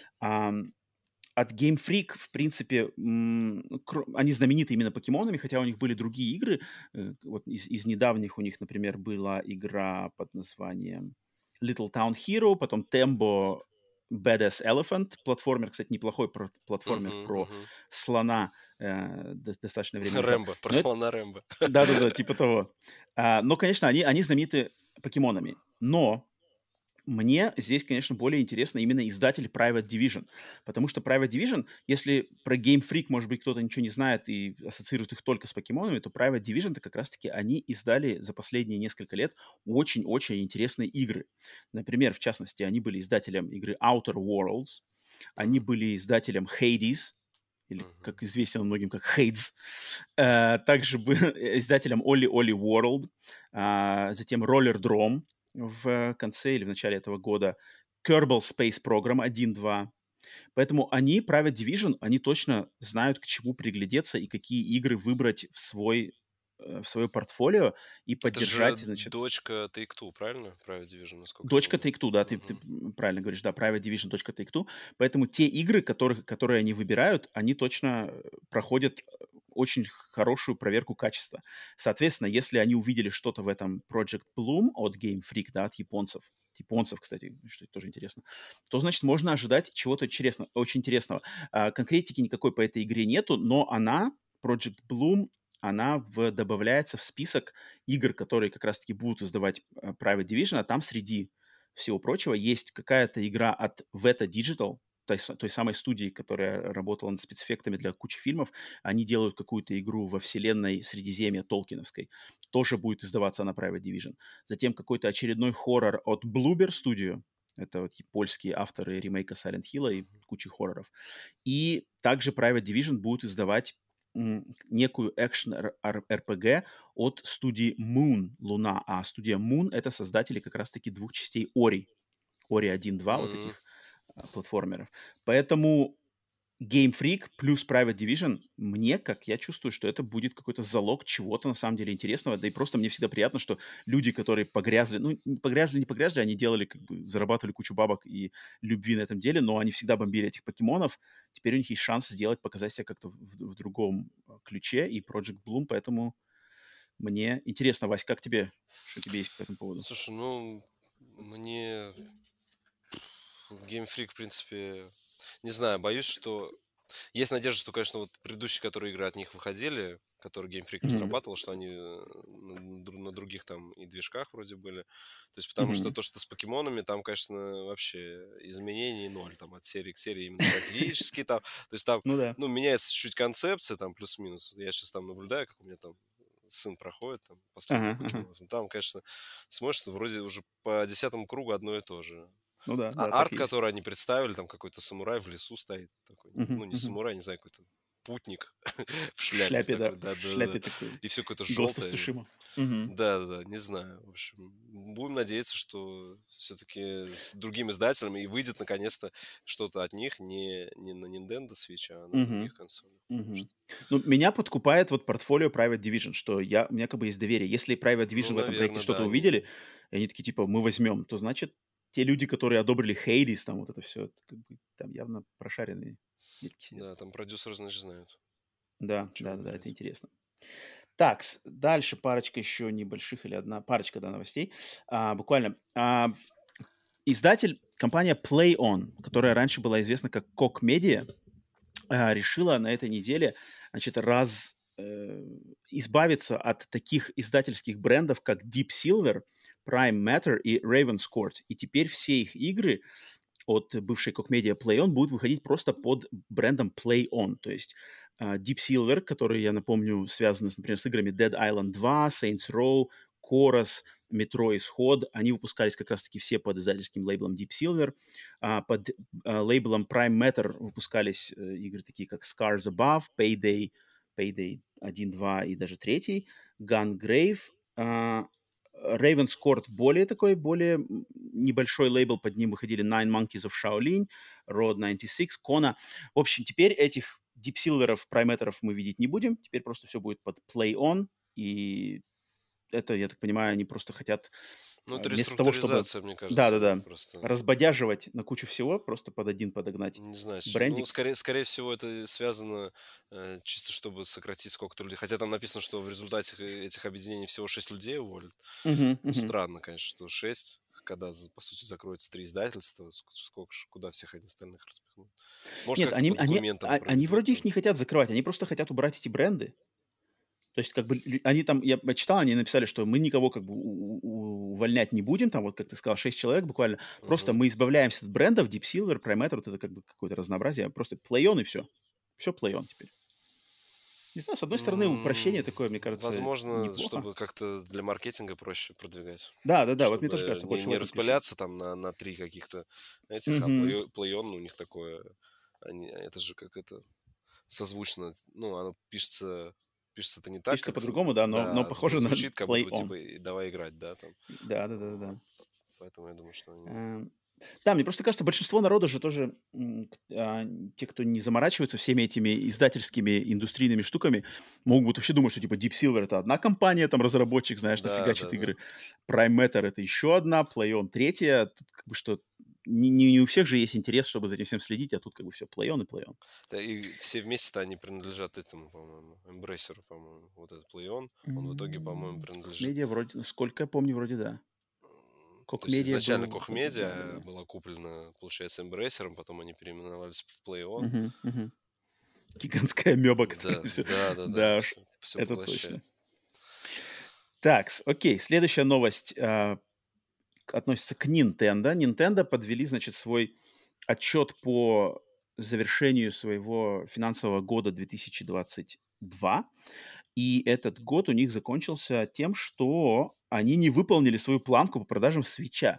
От Game Freak, в принципе, они знамениты именно покемонами, хотя у них были другие игры. Вот из недавних у них, например, была игра под названием Little Town Hero, потом Tembo Badass Elephant, платформер, кстати, неплохой платформер
Мгм,
про
мгм.
слона достаточно время назад.
Рэмбо, про
Но это,
слона Рэмбо.
да-да-да, типа того. Но, конечно, они знамениты покемонами. Но мне здесь, конечно, более интересно именно издатель Private Division, потому что Private Division, если про Game Freak, может быть, кто-то ничего не знает и ассоциирует их только с покемонами, то Private Division-то как раз-таки они издали за последние несколько лет очень-очень интересные игры. Например, в частности, они были издателем игры Outer Worlds, они
Мгм,
были издателем Hades, или
мгм.
как известен он многим как Hades, также был издателем Oli Oli World, затем Roller Drome, в конце или в начале этого года Kerbal Space Program 1.2. Поэтому они, Private Division, они точно знают, к чему приглядеться и какие игры выбрать в свое портфолио и
Это же
поддержать, значит,
дочка Take-Two, правильно? Private Division, насколько я
дочка
помню.
Take-Two, да, ты
Мгм.
правильно говоришь, да, Private Division, дочка Take-Two. Поэтому те игры, которые они выбирают, они точно проходят очень хорошую проверку качества. Соответственно, если они увидели что-то в этом Project Bloom от Game Freak, да, от японцев, кстати, что тоже интересно, то, значит, можно ожидать чего-то очень интересного. Конкретики никакой по этой игре нету, но Project Bloom, она добавляется в список игр, которые как раз-таки будут издавать Private Division, а там среди всего прочего есть какая-то игра от Veta Digital, той самой студии, которая работала над спецэффектами для кучи фильмов. Они делают какую-то игру во вселенной Средиземья Толкиновской. Тоже будет издаваться на Private Division. Затем какой-то очередной хоррор от Bloober Studio. Это вот польские авторы ремейка Silent Hill и кучи хорроров. И также Private Division будет издавать некую экшен-РПГ от студии Moon, Луна. А студия Moon — это создатели как раз-таки двух частей Ori. Ori 1.2, вот
М.
этих платформеров. Поэтому Game Freak плюс Private Division, мне, как я чувствую, что это будет какой-то залог чего-то на самом деле интересного. Да и просто мне всегда приятно, что люди, которые погрязли, ну, не погрязли, они делали, как бы, зарабатывали кучу бабок и любви на этом деле, но они всегда бомбили этих покемонов. Теперь у них есть шанс сделать, показать себя как-то в другом ключе, и Project Bloom, поэтому мне интересно, Вась, как тебе, что тебе есть по этому поводу?
Слушай, ну, мне Game Freak, в принципе, не знаю, боюсь, что... Есть надежда, что, конечно, вот предыдущие, которые игры от них выходили, которые Game Freak
Мгм.
разрабатывал, что они на других там и движках вроде были. То есть, потому что
Мгм.
то, что с покемонами, там, конечно, вообще изменений ноль, там, от серии к серии именно стратегически там. То есть там,
Ну да.
ну, меняется чуть-чуть концепция, там, плюс-минус. Я сейчас там наблюдаю, как у меня там сын проходит, там, последние
Ага, ага.
покемонов. Ну, там, конечно, смотришь, что вроде уже по 10-му кругу одно и то же.
Ну да,
А
да, так
арт,
и есть.
который они представили, там какой-то самурай в лесу стоит такой.
Мгм,
Ну, не
мгм.
самурай, не знаю, какой-то путник в
В
шляпе в
шляпе, да,
такой,
в
да-да-да.
шляпе такой.
И все какое-то
Ghost of
желтое.
Tsushima. Мгм.
Да-да-да, не знаю. В общем, будем надеяться, что все-таки с другим издателем и выйдет наконец-то что-то от них не на Nintendo Switch, а на
Мгм.
других консолях. Потому
Мгм.
что,
Ну, меня подкупает вот портфолио Private Division, что у меня как бы есть доверие. Если Private
ну,
Division в этом проекте
наверное, да,
что-то
они...
увидели, и они такие, типа, мы возьмем, то значит, те люди, которые одобрили Hades, там вот это все, как бы, там явно прошаренные дядьки сидят.
Да, там продюсеры, значит, знают,
Да,
чего
да-да-да, это
выбирать.
интересно. Такс, дальше парочка еще небольших или одна парочка, да, новостей. Буквально. Издатель, компания PlayOn, которая раньше была известна как Koch Media, решила на этой неделе, значит, избавиться от таких издательских брендов, как Deep Silver, Prime Matter и Ravenscourt. И теперь все их игры от бывшей Koch Media PlayOn будут выходить просто под брендом PlayOn. То есть Deep Silver, который, я напомню, связан, например, с играми Dead Island 2, Saints Row, Chorus, Metro Исход, они выпускались как раз-таки все под издательским лейблом Deep Silver. Под лейблом Prime Matter выпускались игры такие, как Scars Above, Payday 1, 2 и даже 3, Gungrave, Ravenscourt более небольшой лейбл, под ним выходили Nine Monkeys of Shaolin, Road 96, Kona. В общем, теперь этих Deep Silver'ов, Primeter'ов мы видеть не будем, теперь просто все будет под Play On, и это, я так понимаю, они просто хотят
Ну, это
вместо того, чтобы,
реструктуризация, мне кажется,
да-да-да,
просто.
разбодяживать на кучу всего, просто под один подогнать
Не знаю, с чем. Ну,
брендик.
скорее всего, это связано чисто, чтобы сократить сколько-то людей. Хотя там написано, что в результате этих объединений всего 6 людей уволят.
Мгм,
Ну,
мгм.
странно, конечно, что 6, когда, по сути, закроются 3 издательства, куда всех они остальных распихнут. Может,
Нет,
как-то по документам
они
проведут
вроде их
там.
не хотят закрывать, они просто хотят убрать эти бренды. То есть, как бы, они там, я читал, они написали, что мы никого как бы увольнять не будем, там, вот, как ты сказал, 6 человек буквально, просто
Мгм.
мы избавляемся от брендов, Deep Silver, Primeter, вот это как бы какое-то разнообразие, просто PlayOn и все. Все PlayOn теперь. Не знаю, с одной стороны, упрощение такое, мне кажется,
Возможно,
неплохо.
чтобы как-то для маркетинга проще продвигать.
Да-да-да, вот мне тоже
Чтобы
кажется, больше в
не
этом ключе.
распыляться там на 3 каких-то этих, а
Мгм.
PlayOn у них такое, это же как это, созвучно, ну, оно пишется это не так,
Пишется
как,
по-другому, да, но
да,
похоже на
звучит, как будто бы,
PlayOn.
типа, и давай играть, да, там.
Да-да-да-да.
Вот. Поэтому я думаю, что они...
Эм, да, мне просто кажется, большинство народа же тоже, те, кто не заморачивается всеми этими издательскими индустрийными штуками, могут вообще думать, что типа Deep Silver это одна компания, там разработчик, знаешь, там
Да,
фигачит
да, да.
игры. Prime Matter это еще одна, PlayOn третья. Тут как бы что не у всех же есть интерес, чтобы за этим всем следить, а тут как бы все PlayOn и PlayOn.
Да, и все вместе-то они принадлежат этому, по-моему, Embracer, по-моему, вот этот PlayOn, он в итоге, по-моему,
Koch
принадлежит...
Media вроде, насколько я помню, вроде да.
То
Koch
есть
Media
изначально
был
Koch
вроде
Media
да-да-да.
была куплена, получается, Embracer, потом они переименовались в PlayOn.
Мгм, мгм. Гигантская амеба, которая
Да,
все...
да, да, да,
Да уж,
все
это точно.
поглощает.
Такс, окей, следующая новость относится к Nintendo. Nintendo подвели, значит, свой отчет по завершению своего финансового года 2022. И этот год у них закончился тем, что они не выполнили свою планку по продажам свеча.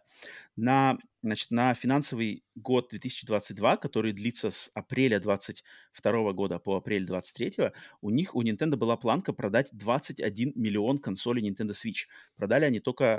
На финансовый год 2022, который длится с апреля 22 года по апрель 23, у Nintendo была планка продать 21 миллион консолей Nintendo Switch. Продали они только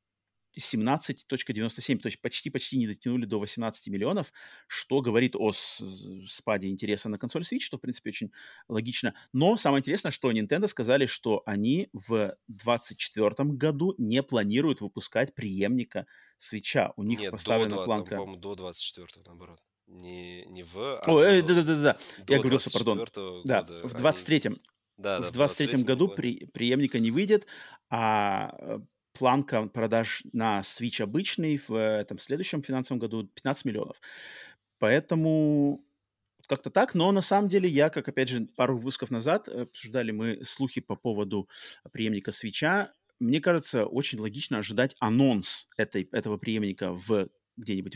17,97, то есть почти не дотянули до 18 миллионов, что говорит о спаде интереса на консоль Switch, что, в принципе, очень логично. Но самое интересное, что Nintendo сказали, что они в 2024 году не планируют выпускать преемника Switch. У них
Нет,
поставлена
там,
планка...
по-моему, до 24-го, наоборот. Не в, а
О, да-да-да-да, я
до
оговорился, пардон.
24-го
Да,
года
в
они...
23-м.
Да, да,
В
в
23-м
23-м не
году
планируют.
преемника не выйдет, а планка продаж на Switch обычный в этом следующем финансовом году 15 миллионов. Поэтому Вот как-то так, но на самом деле я, как, опять же, пару выпусков назад обсуждали мы слухи по поводу преемника Свитча. Мне кажется, очень логично ожидать анонс этого преемника где-нибудь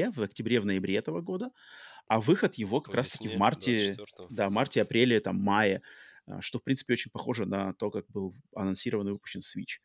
в ноябре этого года, а выход его
По
как раз-таки в
весне
марте,
24-го.
да, марте, апреле, там, мае, что, в принципе, очень похоже на то, как был анонсирован и выпущен Switch.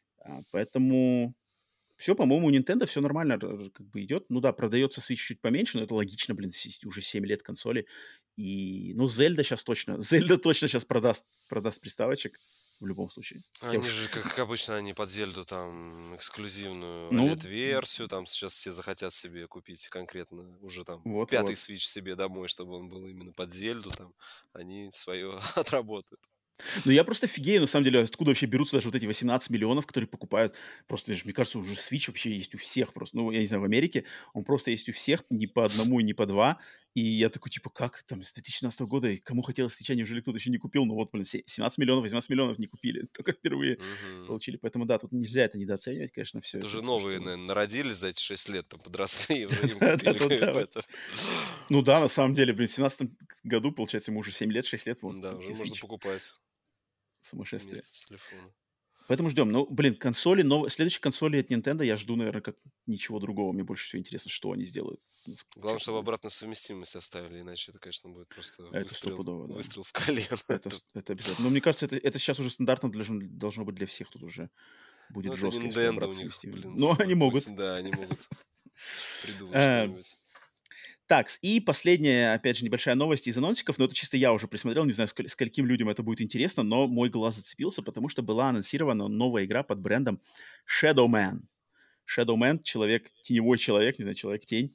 Поэтому все, по-моему, у Nintendo все нормально как бы идет. Ну да, продается Switch чуть поменьше, но это логично, блин, уже 7 лет консоли. И, ну, Зельда точно сейчас продаст приставочек в любом случае. Я
Они
уж,
же, как обычно, они под Зельду там эксклюзивную
ну,
OLED-версию, там сейчас все захотят себе купить конкретно уже там пятый
вот-вот.
Switch себе домой, чтобы он был именно под Зельду, там они свое отработают.
Ну, я просто офигею, на самом деле, откуда вообще берутся даже вот эти 18 миллионов, которые покупают. Просто, мне кажется, уже Switch вообще есть у всех просто. Ну, я не знаю, в Америке он просто есть у всех, не по одному и не по два. И я такой, типа, как там с 2017 года, и кому хотелось Switch, неужели кто-то еще не купил? Ну вот, блин, 17 миллионов, 18 миллионов не купили, только впервые
Мгм.
получили. Поэтому да, тут нельзя это недооценивать, конечно, все
Это
это,
уже
то,
новые,
что...
наверное, народились за эти 6 лет, там подросли, и уже им купили
Да-да-да.
это.
Ну да, на самом деле, блин, в 17 году, получается, ему уже 7 лет, 6 лет, вот,
Да, уже
тебе
можно
Switch.
покупать
Сумасшествие.
вместо телефона.
Поэтому ждем. Ну, блин, следующие консоли от Nintendo я жду, наверное, как ничего другого. Мне больше всего интересно, что они сделают,
Главное,
честно
чтобы
говоря.
обратную совместимость оставили, иначе это, конечно, будет просто
Это стопудово, да.
выстрел в колено.
Это обязательно. Но мне кажется, это сейчас уже стандартно должно быть для всех. Тут уже
Ну,
будет
это
жестко, если
Nintendo у
обратно
них,
совместимы.
блин,
Но они
свой.
могут.
Пусть, да, они могут придумать
Э,
что-нибудь.
Такс, и последняя, опять же, небольшая новость из анонсиков, но это чисто я уже присмотрел, не знаю, скольким людям это будет интересно, но мой глаз зацепился, потому что была анонсирована новая игра под брендом Shadow Man. Shadow Man, теневой человек, не знаю, человек-тень.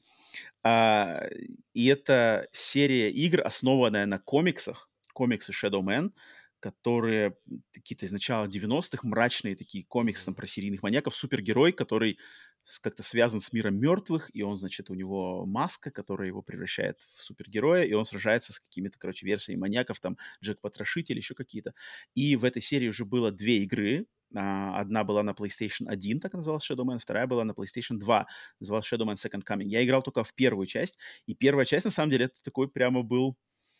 А, и это серия игр, основанная на комиксы Shadow Man, которые какие-то из начала 90-х, мрачные такие комиксы там,
Мгм.
про серийных маньяков, супергерой, который как-то связан с миром мертвых, и он, значит, у него маска, которая его превращает в супергероя, и он сражается с какими-то, короче, версиями маньяков, там, Джек-потрошитель, еще какие-то. И в этой серии уже было две игры. Одна была на PlayStation 1, так называлась Shadow Man, вторая была на PlayStation 2, называлась Shadow Man Second Coming. Я играл только в первую часть, и первая часть, на самом деле, это такой прямо был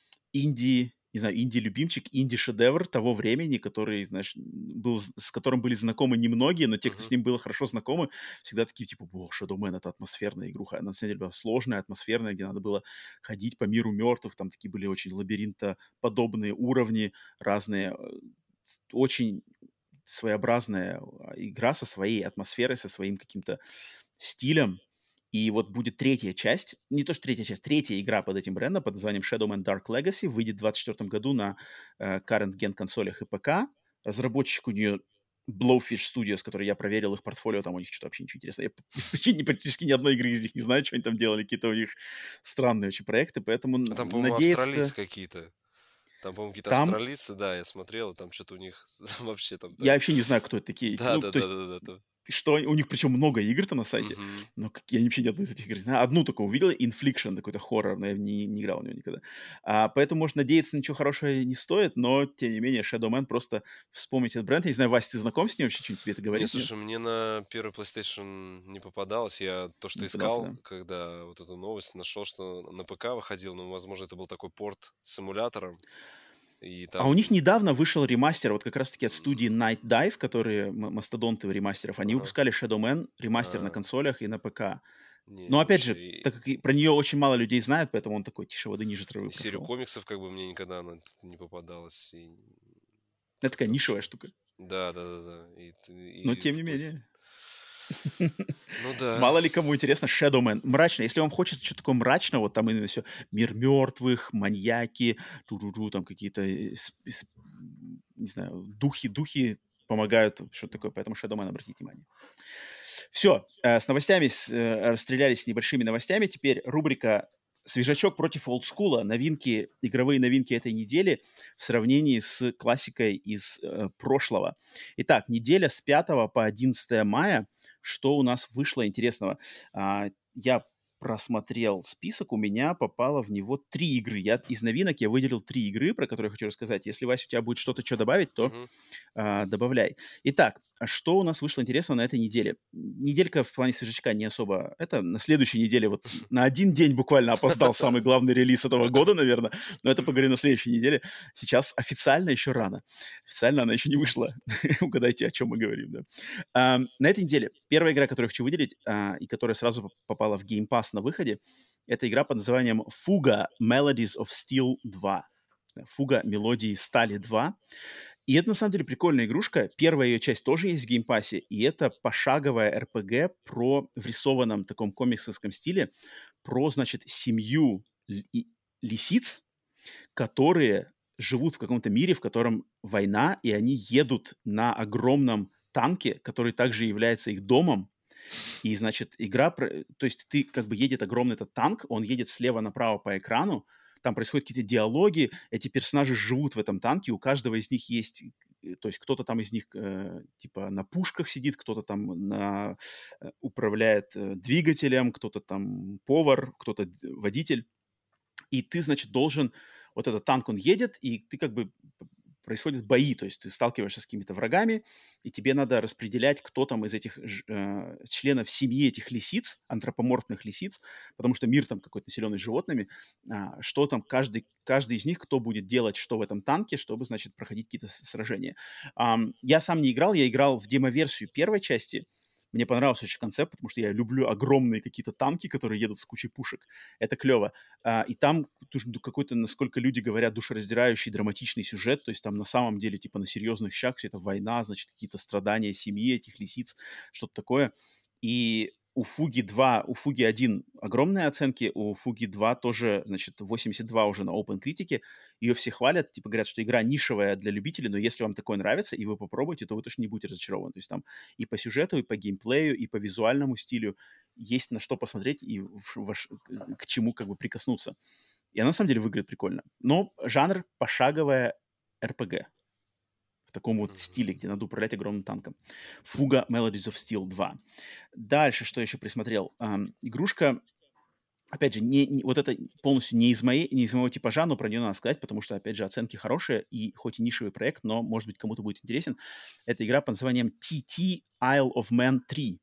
не знаю, инди-любимчик, инди-шедевр того времени, который, знаешь, с которым были знакомы немногие, но те, кто с
Мгм.
ним было хорошо знакомы, всегда такие, типа, о, Shadow Man — это атмосферная игруха. Она, на самом деле, была сложная, атмосферная, где надо было ходить по миру мертвых, там такие были очень лабиринтоподобные уровни разные, очень своеобразная игра со своей атмосферой, со своим каким-то стилем. И вот будет третья часть, не то что третья часть, третья игра под этим брендом, под названием Shadow Man Dark Legacy, выйдет в 2024 году на current gen консолях и ПК. Разработчик у нее Blowfish Studios, который я проверил их портфолио, там у них что-то вообще ничего интересного. Я практически ни одной игры из них не знаю, что они там делали, какие-то у них странные очень проекты, поэтому
А там, по-моему, австралийцы
надеяться
какие-то. Там, по-моему, какие-то
там...
австралийцы, да, я смотрел, и там что-то у них вообще там
Я
так.
вообще не знаю, кто это такие.
Да,
Ну,
да,
то
да,
есть
да, да, да.
у них причем много игр-то на сайте,
Мгм.
но я вообще ни одну из этих игр не знаю. Одну только увидел, Infliction, какой-то хоррор, но я не играл в него никогда. Поэтому, может, надеяться ничего хорошего не стоит, но, тем не менее, Shadow Man, просто вспомнить этот бренд. Я не знаю, Вася, ты знаком с ним вообще? Что-нибудь тебе это
Не,
говорит, нет?
слушай, мне на первый PlayStation не попадалось. Я то, что
Не пытался,
искал,
да?
когда вот эту новость нашел, что на ПК выходил, но, возможно, это был такой порт с эмулятором, и
А у них
там...
недавно вышел ремастер, вот как раз-таки от студии Night
м,
Dive, которые мастодонты ремастеров. Они
Ага.
выпускали Shadow Man ремастер на
А,
консолях и на ПК.
не,
Но опять
вообще.
же, так как про нее очень мало людей знают, поэтому он такой тише воды ниже
И
травы
серию
прошел.
комиксов как бы мне никогда она не попадалась. И
Это такая
как-то
нишевая
вообще...
штука.
Да, да, да, да.
Но
И
тем не менее.
Ну да.
Мало ли кому интересно Shadow Man. Мрачно. Если вам хочется что-то такое мрачного, вот там именно все мир мертвых, маньяки, там какие-то, не знаю, духи помогают, что-то такое. Поэтому Shadow Man, обратите внимание. Все, с новостями расстрелялись с небольшими новостями. Теперь рубрика «Свежачок против олдскула». Игровые новинки этой недели в сравнении с классикой из прошлого. Итак, неделя с 5 по 11 мая. Что у нас вышло интересного? Я просмотрел список, у меня попало в него 3 игры. Из новинок я выделил 3 игры, про которые хочу рассказать. Если, Вася, у тебя будет что-то, что добавить, то
Мгм.
добавляй. Итак, что у нас вышло интересного на этой неделе? Неделька в плане свежачка не особо... Это на следующей неделе, вот на один день буквально опоздал самый главный релиз этого года, наверное, но это поговорим на следующей неделе. Сейчас официально еще рано. Официально она еще не вышла. Угадайте, о чем мы говорим, да. На этой неделе первая игра, которую я хочу выделить, и которая сразу попала в Game Pass на выходе, это игра под названием Fuga Melodies of Steel 2. Фуга мелодии Стали 2. И это, на самом деле, прикольная игрушка. Первая ее часть тоже есть в геймпассе, и это пошаговая РПГ в рисованном таком комиксовском стиле про, значит, семью лисиц, которые живут в каком-то мире, в котором война, и они едут на огромном танке, который также является их домом. И, значит, то есть ты как бы едет огромный этот танк, он едет слева направо по экрану, там происходят какие-то диалоги, эти персонажи живут в этом танке, у каждого из них есть, то есть кто-то там из них типа на пушках сидит, кто-то там управляет двигателем, кто-то там повар, кто-то водитель. И ты, значит, должен... Вот этот танк, он едет, и ты как бы... Происходят бои, то есть ты сталкиваешься с какими-то врагами, и тебе надо распределять, кто там из этих членов семьи этих лисиц, антропоморфных лисиц, потому что мир там какой-то населенный животными, что там каждый из них, кто будет делать что в этом танке, чтобы, значит, проходить какие-то сражения. Я сам не играл, я играл в демо-версию первой части. Мне понравился очень концепт, потому что я люблю огромные какие-то танки, которые едут с кучей пушек. Это клево. И там какой-то, насколько люди говорят, душераздирающий, драматичный сюжет. То есть там на самом деле, типа, на серьезных щах все это война, значит, какие-то страдания семьи этих лисиц, что-то такое. И у Фуги 1 огромные оценки, у Фуги 2 тоже, значит, 82 уже на OpenCritic. Ее все хвалят, типа говорят, что игра нишевая для любителей, но если вам такое нравится, и вы попробуете, то вы точно не будете разочарованы. То есть там и по сюжету, и по геймплею, и по визуальному стилю есть на что посмотреть и к чему как бы прикоснуться. И она на самом деле выглядит прикольно. Но жанр пошаговая РПГ в таком вот стиле, где надо управлять огромным танком. Фуга Melodies of Steel 2. Дальше, что еще присмотрел? Игрушка, опять же, вот это полностью не из моего типажа, но про нее надо сказать, потому что, опять же, оценки хорошие, и хоть и нишевый проект, но, может быть, кому-то будет интересен. Это игра под названием TT Isle of Man 3.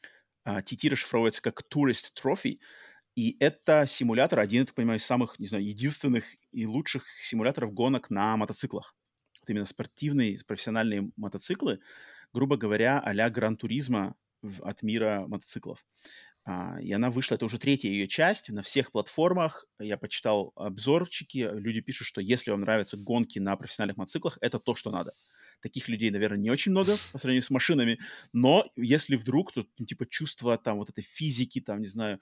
TT расшифровывается как Tourist Trophy, и это симулятор, один, я так понимаю, из самых, не знаю, единственных и лучших симуляторов гонок на мотоциклах. Вот именно спортивные, профессиональные мотоциклы, грубо говоря, а-ля Гран-туризма от мира мотоциклов. И она вышла, это уже третья ее часть на всех платформах. Я почитал обзорчики, люди пишут, что если вам нравятся гонки на профессиональных мотоциклах, это то, что надо. Таких людей, наверное, не очень много по сравнению с машинами, но если вдруг, то, типа, чувство там вот этой физики, там, не знаю,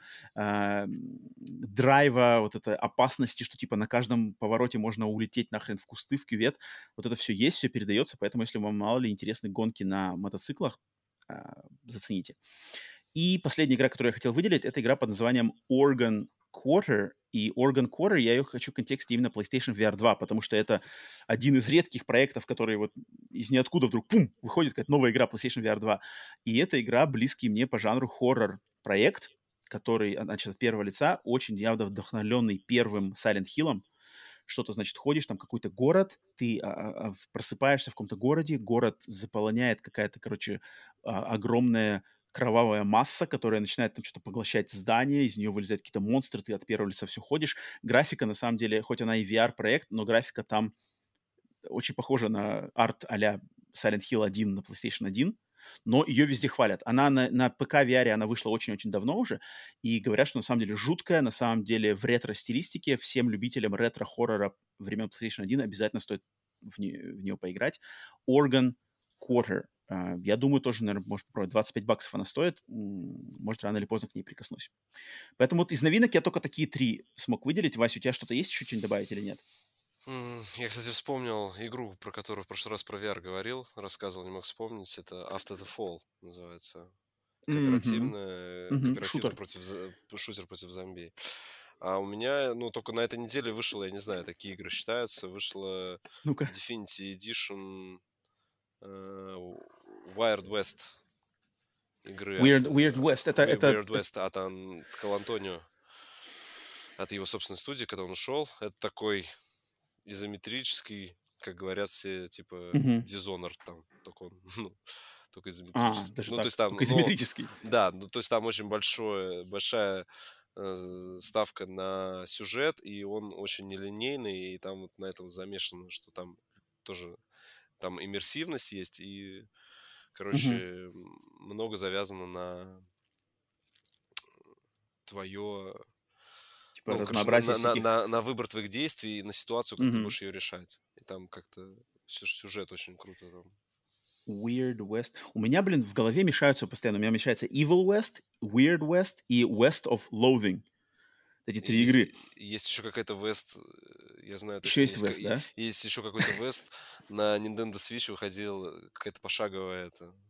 драйва, вот этой опасности, что, типа, на каждом повороте можно улететь нахрен в кусты, в кювет, вот это все есть, все передается, поэтому, если вам мало ли интересны гонки на мотоциклах, зацените. И последняя игра, которую я хотел выделить, это игра под названием Organ Quarter. И Organ Quarter я ее хочу в контексте именно PlayStation VR 2, потому что это один из редких проектов, которые вот из ниоткуда вдруг, пум, выходит какая-то новая игра PlayStation VR 2. И эта игра близкий мне по жанру хоррор-проект, который, значит, от первого лица, очень явно вдохновленный первым Silent Hill'ом. Что-то, значит, ходишь, там какой-то город, ты просыпаешься в каком-то городе, город заполоняет какая-то, короче, огромная кровавая масса, которая начинает там что-то поглощать здания, из нее вылезают какие-то монстры, ты от первого лица все ходишь. Графика, на самом деле, хоть она и VR-проект, но графика там очень похожа на арт а-ля Silent Hill 1 на PlayStation 1, но ее везде хвалят. Она на ПК VR она вышла очень-очень давно уже, и говорят, что на самом деле жуткая, на самом деле в ретро-стилистике. Всем любителям ретро-хоррора времен PlayStation 1 обязательно стоит в нее поиграть. Organ Quarter. Я думаю, тоже, наверное, может попробовать. $25 она стоит. Может, рано или поздно к ней прикоснусь. Поэтому вот из новинок я только такие 3 смог выделить. Вася, у тебя что-то есть еще что-нибудь добавить или нет?
Я, кстати, вспомнил игру, про которую в прошлый раз про VR говорил, рассказывал, не мог вспомнить. Это After the Fall называется.
Мгм.
Кооперативный
Шутер.
шутер против зомби. А у меня, ну, только на этой неделе вышло, я не знаю, такие игры считаются, вышла
Ну-ка.
Definitive Edition Wired West. игры
Weird West.
Weird West от Колантонио, от его собственной студии, когда он ушел. Это такой изометрический, как говорят все, типа, Dishonored там, только он, только изометрический.
Даже
Ну,
так,
то есть там,
только изометрический.
да, ну, то есть там очень большая ставка на сюжет, и он очень нелинейный, и там вот на этом замешано, что там тоже там иммерсивность есть, и, короче, много завязано на твое,
Типа разнообразие всяких...
на выбор твоих действий и на ситуацию, как ты будешь ее решать. И там как-то сюжет очень круто там.
Weird West. У меня, в голове мешаются постоянно. У меня мешается Evil West, Weird West и West of Loathing. Эти 3 игры.
Есть еще какая-то West, я знаю точно.
Еще есть West, да?
Есть еще какой-то West. На Nintendo Switch выходил какая-то пошаговая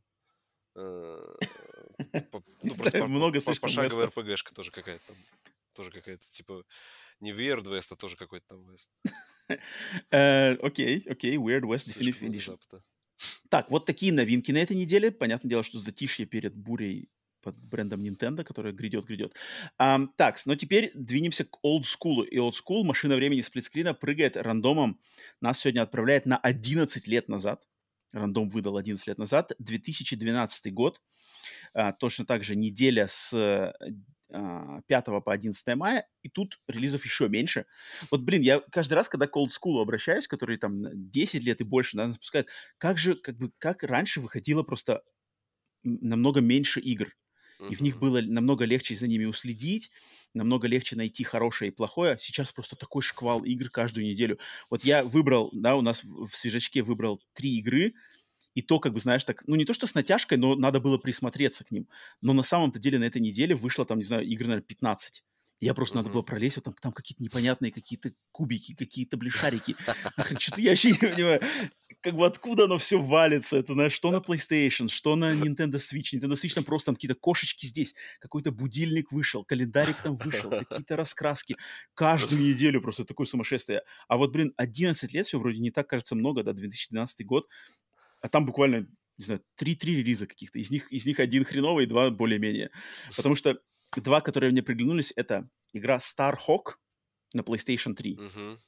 много слишком
пошаговая РПГшка тоже какая-то там. Тоже какая-то, типа, не Weird West, а тоже какой-то там West.
Окей, Weird West
Слишком
Definitive
много
Edition.
Запада.
Так, вот такие новинки на этой неделе. Понятное дело, что затишье перед бурей под брендом Nintendo, которая грядет. Так, но теперь двинемся к олдскулу. И олдскул, машина времени сплитскрина, прыгает рандомом. Нас сегодня отправляет на 11 лет назад. Рандом выдал 11 лет назад. 2012 год. Точно так же неделя с 5 по 11 мая, и тут релизов еще меньше. Вот, я каждый раз, когда к олдскулу обращаюсь, которые там 10 лет и больше, да, запускают, как раньше выходило просто намного меньше игр. И в них было намного легче за ними уследить, намного легче найти хорошее и плохое. Сейчас просто такой шквал игр каждую неделю. Вот я выбрал, да, у нас в свежачке выбрал 3 игры, и то, знаешь, так, ну, не то, что с натяжкой, но надо было присмотреться к ним. Но на самом-то деле на этой неделе вышло там, не знаю, игр, наверное, 15. Я просто надо было пролезть, вот там какие-то непонятные какие-то кубики, какие-то шарики. Что-то я вообще не понимаю, откуда оно все валится. Это, знаешь, что на PlayStation, что на Nintendo Switch. Nintendo Switch там просто какие-то кошечки здесь, какой-то будильник вышел, календарик там вышел, какие-то раскраски. Каждую неделю просто такое сумасшествие. А вот, 11 лет все вроде не так, кажется, много, да, 2012 год. А там буквально, не знаю, 3 релиза каких-то. Из них один хреновый, 2 более-менее. Потому что 2, которые мне приглянулись, это игра Starhawk на PlayStation 3.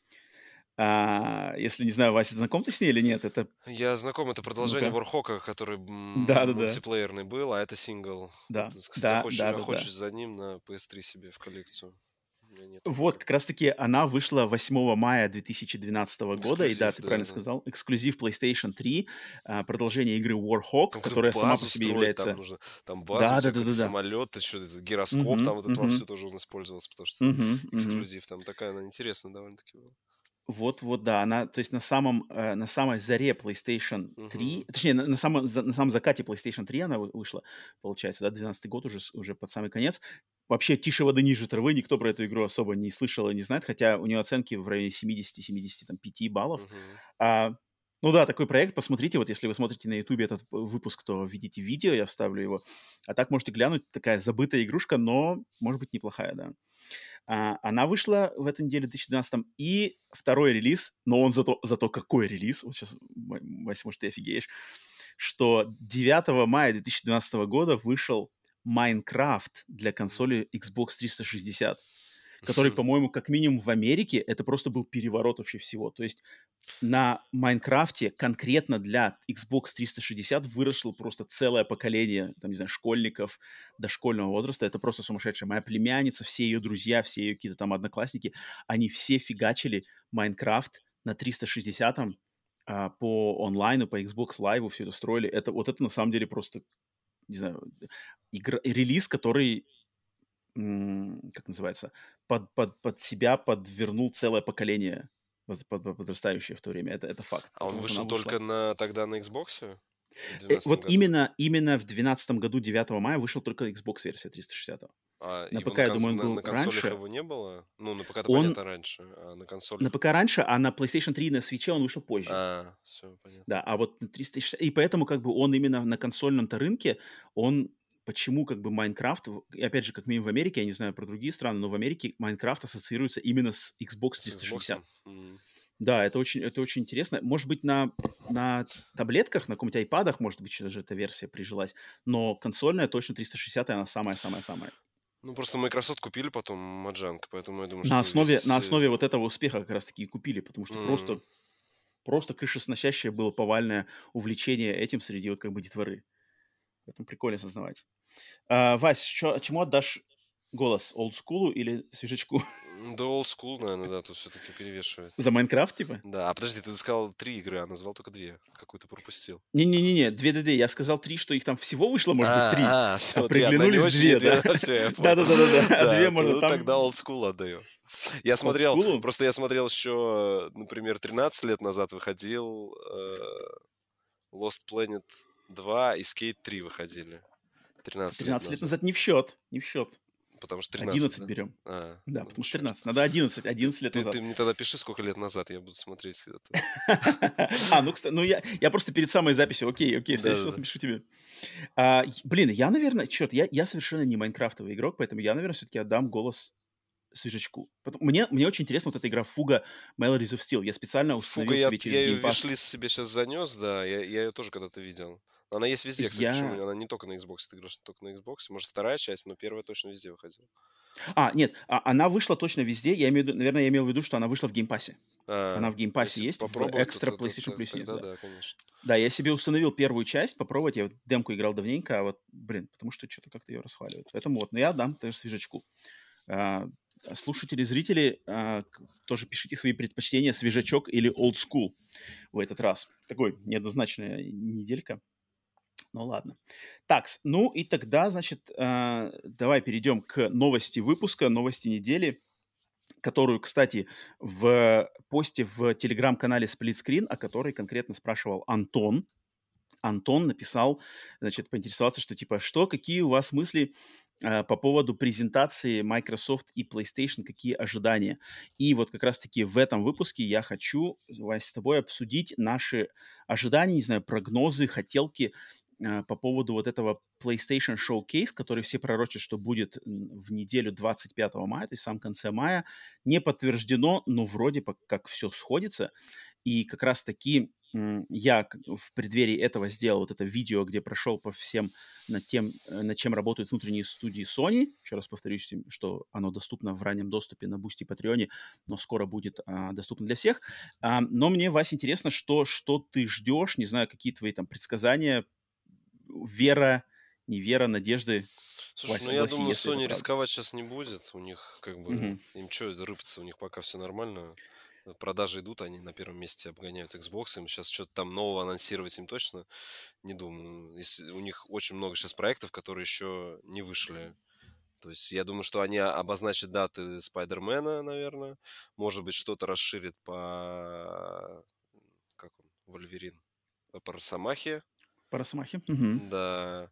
Если, не знаю, Вася, знаком ты с ней или нет?
Я знаком, это продолжение Warhawk, который
Да.
мультиплеерный был, а это сингл.
Да.
Кстати, охочусь за ним на PS3 себе в коллекцию.
Вот, как раз-таки она вышла 8 мая 2012 года, и да, ты правильно сказал, эксклюзив PlayStation 3, продолжение игры Warhawk, которая сама по себе является...
Там базу, какой-то самолет, еще гироскоп, там вот это вовсю тоже он использовался, потому что эксклюзив, там такая она интересная довольно-таки была.
Вот, да, она, то есть на самой заре PlayStation 3, точнее, на самом закате PlayStation 3 она вышла, получается, да, 12-й год уже под самый конец. Вообще, тише воды ниже травы, никто про эту игру особо не слышал и не знает, хотя у нее оценки в районе 70-75 баллов. Ну да, такой проект, посмотрите, вот если вы смотрите на YouTube этот выпуск, то видите видео, я вставлю его. А так можете глянуть, такая забытая игрушка, но, может быть, неплохая, да. Она вышла в этой неделе, в 2012, и второй релиз, но он зато какой релиз, вот сейчас, Вася, может, ты офигеешь, что 9 мая 2012 года вышел Майнкрафт для консоли Xbox 360, который, по-моему, как минимум в Америке, это просто был переворот вообще всего. То есть на Майнкрафте конкретно для Xbox 360 выросло просто целое поколение, там, не знаю, школьников дошкольного возраста. Это просто сумасшедшее. Моя племянница, все ее друзья, все ее какие-то там одноклассники, они все фигачили Майнкрафт на 360 по онлайну, по Xbox Live, все это строили. Это на самом деле просто, не знаю, релиз, который, как называется, под себя подвернул целое поколение подрастающее в то время. Это факт.
А он вышел только тогда на Xbox?
Вот именно в 2012 году, 9 мая, вышел только Xbox-версия 360.
На ПК, я думаю, он был на консолях раньше. Его не было? Ну, на ПК-то понятно раньше, а на консолях...
На ПК раньше, а на PlayStation 3 и на Switch он вышел позже.
Все, понятно.
Да, а вот на 360... И поэтому он именно на консольном-то рынке, почему Майнкрафт, и опять же, как минимум в Америке, я не знаю про другие страны, но в Америке Майнкрафт ассоциируется именно с Xbox 360. Да, это очень интересно. Может быть, на таблетках, на каком-нибудь айпадах, может быть, даже эта версия прижилась, но консольная точно 360, она самая-самая-самая.
Ну, просто Microsoft купили потом Mojang, поэтому я думаю,
На
что
основе,
весь...
на основе вот этого успеха как раз-таки и купили, потому что
м,
просто крышесносящее было повальное увлечение этим среди вот как бы детворы. Поэтому прикольно осознавать. Вась, чему отдашь голос? Олдскулу или свежачку?
Да, old school, наверное, да, тут все-таки перевешивает.
За Майнкрафт, типа?
Да, а подожди, ты сказал 3 игры, а назвал только 2. Какую ты пропустил?
Не-не-не-не, 2 DD. Я сказал 3, что их там всего вышло, может быть, 3, а
Все, 3. Одна не
приглянулись
очень, и
2,
2,
да.
да, все, я понял.
Да-да-да-да, а 2
Да,
можно
ну
там
тогда old school отдаю. Я смотрел,
олдскулу.
просто я смотрел еще, например, 13 лет назад выходил Lost Planet 2 и Skate 3 выходили. 13 лет
13 лет
назад.
назад не в счет, не в счет.
Потому что 13,
11
да?
берем. Да,
Ну,
потому что
черт.
13. Надо 11,
Ты,
11 лет
ты,
назад.
ты мне тогда пиши, сколько лет назад, я буду смотреть это.
Ну, кстати, ну я просто перед самой записью, окей, в следующий раз
Да-да-да.
напишу тебе. Блин, я, наверное, я совершенно не майнкрафтовый игрок, поэтому я, наверное, все-таки отдам голос свежачку. Мне очень интересна вот эта игра Фуга Melodies of Steel. Я специально
Фуга,
установил
я,
себе через
я ее
Game
в
Pass.
виш-лист себе сейчас занес, да, я ее тоже когда-то видел. Она есть везде, кстати, почему?
Я
Она не только на Xbox, ты говоришь, что только на Xbox. Может, вторая часть, но первая точно везде выходила.
Нет, она вышла точно везде. Я имею в виду, наверное, я имел в виду, что она вышла в геймпассе. Она в геймпассе
Если
есть, в
попробовать,
экстра PlayStation Plus нет,
тогда
да.
да, конечно.
Да, я себе установил первую часть, попробовать. Я вот демку играл давненько, а вот, блин, потому что что-то как-то ее расхваливают. Поэтому вот, но я дам тоже свежачку. А, Слушатели, зрители, тоже пишите свои предпочтения, свежачок или old school в этот раз. Такой неоднозначная неделька. Ну ладно. Такс, ну и тогда, значит, давай перейдем к новости выпуска, новости недели, которую, кстати, в посте в телеграм-канале Split Screen, о которой конкретно спрашивал Антон. Антон написал, значит, поинтересоваться, что типа, какие у вас мысли по поводу презентации Microsoft и PlayStation, какие ожидания? И вот как раз-таки в этом выпуске я хочу, Вась, с тобой обсудить наши ожидания, не знаю, прогнозы, хотелки по поводу вот этого PlayStation Showcase, который все пророчат, что будет в неделю 25 мая, то есть в самом конце мая. Не подтверждено, но вроде как все сходится. И как раз-таки я в преддверии этого сделал вот это видео, где прошел по всем над тем, над чем работают внутренние студии Sony. Еще раз повторюсь, что оно доступно в раннем доступе на Boosty и Patreon, но скоро будет доступно для всех. Но мне, Вася, интересно, что ты ждешь, не знаю, какие твои там предсказания, вера, невера, надежды.
Слушай,
Вася,
ну я
огласи,
думаю,
если это
Sony
правда.
рисковать сейчас не будет. У них как бы,
Мгм.
им что рыпаться, у них пока все нормально. Продажи идут, они на первом месте обгоняют Xbox. Им сейчас что-то там нового анонсировать им точно не думаю. У них очень много сейчас проектов, которые еще не вышли. То есть я думаю, что они обозначат даты Спайдермена, наверное. Может быть, что-то расширит по... Как он? Вольверин. По Росомахе.
По Росомахе. Мгм.
Да.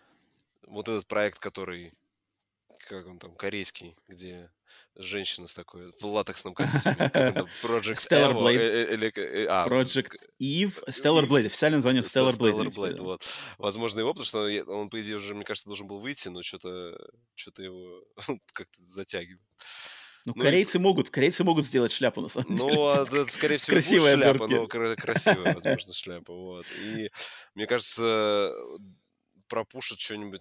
Вот этот проект, который... Как он там? Корейский, где женщина с такой в латексном костюме. Как он там? Project
Stellar
Evo?
Blade,
Или...
Project Eve, Stellar Blade.
Ив.
Официальное название Stellar Blade у
Stellar
них теперь,
Blade,
да.
вот. Возможно, его, потому что он, по идее, уже, мне кажется, должен был выйти, но что-то его как-то затягивает.
Ну,
Ну и
корейцы могут сделать шляпу, на самом деле.
ну, это, скорее
В
всего, и будет
красивой
шляпа,
обертке.
но красивая, возможно, шляпа. Вот. И мне кажется, пропушат что-нибудь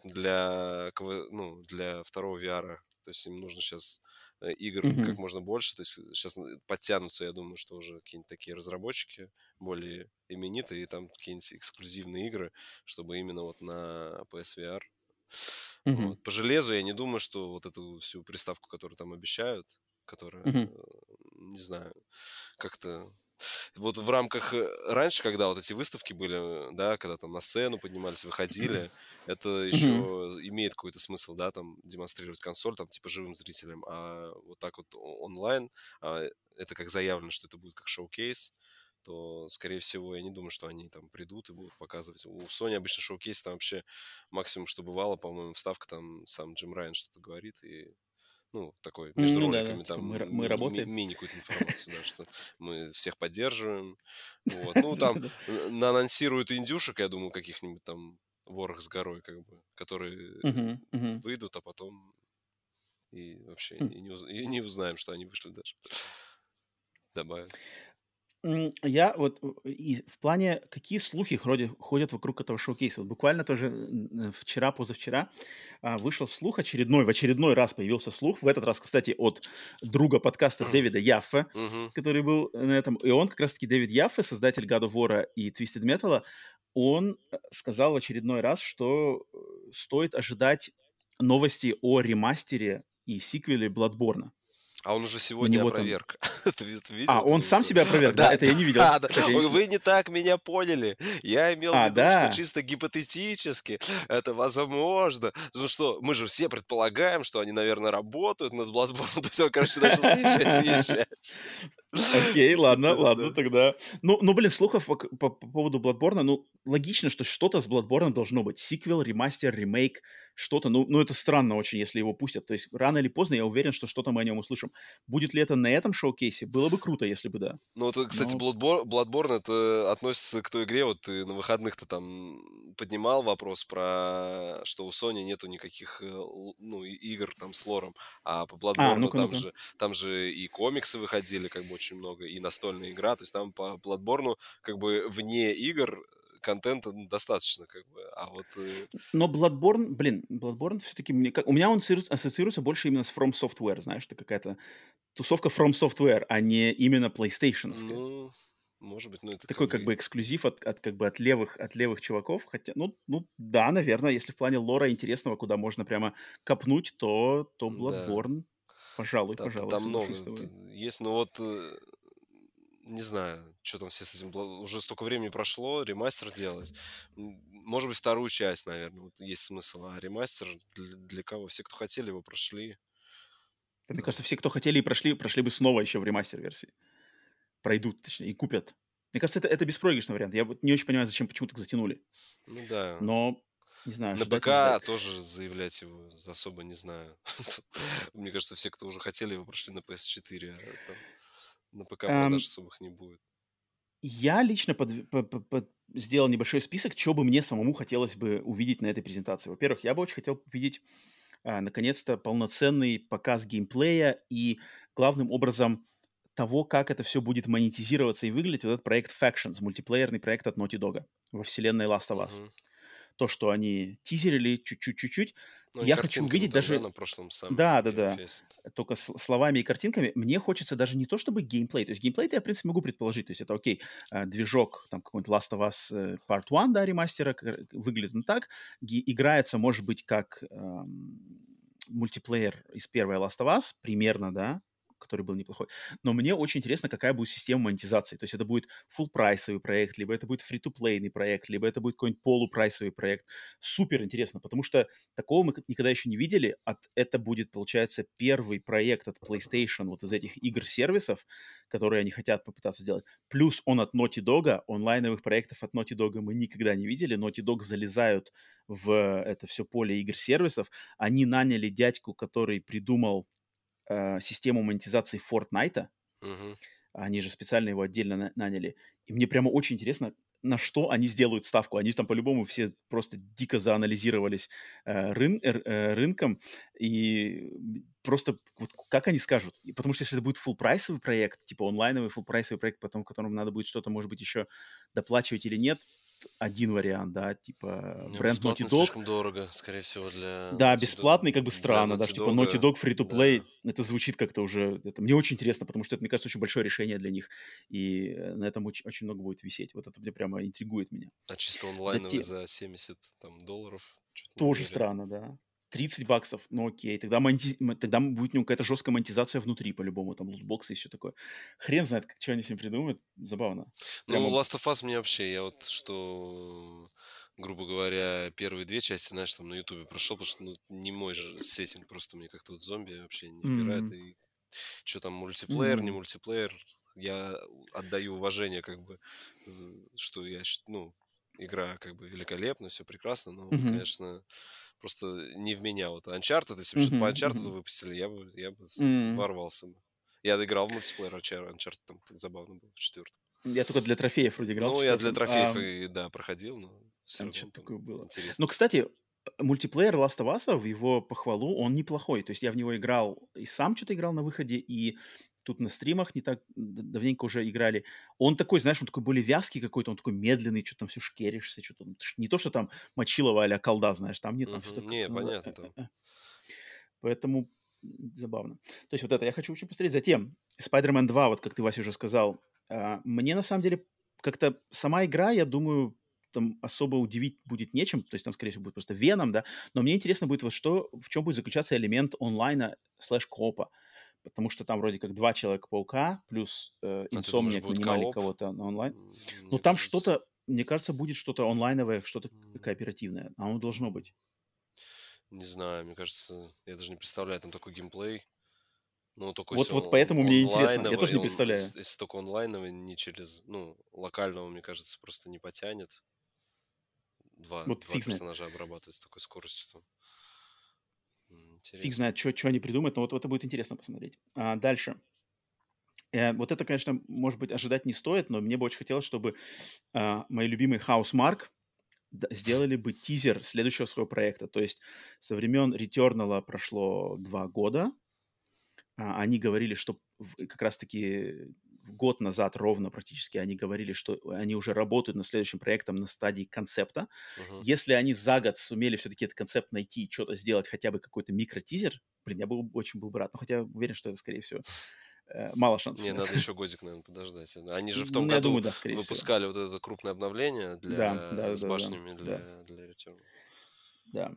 ну, для второго VR. То есть им нужно сейчас игр как
Мгм.
можно больше. То есть сейчас подтянутся, я думаю, что уже какие-нибудь такие разработчики более именитые, и там какие-нибудь эксклюзивные игры, чтобы именно вот на PSVR.
Мгм.
Вот. По железу я не думаю, что вот эту всю приставку, которую там обещают, которая,
Мгм.
не знаю, как-то... Вот в рамках... Раньше, когда вот эти выставки были, да, когда там на сцену поднимались, выходили, это еще
Мгм.
имеет какой-то смысл, да, там демонстрировать консоль, там, типа, живым зрителям, а вот так вот онлайн, это как заявлено, что это будет как шоу-кейс, то, скорее всего, я не думаю, что они там придут и будут показывать. У Sony обычно шоу-кейс, там вообще максимум, что бывало, по-моему, вставка, там сам Джим Райан что-то говорит, и ну, такой, между
Ну да, да.
роликами
Типа
там
мы работаем.
мини какую-то информацию, да, что мы всех поддерживаем. Вот. Ну, там
Да-да-да.
наанонсируют индюшек, я думаю, каких-нибудь там ворох с горой, как бы, которые
Мгм. Мгм.
выйдут, а потом и вообще
Хм.
и не узнаем, что они вышли даже. Добавят.
Я вот и в плане, какие слухи ходят вокруг этого шоу-кейса. Вот буквально тоже вчера, позавчера вышел слух очередной, в очередной раз появился слух. В этот раз, кстати, от друга подкаста Дэвида Яффе,
Мгм.
который был на этом. И он как раз-таки, Дэвид Яффе, создатель God of War и Twisted Metal, он сказал в очередной раз, что стоит ожидать новости о ремастере и сиквеле Bloodborne.
А он уже
У
сегодня
него там...
опроверг. Ты видел эту
Он сам
новость?
себя опроверг, да?
Да,
Это я не видел.
да, да.
Кстати, я
Ой,
не...
вы не так меня поняли. Я имел в виду, что
Да.
чисто гипотетически это возможно. Ну что, мы же все предполагаем, что они, наверное, работают над Bloodborne. То есть он, короче, начал съезжать.
Окей, ладно,
Типа,
ладно,
да.
тогда. Ну, блин, слухов по поводу Bloodborne, ну, логично, что что-то с Bloodborne должно быть. Сиквел, ремастер, ремейк, что-то. Ну, это странно очень, если его пустят. То есть рано или поздно я уверен, что что-то мы о нем услышим. Будет ли это на этом шоу-кейсе? Было бы круто, если бы да.
Ну, вот, кстати,
Но...
Bloodborne это относится к той игре, вот ты на выходных-то там поднимал вопрос про, что у Sony нету никаких, ну, игр там с лором, а по Bloodborne
Ну-ка, ну-ка.
там же и комиксы выходили, как бы очень много, и настольная игра, то есть там по Bloodborne как бы вне игр контента достаточно, как бы, а вот...
Но Bloodborne все-таки у меня он ассоциируется больше именно с From Software, знаешь, это какая-то тусовка From Software, а не именно PlayStation-овская.
Ну, может быть, ну это как
Такой как
бы...
бы эксклюзив от левых чуваков. Хотя, ну да, наверное, если в плане лора интересного, куда можно прямо копнуть, то
Да,
Bloodborne, пожалуй,
там
соглашусь с
много
тобой.
есть, но вот не знаю, что там все с этим... Уже столько времени прошло, ремастер делать. Может быть, вторую часть, наверное, вот есть смысл. А ремастер для кого? Все, кто хотели, его прошли.
Мне
Там.
кажется, все, кто хотели и прошли бы снова еще в ремастер-версии. Пройдут, точнее, и купят. Мне кажется, это беспроигрышный вариант. Я вот не очень понимаю, почему так затянули.
Ну да.
Но, не знаю,
На
ждать, не ждать.
ПК тоже заявлять его особо не знаю. Мне кажется, все, кто уже хотели, его прошли на PS4. А там на ПК продаж
Эм,
особых не будет.
Я лично сделал небольшой список, чего бы мне самому хотелось бы увидеть на этой презентации. Во-первых, я бы очень хотел увидеть наконец-то полноценный показ геймплея и, главным образом, того, как это все будет монетизироваться и выглядеть. Вот этот проект Factions, мультиплеерный проект от Naughty Dog во вселенной Last of Us.
Мгм.
То, что они тизерили чуть-чуть.
Ну, они
Я хочу
картинками
увидеть
там, да,
даже...
на прошлом
Да,
саммите
да,
Game
да.
Fest.
Только словами и картинками. Мне хочется даже не то чтобы геймплей. То есть геймплей-то я, в принципе, могу предположить. То есть это окей, движок, там какой-нибудь Last of Us Part 1, да, ремастера, выглядит он так. Играется, может быть, как мультиплеер из первой Last of Us, примерно, да, который был неплохой. Но мне очень интересно, какая будет система монетизации. То есть это будет full-прайсовый проект, либо это будет free-to-playный проект, либо это будет какой-нибудь полупрайсовый проект. Супер интересно, потому что такого мы никогда еще не видели. Это будет, получается, первый проект от PlayStation, вот из этих игр-сервисов, которые они хотят попытаться сделать. Плюс он от Naughty Dog, онлайновых проектов от Naughty Dog мы никогда не видели. Naughty Dog залезают в это все поле игр-сервисов. Они наняли дядьку, который придумал систему монетизации Fortnite.
Мгм.
Они же специально его отдельно наняли. И мне прямо очень интересно, на что они сделают ставку. Они же там по-любому все просто дико заанализировались рынком, и просто вот как они скажут. Потому что если это будет фулл-прайсовый проект, типа онлайновый фулл-прайсовый проект, потом в котором надо будет что-то, может быть, еще доплачивать или нет, один вариант, да, типа
Ну,
бренд Naughty
бесплатно
Dog.
слишком дорого, скорее всего,
Да, бесплатный, как бы
Для
странно,
Naughty
даже типа Naughty
Dog'а,
Dog
да.
Free-to-Play, это звучит как-то уже... Это, мне очень интересно, потому что это, мне кажется, очень большое решение для них, и на этом очень много будет висеть. Вот это мне прямо интригует меня.
А чисто онлайновый
Затем,
за 70 там, долларов, что-то не
тоже
верю.
странно, да. $30, ну окей, тогда будет у него какая-то жесткая монетизация внутри, по-любому, там лутбоксы и все такое. Хрен знает, что они с ним придумают, забавно.
Ну,
Прямо,
Last of Us мне вообще, я вот что, грубо говоря, первые две части, знаешь, там на Ютубе прошел, потому что ну, не мой же сеттинг, просто мне как-то вот зомби вообще не впирает.
м,
И что там, мультиплеер, не
ну,
мультиплеер, я отдаю уважение, как бы, что ну, игра как бы великолепна, все прекрасно, но вот,
мгм,
конечно, просто не в меня. Вот Uncharted, если бы что-то по
мгм,
Uncharted
мгм,
выпустили, я бы
м.
ворвался бы. Я играл в мультиплеер Uncharted, там так забавно было в четвертом.
Я только для трофеев вроде играл в
Ну, я для
четвертом.
трофеев и, да, проходил, но все
Там
равно
что-то
там
такое было.
интересно.
Ну, кстати, мультиплеер Last of Us, в его похвалу, он неплохой. То есть я в него играл и сам что-то играл на выходе, и тут на стримах не так давненько уже играли. Он такой, знаешь, он такой более вязкий какой-то, он такой медленный, что там все шкеришься, что-то. Не то, что там мочилово а-ля колда, знаешь, там нет, там все так
Не,
как-то надо...
понятно там.
Поэтому забавно. То есть вот это я хочу очень посмотреть. Затем Spider-Man 2, вот как ты, Вася, уже сказал, мне на самом деле как-то сама игра, я думаю, там особо удивить будет нечем, то есть там, скорее всего, будет просто Веном, да, но мне интересно будет вот что, в чем будет заключаться элемент онлайна слэш-коопа, потому что там вроде как 2 Человека-паука плюс
А ты думаешь,
Insomniac
будет
нанимали
кооп?
кого-то на онлайн. Ну
Мне
там
кажется...
что-то, мне кажется, будет что-то онлайновое, что-то
м,
кооперативное, а оно должно быть.
Не знаю, мне кажется, я даже не представляю там такой геймплей. Ну, только если
Вот поэтому мне интересно, я тоже
онлайновый,
не представляю.
если только онлайновый, не через, ну, локального, мне кажется, просто не потянет.
Вот
Два
фиг знает.
персонажа обрабатывать с такой скоростью.
Фиг
Интересно.
знает, что они придумают, но вот это будет интересно посмотреть. Дальше. Вот это, конечно, может быть, ожидать не стоит, но мне бы очень хотелось, чтобы мои любимые Housemarque сделали бы тизер следующего своего проекта. То есть со времен Returnal прошло 2 года. Они говорили, что как раз-таки год назад ровно практически они говорили, что они уже работают над следующим проектом на стадии концепта.
Мгм.
Если они за год сумели все-таки этот концепт найти и что-то сделать, хотя бы какой-то микротизер, блин, я бы очень был бы рад. Но хотя уверен, что это, скорее всего, мало шансов
Не,
на это.
надо еще годик, наверное, подождать. Они же в том
Ну, я
году
думаю, да, скорее всего.
выпускали вот это крупное обновление
Да, да,
с
да, да,
башнями
да,
для Returnal.
да.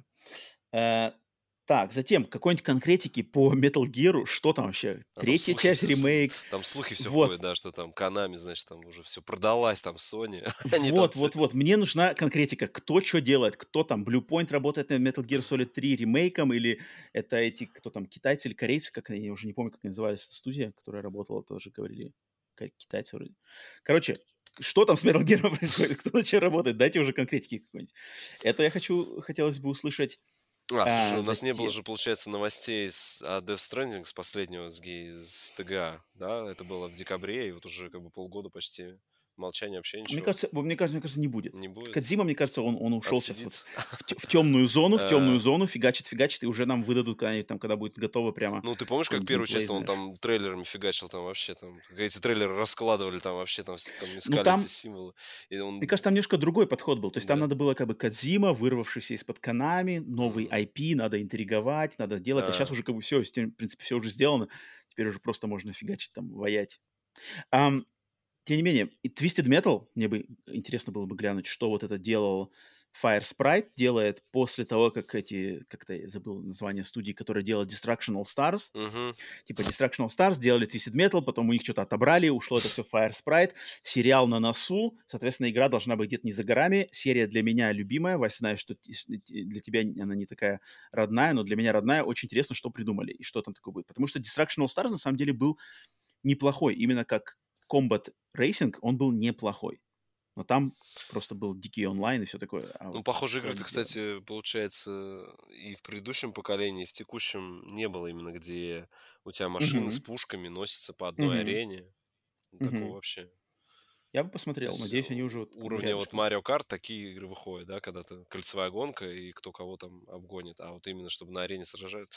Э, Так, затем какой-нибудь конкретики по Metal Gear, что там вообще?
А там
Третья
слухи
часть,
все,
ремейк.
там слухи все ходят,
Вот,
да, что там Konami, значит, там уже все продалась, там Sony. Они там
вот, вот, вот. Мне нужна конкретика. Кто что делает? Кто там? Blue Point работает над Metal Gear Solid 3 ремейком? Или это эти, кто там, китайцы или корейцы? Как они, я уже не помню, как назывались студия, которая работала, тоже говорили. Китайцы вроде. Короче, что там с Metal Gear происходит? Кто над чем работает? Дайте уже конкретики какой-нибудь. Это я хотелось бы услышать.
Слушай, у нас не было
Затем...
же, получается, новостей о Death Stranding с последнего, с ТГА, да? Это было в декабре, и вот уже как бы полгода почти молчания, вообще ничего.
Мне кажется, не будет.
Не будет?
Кодзима, мне кажется, он ушел сейчас вот
Отсидится?
в темную
Э,
зону, фигачит, и уже нам выдадут когда-нибудь там, когда будет готово прямо
Ну, ты помнишь, как
какой-нибудь
первую
геймплей,
часть он
знаешь.
там трейлерами фигачил, там вообще там, как эти трейлеры раскладывали, там вообще там, там
Ну,
искали эти
там,
символы. И
мне
он,
кажется, там немножко другой подход был. То есть там
да,
надо было как бы Кодзима, вырвавшийся из-под Konami, новый
м,
IP, надо интриговать, надо делать. А сейчас
а,
уже как бы все, в принципе, все уже сделано. Теперь уже просто можно фигачить там, ваять. Ам, Тем не менее, и Twisted Metal, мне бы интересно было бы глянуть, что вот это делал Fire Sprite, делает после того, как как-то я забыл название студии, которая делает Destruction All Stars.
мгм.
Типа Destruction All Stars делали Twisted Metal, потом у них что-то отобрали, ушло это все в Fire Sprite, сериал на носу, соответственно, игра должна быть где-то не за горами. Серия для меня любимая, Вася, знаю, что для тебя она не такая родная, но для меня родная. Очень интересно, что придумали и что там такое будет. Потому что Destruction All Stars на самом деле был неплохой. Именно как Combat Racing он был неплохой. Но там просто был дикий онлайн и все такое. А
Ну,
вот
похожие игры-то,
правильно сделано.
кстати, получается, и в предыдущем поколении, и в текущем не было именно, где у тебя машины с
Мгм.
пушками носятся по одной
Мгм.
арене. Такого
Мгм.
вообще.
Я бы
То
посмотрел.
есть
Надеюсь, они уже вот как бы
уровня вот
рядышком.
Mario Kart такие игры выходят, да, когда то кольцевая гонка и кто кого там обгонит. А вот именно, чтобы на арене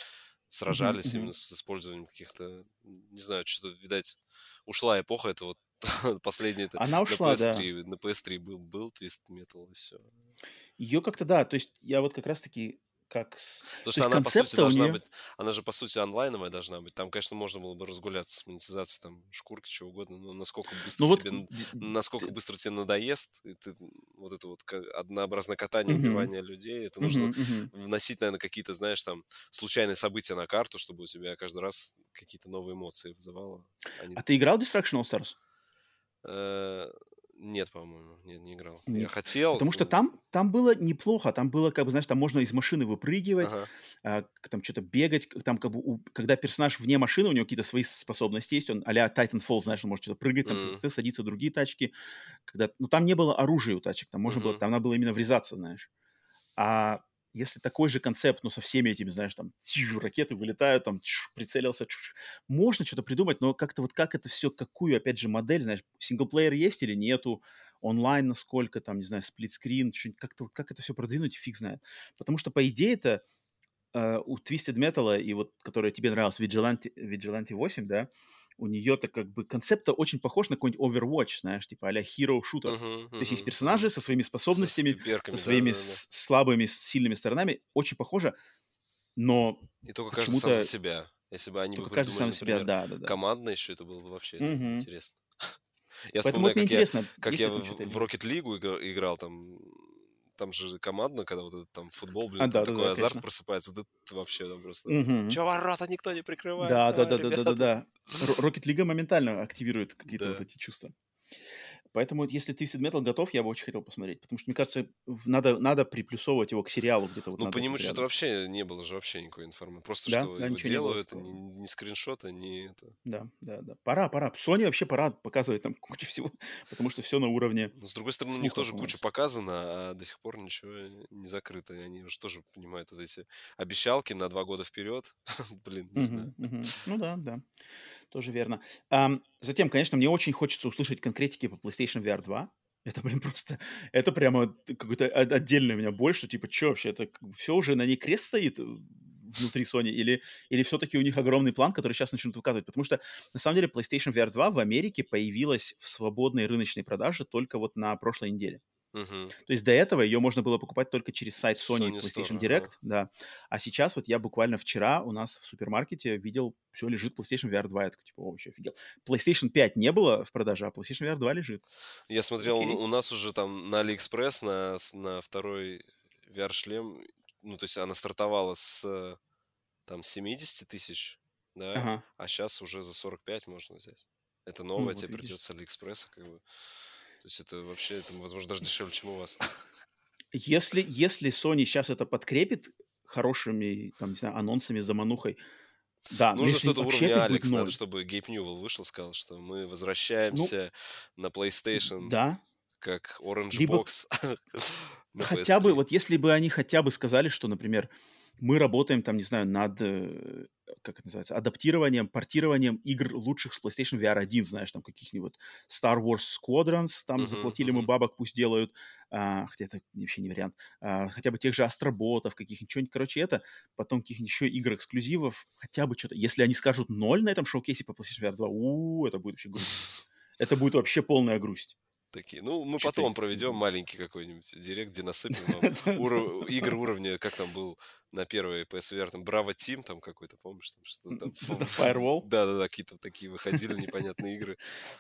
Мгм.
сражались именно
Мгм.
с использованием каких-то, не знаю, что-то, видать, ушла эпоха, это вот последний это
Она
на
ушла, да.
PS3, на PS3 был Twist Metal и все.
Ее как-то, да. То есть я вот как раз-таки как с...
Потому
То
что
есть
она, по сути,
концепта у
должна
нее...
быть, она же, по сути, онлайновая должна быть. Там, конечно, можно было бы разгуляться с монетизацией, там, шкурки, чего угодно, но
Ну вот...
насколько быстро тебе надоест, и ты, вот это вот однообразное катание,
Мгм.
убивание людей, это нужно
Мгм. Мгм.
вносить, наверное, какие-то, знаешь, там, случайные события на карту, чтобы у тебя каждый раз какие-то новые эмоции вызывало.
А ты играл в Destruction All Stars?
Э, Нет, по-моему, нет, не играл. Я
Нет.
хотел,
Потому что там было неплохо. Там было, как бы, знаешь, там можно из машины выпрыгивать,
ага.
там что-то бегать. Там, как бы, когда персонаж вне машины, у него какие-то свои способности есть. Он а-ля Titanfall, знаешь, он может что-то прыгать, там
М,
садиться в другие тачки. Ну, там не было оружия у тачек. Там можно было,
мгм.
там надо было именно врезаться, знаешь. А если такой же концепт, ну, со всеми этими, знаешь, там, ракеты вылетают, там, прицелился, можно что-то придумать, но как-то вот как это все, какую, опять же, модель, знаешь, синглплеер есть или нету, онлайн насколько, там, не знаю, сплитскрин, как-то, как это все продвинуть, фиг знает. Потому что, по идее, это у Twisted Metal, и вот, которая тебе нравилась, Vigilante 8, да, у нее-то как бы концепт-то очень похож на какой-нибудь Overwatch, знаешь, типа а-ля hero shooter. То есть есть персонажи со своими
С
способностями, со
перками,
своими
да-да-да.
слабыми, сильными сторонами, очень похоже, но
И только каждый сам за
почему-то
себя. Если бы они бы
только каждый
придумали,
сам себя,
например,
да-да-да.
командно еще, это было бы вообще
Мгм.
интересно. Я
Поэтому
вспоминаю,
вот мне интересно,
как
есть
я
ли там что-то или
в
нет.
Rocket League играл, там же командно, когда вот этот там футбол,
А,
блин, там
да-да-да,
такой азарт
конечно.
просыпается, да ты вообще там просто...
Мгм.
Че, ворота никто не прикрывает,
Да, да,
давай,
да, да, да, да,
ребята.
да. Rocket League моментально активирует какие-то вот
Да.
эти чувства. Поэтому вот если Twisted Metal готов, я бы очень хотел посмотреть. Потому что, мне кажется, надо приплюсовывать его к сериалу где-то вот
Ну, по
надо
нему
вот
что-то
рядом.
вообще не было же вообще никакой информации. Просто
Да,
что
да,
его
ничего не было
делают,
такого.
ни скриншота, ни это.
Да, да, да. Пора. Sony вообще пора показывать там кучу всего, потому что все на уровне
Но, с другой стороны, у них
слухов
тоже
у
куча
нас.
показано, а до сих пор ничего не закрыто. И они уже тоже понимают вот эти обещалки на 2 года вперед. Блин, не знаю.
Мгм, мгм. Ну да, да, тоже верно. Затем, конечно, мне очень хочется услышать конкретики по PlayStation VR 2. Это, блин, просто, это прямо какой-то отдельная у меня боль, что типа, что вообще, это все уже на ней крест стоит внутри Sony, или все-таки у них огромный план, который сейчас начнут выкатывать? Потому что, на самом деле, PlayStation VR 2 в Америке появилась в свободной рыночной продаже только вот на прошлой неделе.
Мгм.
То есть до этого ее можно было покупать только через сайт Sony
Sony Store,
PlayStation
ага.
Direct, да. А сейчас вот я буквально вчера у нас в супермаркете видел, все лежит PlayStation VR 2. Я такой, типа, о, вообще офигел. PlayStation 5 не было в продаже, а PlayStation VR 2 лежит.
Я смотрел,
Окей.
у нас уже там на AliExpress на второй VR-шлем, ну, то есть она стартовала с там 70 тысяч, да,
Ага.
а сейчас уже за 45 можно взять. Это
Ну,
новое,
вот
тебе придет
видишь.
с AliExpress, как бы. То есть это вообще, это, возможно, даже дешевле, чем у вас.
Если Sony сейчас это подкрепит хорошими, там, не знаю, анонсами, заманухой, да, но
Нужно
если
что-то
вообще
уровня
опять будет
Алекс, надо,
ноль,
чтобы Гейб Ньюэлл вышел, сказал, что мы
ну,
возвращаемся на PlayStation
да,
как Orange
либо
Box на
хотя бы,
PS3.
вот если бы они хотя бы сказали, что, например, мы работаем там, не знаю, над, как это называется, адаптированием, портированием игр лучших с PlayStation VR 1, знаешь, там каких-нибудь Star Wars Squadrons, там
Мгм,
заплатили мы
мгм.
бабок, пусть делают, хотя это вообще не вариант, хотя бы тех же Астроботов, каких-нибудь, что-нибудь, короче, это, потом каких-нибудь еще игр-эксклюзивов, хотя бы что-то. Если они скажут ноль на этом шоу-кейсе по PlayStation VR 2, это будет вообще грусть. Это будет вообще полная грусть.
Такие. Ну, мы
Что-то...
потом проведем маленький какой-нибудь директ, где насыпем вам игр уровня, как там был на первой PSVR, там Браво Тим там какой-то, помнишь, там что-то там.
Да, Firewall.
Да-да-да, какие-то такие выходили непонятные игры.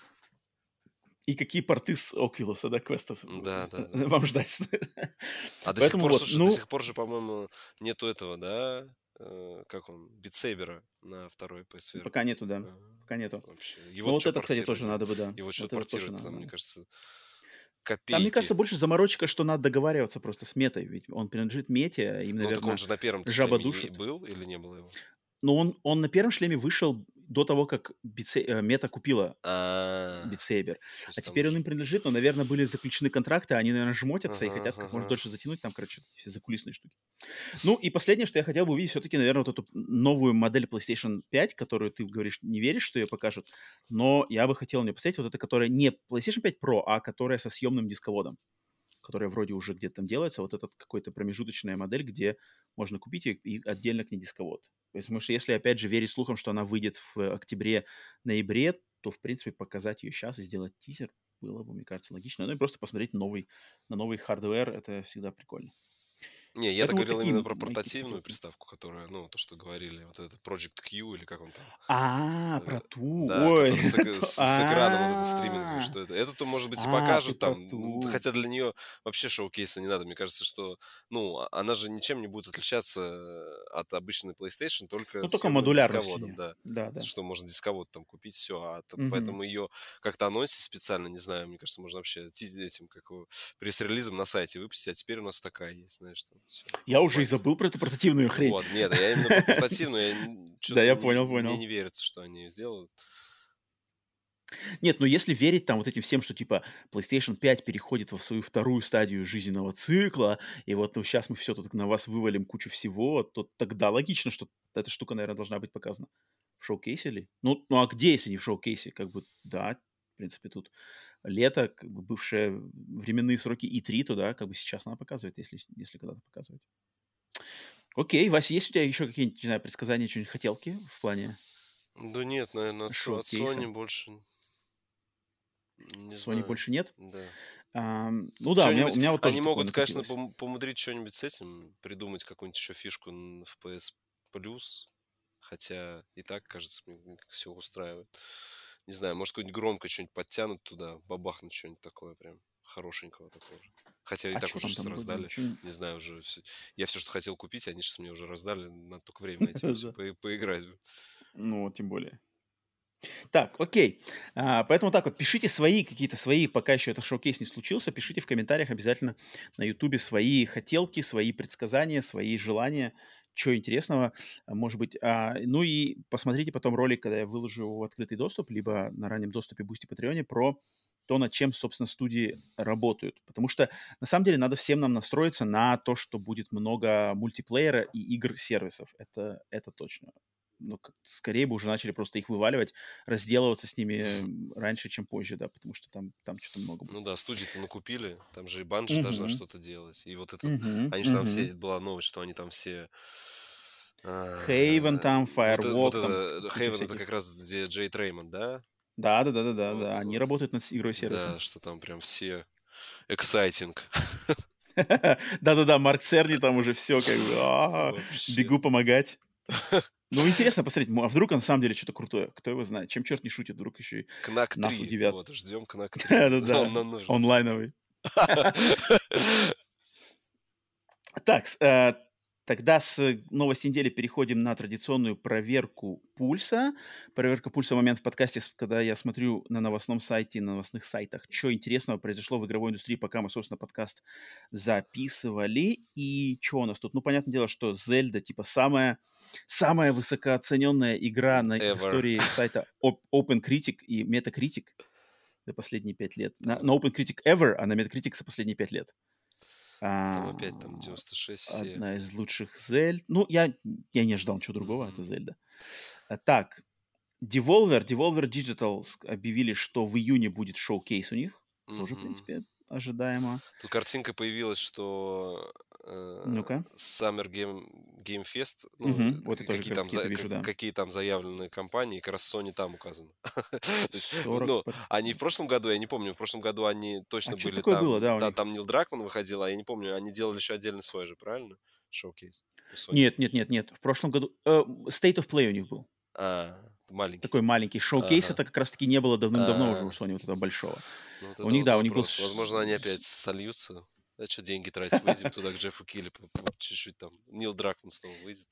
И какие порты с Oculus, да, квестов
Да-да-да.
вам ждать?
А до сих
Поэтому
пор,
вот,
слушай, до
ну,
сих пор же, по-моему, нету этого, да? Как он? Битсейбера на второй PSVR.
пока нету, да,
Ага.
пока нету.
Вообще.
Ну,
Его
вот
что
это, кстати,
портировать,
тоже
блин?
надо бы, да.
Его что
Вот это тоже
портировать,
надо,
там, мне
да.
кажется,
Там, мне кажется,
копейки.
больше заморочка, что надо договариваться просто с метой, ведь он принадлежит мете, а им,
Ну, так он
наверное,
же на первом-то
жаба
шлеме не
душит.
был или не было его?
Но он на первом шлеме вышел до того, как мета купила
А,
Beat Saber.
то
А
есть там
теперь он
уже...
им принадлежит, но, наверное, были заключены контракты, они, наверное, жмотятся и
Ага,
хотят как можно
ага.
дольше затянуть там, короче, все закулисные штуки. Ну и последнее, что я хотел бы увидеть, все-таки, наверное, вот эту новую модель PlayStation 5, которую ты говоришь, не веришь, что ее покажут, но я бы хотел мне посмотреть вот это, которая не PlayStation 5 Pro, а которая со съемным дисководом, которая вроде уже где-то там делается, вот этот какой-то промежуточная модель, где можно купить и отдельно к ней дисковод. Потому что если, опять же, верить слухам, что она выйдет в октябре-ноябре, то, в принципе, показать ее сейчас и сделать тизер было бы, мне кажется, логично. Ну и просто посмотреть на новый хардвер, это всегда прикольно.
Не, я-то
Поэтому вот
говорил
такие
именно про
мои какие-то
портативную
хотелки.
приставку, которая, ну, то, что говорили, вот этот Project Q или как он там.
Про ту.
Да,
Ой,
который с экраном вот это стриминговый,
а,
что это. Эту-то, может быть, и покажут
ты про
там,
ту.
хотя для нее вообще шоу-кейса не надо. Мне кажется, что, ну, она же ничем не будет отличаться от обычной PlayStation, только
Ну, только
съемным
модулярностью
дисководом,
ее.
да.
Да, да.
Что можно дисковод там купить, все.
Мгм.
Поэтому ее как-то анонсить специально, не знаю, мне кажется, можно вообще этим, как его, пресс-релизом на сайте выпустить, а теперь у нас такая есть, знаешь, там все,
Я уже и
покупайте.
забыл про эту портативную хрень.
Вот, нет, я именно про портативную,
Да,
что-то
я понял,
мне
понял.
не верится, что они ее сделают.
Нет, ну если верить там вот этим всем, что типа PlayStation 5 переходит во свою вторую стадию жизненного цикла, и вот ну, сейчас мы все тут на вас вывалим кучу всего, то тогда логично, что эта штука, наверное, должна быть показана в шоу-кейсе ли? Ну а где, если не в шоу-кейсе? Как бы, да, в принципе, тут лето, как бы бывшие временные сроки E3, то да, как бы сейчас она показывает, если когда-то показывать. Окей, Вася, есть у тебя еще какие-нибудь, не знаю, предсказания, что-нибудь хотелки в плане?
Да нет, наверное, от
шоу-кейса.
Sony больше не
Sony
знаю.
больше нет?
Да.
Ну да, у
Что-нибудь,
меня вот тоже
они
такое
могут, конечно,
накопилось.
помудрить что-нибудь с этим, придумать какую-нибудь еще фишку в PS Plus, хотя и так, кажется, мне все устраивает. Не знаю, может, какую-нибудь громко что-нибудь подтянут туда, бабахнуть что-нибудь такое прям хорошенького такого же. Хотя и
А
так
что
уже
там
сейчас
там вроде
раздали.
ничего
Не знаю, уже я все, что хотел купить, они сейчас мне уже раздали. Надо только время найти все
да.
поиграть.
Ну, вот тем более. Так, окей. Поэтому так вот, пишите свои какие-то свои, пока еще этот шоу-кейс не случился, пишите в комментариях обязательно на Ютубе свои хотелки, свои предсказания, свои желания, что интересного, может быть. Ну и посмотрите потом ролик, когда я выложу его в открытый доступ, либо на раннем доступе Boosty Patreon, про то, над чем, собственно, студии работают. Потому что, на самом деле, надо всем нам настроиться на то, что будет много мультиплеера и игр-сервисов. Это точно. Ну, скорее бы уже начали просто их вываливать, разделываться с ними раньше, чем позже, да, потому что там что-то много
Ну
будет.
да, студии-то накупили, там же и Банжи должна
Мгм.
что-то делать. И вот этот,
Мгм.
они же там
Мгм.
все, была новость, что они там все...
Хейвен там,
Вот
Firewalk, там
это,
куча
Хейвен это как
всяких.
раз где Джейд Реймонд, да? Вот,
Да,
вот,
они
вот.
работают над игрой-сервисом.
Да, что там прям все exciting.
Да-да-да, Марк Церни там уже все как бы,
Вообще.
бегу помогать. Ну, интересно посмотреть, а вдруг на самом деле что-то крутое, кто его знает. Чем черт не шутит, вдруг еще и
Кнак
нас
3.
удивят.
Вот, ждем Кнак 3. Он
Да-да-да,
нам нужен.
онлайновый. Так, тогда с новости недели переходим на традиционную проверку пульса. Проверка пульса — момент в подкасте, когда я смотрю на новостном сайте, на новостных сайтах, что интересного произошло в игровой индустрии, пока мы, собственно, подкаст записывали. И что у нас тут? Ну, понятное дело, что Зельда, типа, самая высокооцененная игра в
Ever.
истории сайта OpenCritic и Metacritic за последние 5 лет. На OpenCritic Ever, а на Metacritic за последние 5 лет.
Там опять там
А,
96 все.
Одна из лучших Зельд. Ну, я не ожидал ничего другого, это
Мгм.
Зельда. Так, Devolver Digital объявили, что в июне будет шоу-кейс у них. Тоже, в
Мгм.
принципе, ожидаемо.
Тут картинка появилась, что
Ну-ка.
Summer Game Fest, ну,
Мгм. Вот я тоже
какие
как раз
там,
какие-то вижу, да.
какие там заявлены компании, как раз Sony там указано. То есть,
40.
ну, они в прошлом году, я не помню, в прошлом году они
А
точно
что
были
такое было,
там,
да, у
да,
них?
там Нил Дракман выходил, а я не помню, они делали еще отдельно свой же, правильно? Шоу-кейс у Sony.
Нет. В прошлом году State of Play у них был.
Маленький
Такой
типа.
маленький. Шоу-кейс
Ага.
это как раз-таки не было давным-давно уже у
А,
Sony вот этого большого.
ну вот
У
это
них,
вот
да, у них был
вопрос. Возможно, они опять сольются. А что деньги тратить? Выйдем туда к Джеффу Килли, чуть-чуть там. Нил Дракман снова выйдет.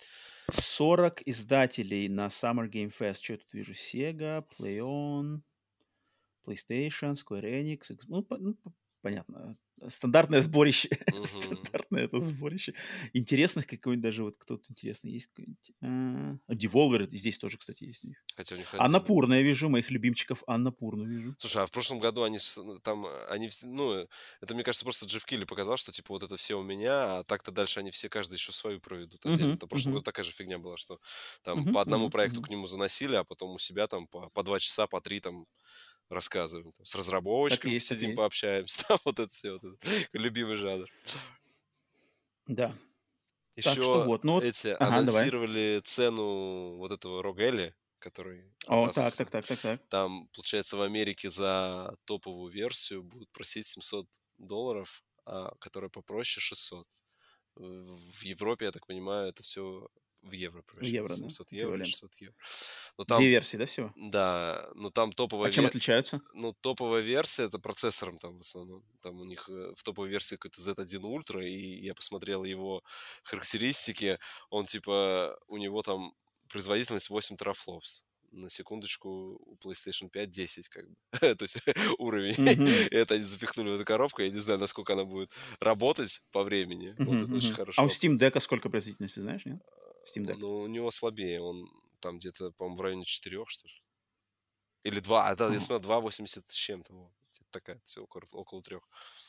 40 издателей на Summer Game Fest. Что я тут вижу? Sega, PlayOn, PlayStation, Square Enix. Понятно. Стандартное сборище.
Мгм.
Стандартное это сборище. Интересных какой-нибудь даже вот кто-то интересный есть какой-нибудь. Devolver здесь тоже, кстати, есть у них.
Хотя у них отдельно.
Аннапурна я вижу, моих любимчиков Аннапурну вижу.
Слушай, а в прошлом году они там, ну, это, мне кажется, просто Джефф Килли показал, что, типа, вот это все у меня, а так-то дальше они все, каждый еще свою проведут отдельно.
Мгм,
В прошлом году
мгм,
такая же фигня была, что там
мгм,
по одному
мгм,
проекту к
мгм.
нему заносили, а потом у себя там по 2 часа, по 3 там рассказываем. Там, с
Так и
разработчиками
есть, так и
посидим,
есть.
пообщаемся. Там вот это все, вот это, любимый жанр.
Да. Так что
Еще
вот, ну вот,
эти
ага, давай.
анонсировали цену вот этого Рогели, который от
О, так, так,
Asus.
так, так, так.
Там, получается, в Америке за топовую версию будут просить $700, а которая попроще 600. В Европе, я так понимаю, это все в евро
В
превращается.
евро, да?
700 евро или
Эквивалент.
600 евро. Но
Две
там,
версии, да, всего?
да, но там
А чем отличаются?
топовая версия это процессором там в основном. Там у них в топовой версии какой-то Z1 Ultra, и я посмотрел его характеристики. Он типа, у него там производительность 8 терафлопс. На секундочку, у PlayStation 5 10, как бы. То есть уровень.
Мгм.
Это они запихнули в эту коробку. Я не знаю, насколько она будет работать по времени. Вот это
Мгм,
очень
мгм. А
хороший
у Steam
вопрос.
Deck'а сколько производительности, знаешь, нет? Steam Deck.
Но у него слабее. Он там где-то, по-моему, в районе 4, что ли. Или 2, да, я
Ага.
смотрел, 2,80 с чем-то. Вот. Где-то такая, все, около 3.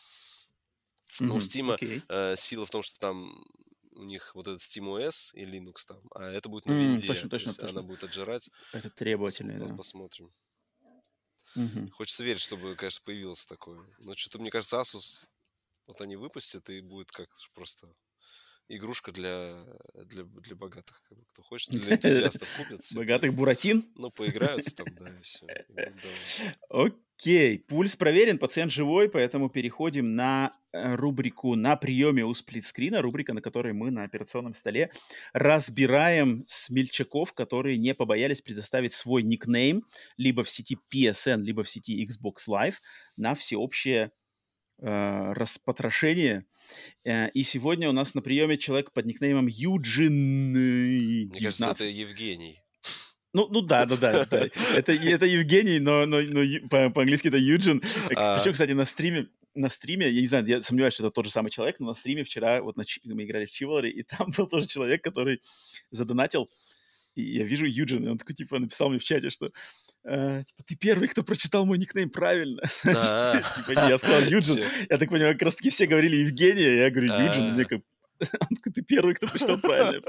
Но у
Мгм.
Steam
Окей.
сила в том, что там у них вот этот SteamOS и Linux там, а это будет на винде,
Точно,
то
точно,
есть она
точно.
будет отжирать.
Это требовательный, да.
Посмотрим.
Мгм.
Хочется верить, чтобы, конечно, появилось такое. Но что-то, мне кажется, Asus, вот они выпустят, и будет как просто игрушка для богатых. Как бы, кто хочет, для энтузиастов купят себе.
Богатых буратин.
Ну, поиграются там, да, и все.
Окей, пульс проверен, пациент живой, поэтому переходим на рубрику «На приеме у сплитскрина», рубрика, на которой мы на операционном столе разбираем смельчаков, которые не побоялись предоставить свой никнейм либо в сети PSN, либо в сети Xbox Live на всеобщее распотрошение. И сегодня у нас на приеме человек под никнеймом Юджин
Мне кажется,
19.
это Евгений.
Ну да. Это Евгений, но по-английски это Юджин. Причем, кстати, на стриме, я не знаю, я сомневаюсь, что это тот же самый человек, но на стриме вчера, вот мы играли в Chivalry, и там был тоже человек, который задонатил, и я вижу Юджин, и он такой, типа, написал мне в чате, что типа, ты первый, кто прочитал мой никнейм правильно. Типа, я сказал Юджин. Я так понимаю, как раз таки все говорили Евгения, я говорю Юджин, и мне как... Он такой, ты первый, кто прочитал правильно.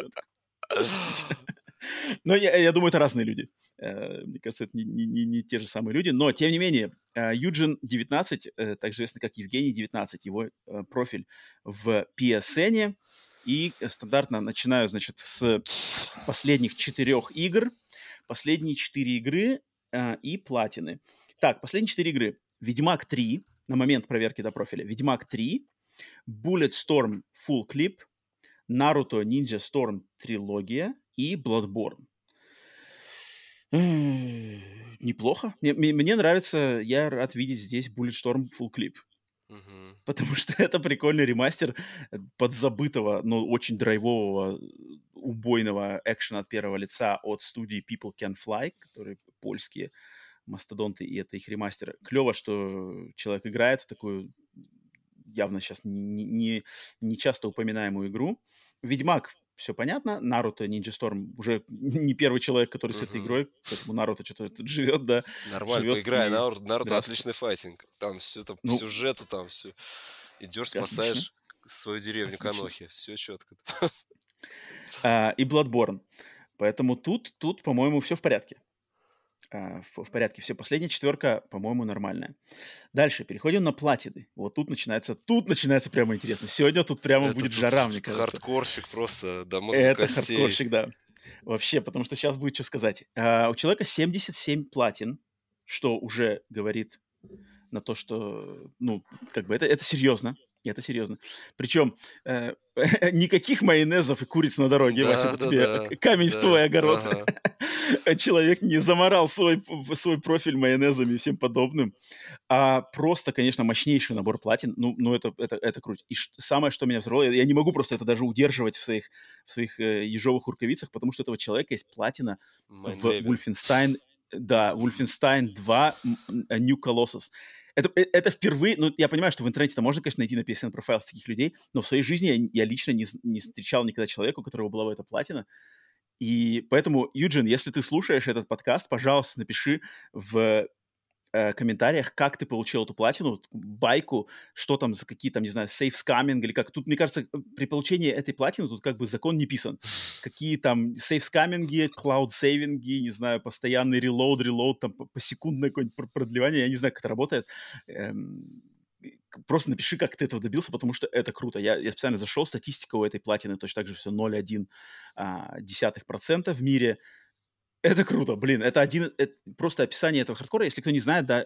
Но я думаю, это разные люди. Мне кажется, это не те же самые люди. Но, тем не менее, Юджин 19, также известный как Евгений 19, его профиль в PSN. И стандартно начинаю, значит, с последних 4 игр. Последние 4 игры и платины. Так, последние 4 игры. Ведьмак 3, на момент проверки до профиля. Ведьмак 3, Bulletstorm Full Clip, Naruto Ninja Storm трилогия и Bloodborne. Неплохо. Мне нравится, я рад видеть здесь Bulletstorm Full Clip. Потому что это прикольный ремастер подзабытого, но очень драйвового, убойного экшена от первого лица от студии People Can Fly, которые польские мастодонты, и это их ремастер. Клево, что человек играет в такую явно сейчас не часто упоминаемую игру. Ведьмак, все понятно. Наруто, Ninja Storm уже не первый человек, который с этой игрой, поэтому Наруто что-то тут живет, да.
Нормально, поиграй. Наруто отличный файтинг. Там все, там по сюжету, там все. Идешь, спасаешь свою деревню Канохи. Все четко.
И Bloodborne. Поэтому тут, по-моему, все в порядке. В порядке все. Последняя 4, по-моему, нормальная. Дальше переходим на платины. Вот тут начинается прямо интересно. Сегодня тут прямо будет жара, мне кажется.
Хардкорщик просто до мозга костей.
Это хардкорщик, да. Вообще, потому что сейчас будет что сказать. У человека 77 платин, что уже говорит на то, что, ну, как бы это серьезно. Это серьезно. Причем никаких майонезов и куриц на дороге, Вася, тебе камень в твой огород. Человек не заморал свой профиль майонезом и всем подобным. А просто, конечно, мощнейший набор платин. Ну это круто. И самое, что меня взорвало, я не могу просто это даже удерживать в своих ежовых рукавицах, потому что у этого человека есть платина в Wolfenstein. Да, Wolfenstein 2 New Colossus. Это впервые, ну, я понимаю, что в интернете-то можно, конечно, найти на PSN профайл таких людей, но в своей жизни я лично не встречал никогда человека, у которого была бы эта платина. И поэтому, Юджин, если ты слушаешь этот подкаст, пожалуйста, напиши в комментариях, как ты получил эту платину, байку, что там за какие там, не знаю, сейф-скаминг или как. Тут, мне кажется, при получении этой платины тут как бы закон не писан. Какие там сейф-скаминги, клауд-сейвинги, не знаю, постоянный релоуд, там посекундное какое-нибудь продлевание, я не знаю, как это работает. Просто напиши, как ты этого добился, потому что это круто. Я специально зашел, статистика у этой платины точно так же все 0,1% в мире. Это круто, блин, это просто описание этого хардкора. Если кто не знает, да,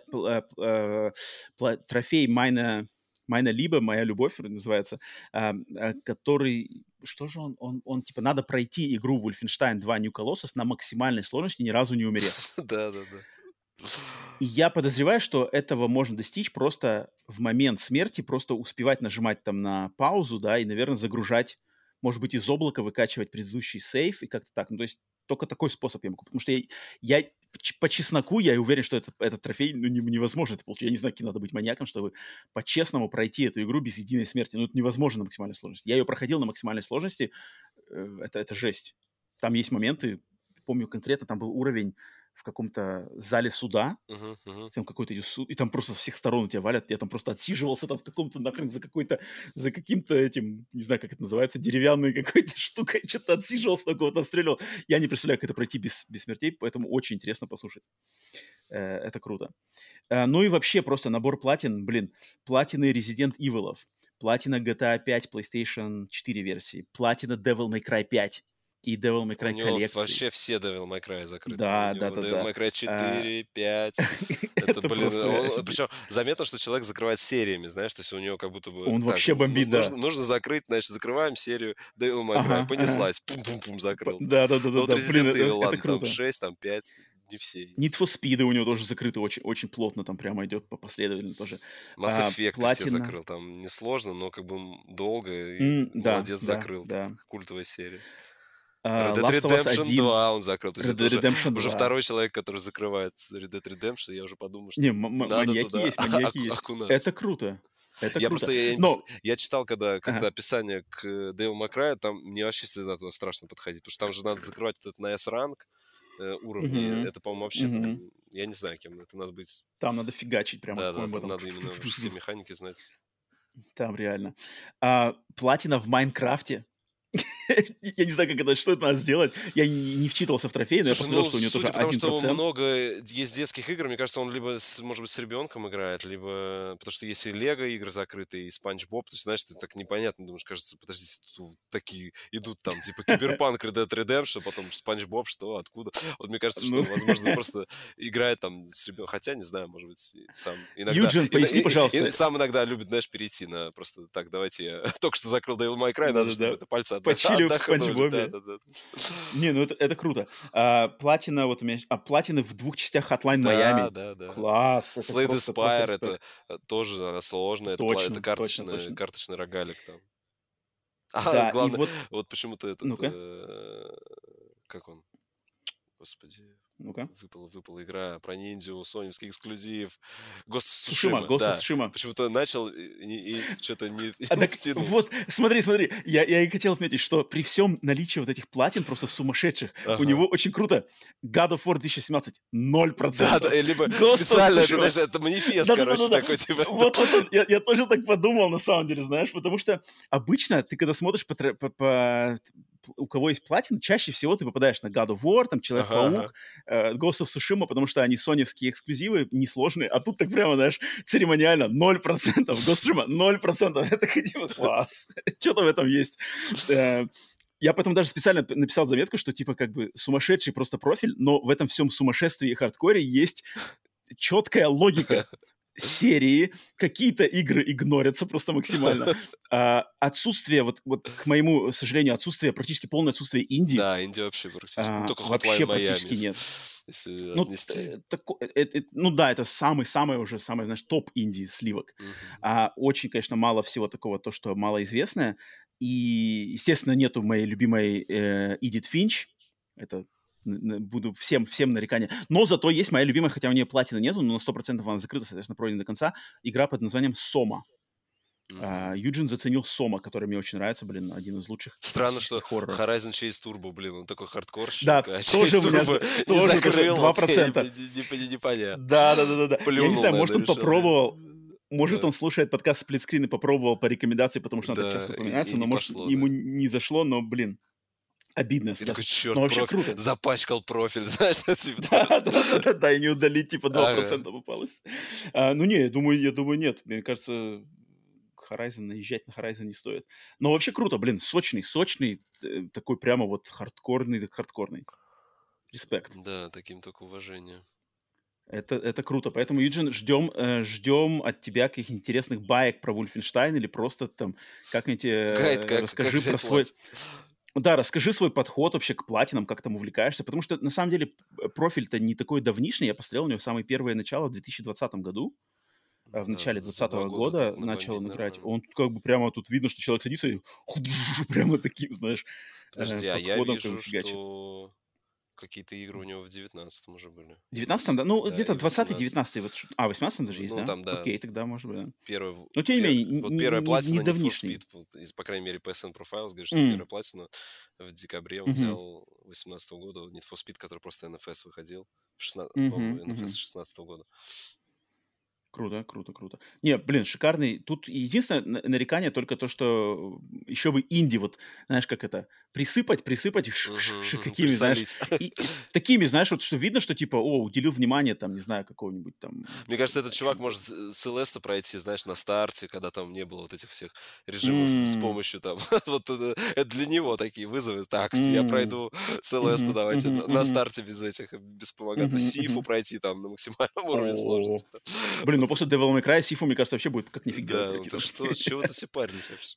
трофей Майна Либо, «Моя любовь» называется, который, что же он типа, надо пройти игру Wolfenstein 2 New Colossus на максимальной сложности, ни разу не умерев.
Да.
И я подозреваю, что этого можно достичь просто в момент смерти, просто успевать нажимать там на паузу, да, и, наверное, загружать, может быть, из облака выкачивать предыдущий сейф и как-то так. Ну, то есть только такой способ я могу. Потому что я по чесноку, я уверен, что этот трофей невозможно это получить. Я не знаю, каким надо быть маньяком, чтобы по-честному пройти эту игру без единой смерти. Ну, это невозможно на максимальной сложности. Я ее проходил на максимальной сложности. Это жесть. Там есть моменты, помню конкретно, там был уровень в каком-то зале суда, там какой-то суд, и там просто со всех сторон у тебя валят, я там просто отсиживался там в каком-то нахрен за каким-то этим, не знаю, как это называется, деревянной какой-то штукой, что-то отсиживался, на кого-то отстреливал. Я не представляю, как это пройти без смертей, поэтому очень интересно послушать. Это круто. Ну и вообще просто набор платин, платины Resident Evil'ов, платина GTA 5 PlayStation 4 версии, платина Devil May Cry 5 и Devil May
У
Cry
него
коллекции.
вообще все Devil May Cry закрыты. У
Да,
него Devil
да-да-да.
May Cry 4, 5. Это,
Это
блин,
просто офигеть.
причем заметно, что человек закрывает сериями, знаешь, то есть у него как будто бы
Он
так,
вообще бомбит, да.
нужно закрыть, значит, закрываем серию Devil May Cry,
Ага, ага.
понеслась, пум-пум-пум, закрыл там. Ну вот
Да-да-да-да-да. Блин,
Resident Evil,
это
ладно, там
круто.
6, там 5, не все
Need
есть.
for Speed у него тоже закрыты очень, очень плотно, там прямо идет последовательно тоже.
Mass Effect все
Платина.
закрыл, там несложно, но как бы долго, и
Да,
молодец,
да,
закрыл,
да.
культовая серия. Red Dead
Last of Us
Redemption
1,
2 он закрыл. То есть
Red
это
Dead Redemption
уже
2.
второй человек, который закрывает Red Dead Redemption. Я уже подумал,
Не,
что надо
маньяки
туда
есть, маньяки есть.
окунаться.
Это круто. Это
Я
круто.
просто
Но,
я читал, когда
ага,
описание к Devil May Cry, там мне вообще всегда туда страшно подходить, потому что там же надо закрывать вот этот на S-ранг уровни.
мгм,
Это, по-моему, вообще
мгм.
там, я не знаю, кем это надо быть.
Там надо фигачить прямо,
Да-да,
по-моему,
там
там.
надо именно все механики знать.
Там реально. Платина в Майнкрафте. Я не знаю, что это надо сделать. Я не вчитывался в трофей, но я
Слушай,
посмотрел,
ну,
что у него тоже
судя по тому, что
1%.
много есть детских игр, мне кажется, он либо, может быть, с ребенком играет, либо... Потому что есть и Лего игры закрытые, и Спанч Боб. То есть, знаешь, ты так непонятно думаешь, кажется, подождите, тут такие идут там, типа, Киберпанк, Red Dead Redemption, потом Спанч Боб, что, откуда? Вот мне кажется, что,
Ну,
возможно, просто играет там с ребенком. Хотя, не знаю, может быть, и сам иногда...
Юджин, поясни, пожалуйста.
сам иногда любит, знаешь, перейти на просто так, давайте я только что закрыл Devil May Cry, надо, чтобы
Да-да-да.
это пальцы
Почили в Спанч
отдохнули.
Бобе.
Да-да-да.
Не, ну это круто. Платина, вот у меня... платины в 2 частях Hotline
Да,
Miami.
да, да.
Класс, это
Slay the
просто
Spire это
респект.
тоже она сложная, это
Точно, точно, точно.
карточный рогалик там.
Да, и
Главное,
вот...
вот почему-то этот,
Ну-ка,
как он, господи,
ну-ка.
выпала игра про ниндзю, соневский эксклюзив, Ghost of
Сушима,
Tsushima,
Ghost of
да.
Tsushima.
Почему-то начал и что-то не
Так
втянулся.
вот, смотри, я и хотел отметить, что при всем наличии вот этих платин просто сумасшедших, у
Ага.
него очень круто. God of War 2017 0%.
Да, либо
Ghost of
специально, это
Tsushima.
даже это манифест, короче,
Да-да-да-да.
такой, типа.
Вот, я тоже так подумал, на самом деле, знаешь, потому что обычно ты, когда смотришь у кого есть платин, чаще всего ты попадаешь на God of War, там,
Ага, ага.
Человек-паук, Ghost of Tsushima, потому что они соневские эксклюзивы, несложные, а тут так прямо, знаешь, церемониально 0%, Ghost of Tsushima 0%, это типа класс, что-то в этом есть. Я потом даже специально написал заметку, что типа как бы сумасшедший просто профиль, но в этом всем сумасшествии и хардкоре есть четкая логика. Серии, какие-то игры игнорятся просто максимально. Отсутствие, вот к моему сожалению, практически полное отсутствие инди.
Да, Индия вообще практически. Ну, только
Вообще
Hotline Miami,
практически нет.
если
Ну,
отнести.
ну да, это самый, знаешь, топ инди сливок.
Мгм.
Очень, конечно, мало всего такого, то, что малоизвестное. И, естественно, нету моей любимой Эдит Финч. Это буду всем нарекания. Но зато есть моя любимая, хотя у нее платина нету, но на 100% она закрыта, соответственно, пройдена до конца. Игра под названием Сома.
Мгм.
Юджин заценил Сома, который мне очень нравится, блин, один из лучших
Странно,
классических
что
хорроров.
Horizon Chase Turbo, блин, он такой
Да,
хардкорщик, а
тоже
Chase
у меня
Turbo не
тоже
закрыл, вот я
2%.
непонятно.
Да. Я не
Плюнул,
знаю, может,
наверное,
он
решил.
попробовал, может,
Да,
он слушает подкаст «Сплитскрин» и попробовал по рекомендации, потому что он так
да,
часто
и
упоминается, но,
не
может,
пошло,
ему
да.
не зашло, но, блин, обидно, если
И такой,
честно. Но
черт,
вообще круто.
запачкал профиль, знаешь, типа того.
Да, и не удалить, типа,
Ага.
2% попалось. Ну, не, я думаю, нет. Мне кажется, наезжать на Horizon не стоит. Но вообще круто, блин, сочный, такой прямо вот хардкорный. Респект.
Да, таким только уважение.
Это круто. Поэтому, Юджин, ждем от тебя каких-нибудь интересных баек про Вульфенштайн или просто там как-нибудь
Гайд, как
расскажи про
взять
свой...
платье.
Да, расскажи свой подход вообще к платинам, как там увлекаешься, потому что на самом деле профиль-то не такой давнишний, я посмотрел, у него самое первое начало в 2020 году, в
Да,
начале
за 2
2020
года
года
так
начал
набомбить
он играть.
нормально.
Он как бы прямо тут видно, что человек садится и прямо таким, знаешь,
Подожди, а я
подходом как бы
вижу,
фигачит.
что какие-то игры у него в 19-м уже были.
В
И
19-м, да? Ну,
да,
где-то
и в
20-й,
18.
19-й. Вот, в 18-м даже есть,
Ну,
да?
там, да,
Окей, тогда может быть, да.
первая,
Но тем не менее,
вот первая платина
не
Need for
давнишний.
Speed, вот, по крайней мере, PSN Profiles говорит, что
М,
первая платина в декабре он
мгм,
взял 18 года, Need for Speed, который просто NFS выходил, по-моему, NFS
мгм.
16 года.
Круто, круто, круто. Не, блин, шикарный. Тут единственное нарекание только то, что еще бы инди, вот, знаешь, как это, присыпать
Мгм, мгм.
какими, знаешь,
Присолить.
и такими, знаешь, вот, что видно, что типа, о, уделил внимание, там, не знаю, какого-нибудь там,
Мне кажется,
не
этот
знаю,
чувак
чему-то.
может Целеста пройти, знаешь, на старте, когда там не было вот этих всех режимов с
М,
помощью там. Вот это для него такие вызовы. Так, я
м,
пройду Целесту,
мгм,
давайте
мгм,
на
мгм,
старте без этих, без вспомогательных.
мгм,
Сифу
мгм.
пройти там на максимальном уровне
О,
сложности. Да.
блин, ну
Вот,
после Devil May Cry Сифу, мне кажется, вообще будет как нифиг делать
да, ну
пройти
ты
тоже.
что, чего вы тут все парились вообще?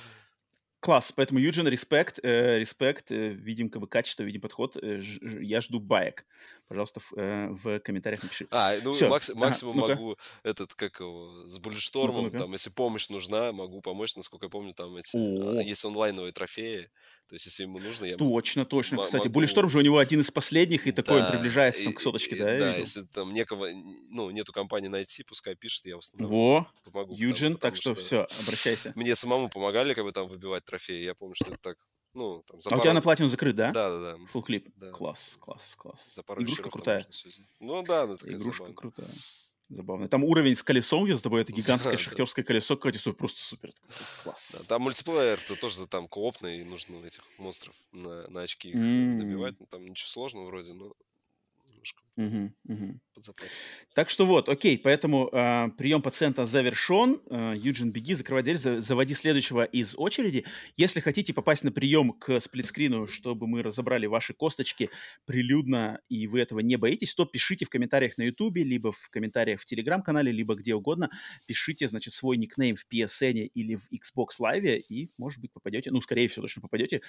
Класс, поэтому, Юджин, респект, респект, видим как бы качество, видим подход, я жду баек. Пожалуйста, в комментариях напиши.
Ну,
Все, ага,
максимум
ну-ка,
могу этот, как его, с
ну-ка,
Буллетштормом,
ну-ка.
там, если помощь нужна, могу помочь, насколько я помню, там эти,
О,
есть онлайновые трофеи, то есть если ему нужно, я
точно, точно. Кстати, Bulletstorm
могу.
же у него один из последних, и такой он
Да,
приближается там к соточке, да, я
да,
видел?
если там некого, ну, нету компании найти, пускай пишет, я установлю,
Во,
помогу,
Юджин, так
потому
что
что
все, обращайся.
мне самому помогали, как бы там выбивать трофеи, я помню, что это так, ну, там за
А у тебя на
пару,
платину закрыт, да?
да,
Full клип.
да,
Класс, класс, класс.
за пару
Игрушка
вечеров там
крутая.
можно все сделать. Ну да, ну такая
Игрушка
забавная.
крутая. Забавно. Там уровень с колесом, где за тобой это гигантское
Да, да,
шахтерское колесо, кстати, просто супер. Такой,
да.
класс.
Там мультиплеер-то тоже там коопный, и нужно этих монстров на очки их добивать.
М,
Ну, там ничего сложного вроде, но немножко там
мгм, мгм.
подзапарились.
Так что вот, окей, поэтому прием пациента завершен. Юджин, беги, закрывай дверь, заводи следующего из очереди. Если хотите попасть на прием к сплитскрину, чтобы мы разобрали ваши косточки прилюдно, и вы этого не боитесь, то пишите в комментариях на Ютубе, либо в комментариях в Телеграм-канале, либо где угодно. Пишите, значит, свой никнейм в PSN или в Xbox Live, и, может быть, попадете, ну, скорее всего, точно попадете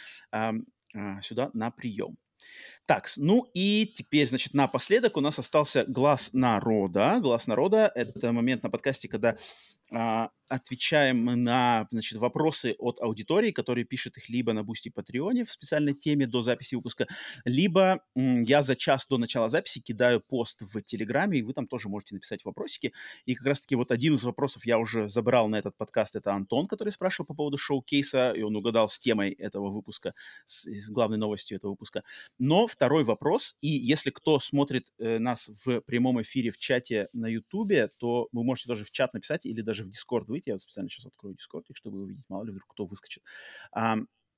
сюда на прием. Так, ну и теперь, значит, напоследок у нас остался глаз народа. Глаз народа — это момент на подкасте, когда отвечаем на, значит, вопросы от аудитории, которые пишет их либо на Бусти Патреоне в специальной теме до записи выпуска, либо я за час до начала записи кидаю пост в Телеграме, и вы там тоже можете написать вопросики. И как раз-таки вот один из вопросов я уже забрал на этот подкаст. Это Антон, который спрашивал по поводу шоу-кейса, и он угадал с темой этого выпуска, с главной новостью этого выпуска. Но второй вопрос, и если кто смотрит нас в прямом эфире в чате на Ютубе, то вы можете тоже в чат написать или даже в Дискорд выйти. Я вот специально сейчас открою Дискорд, чтобы увидеть, мало ли вдруг кто выскочит. А,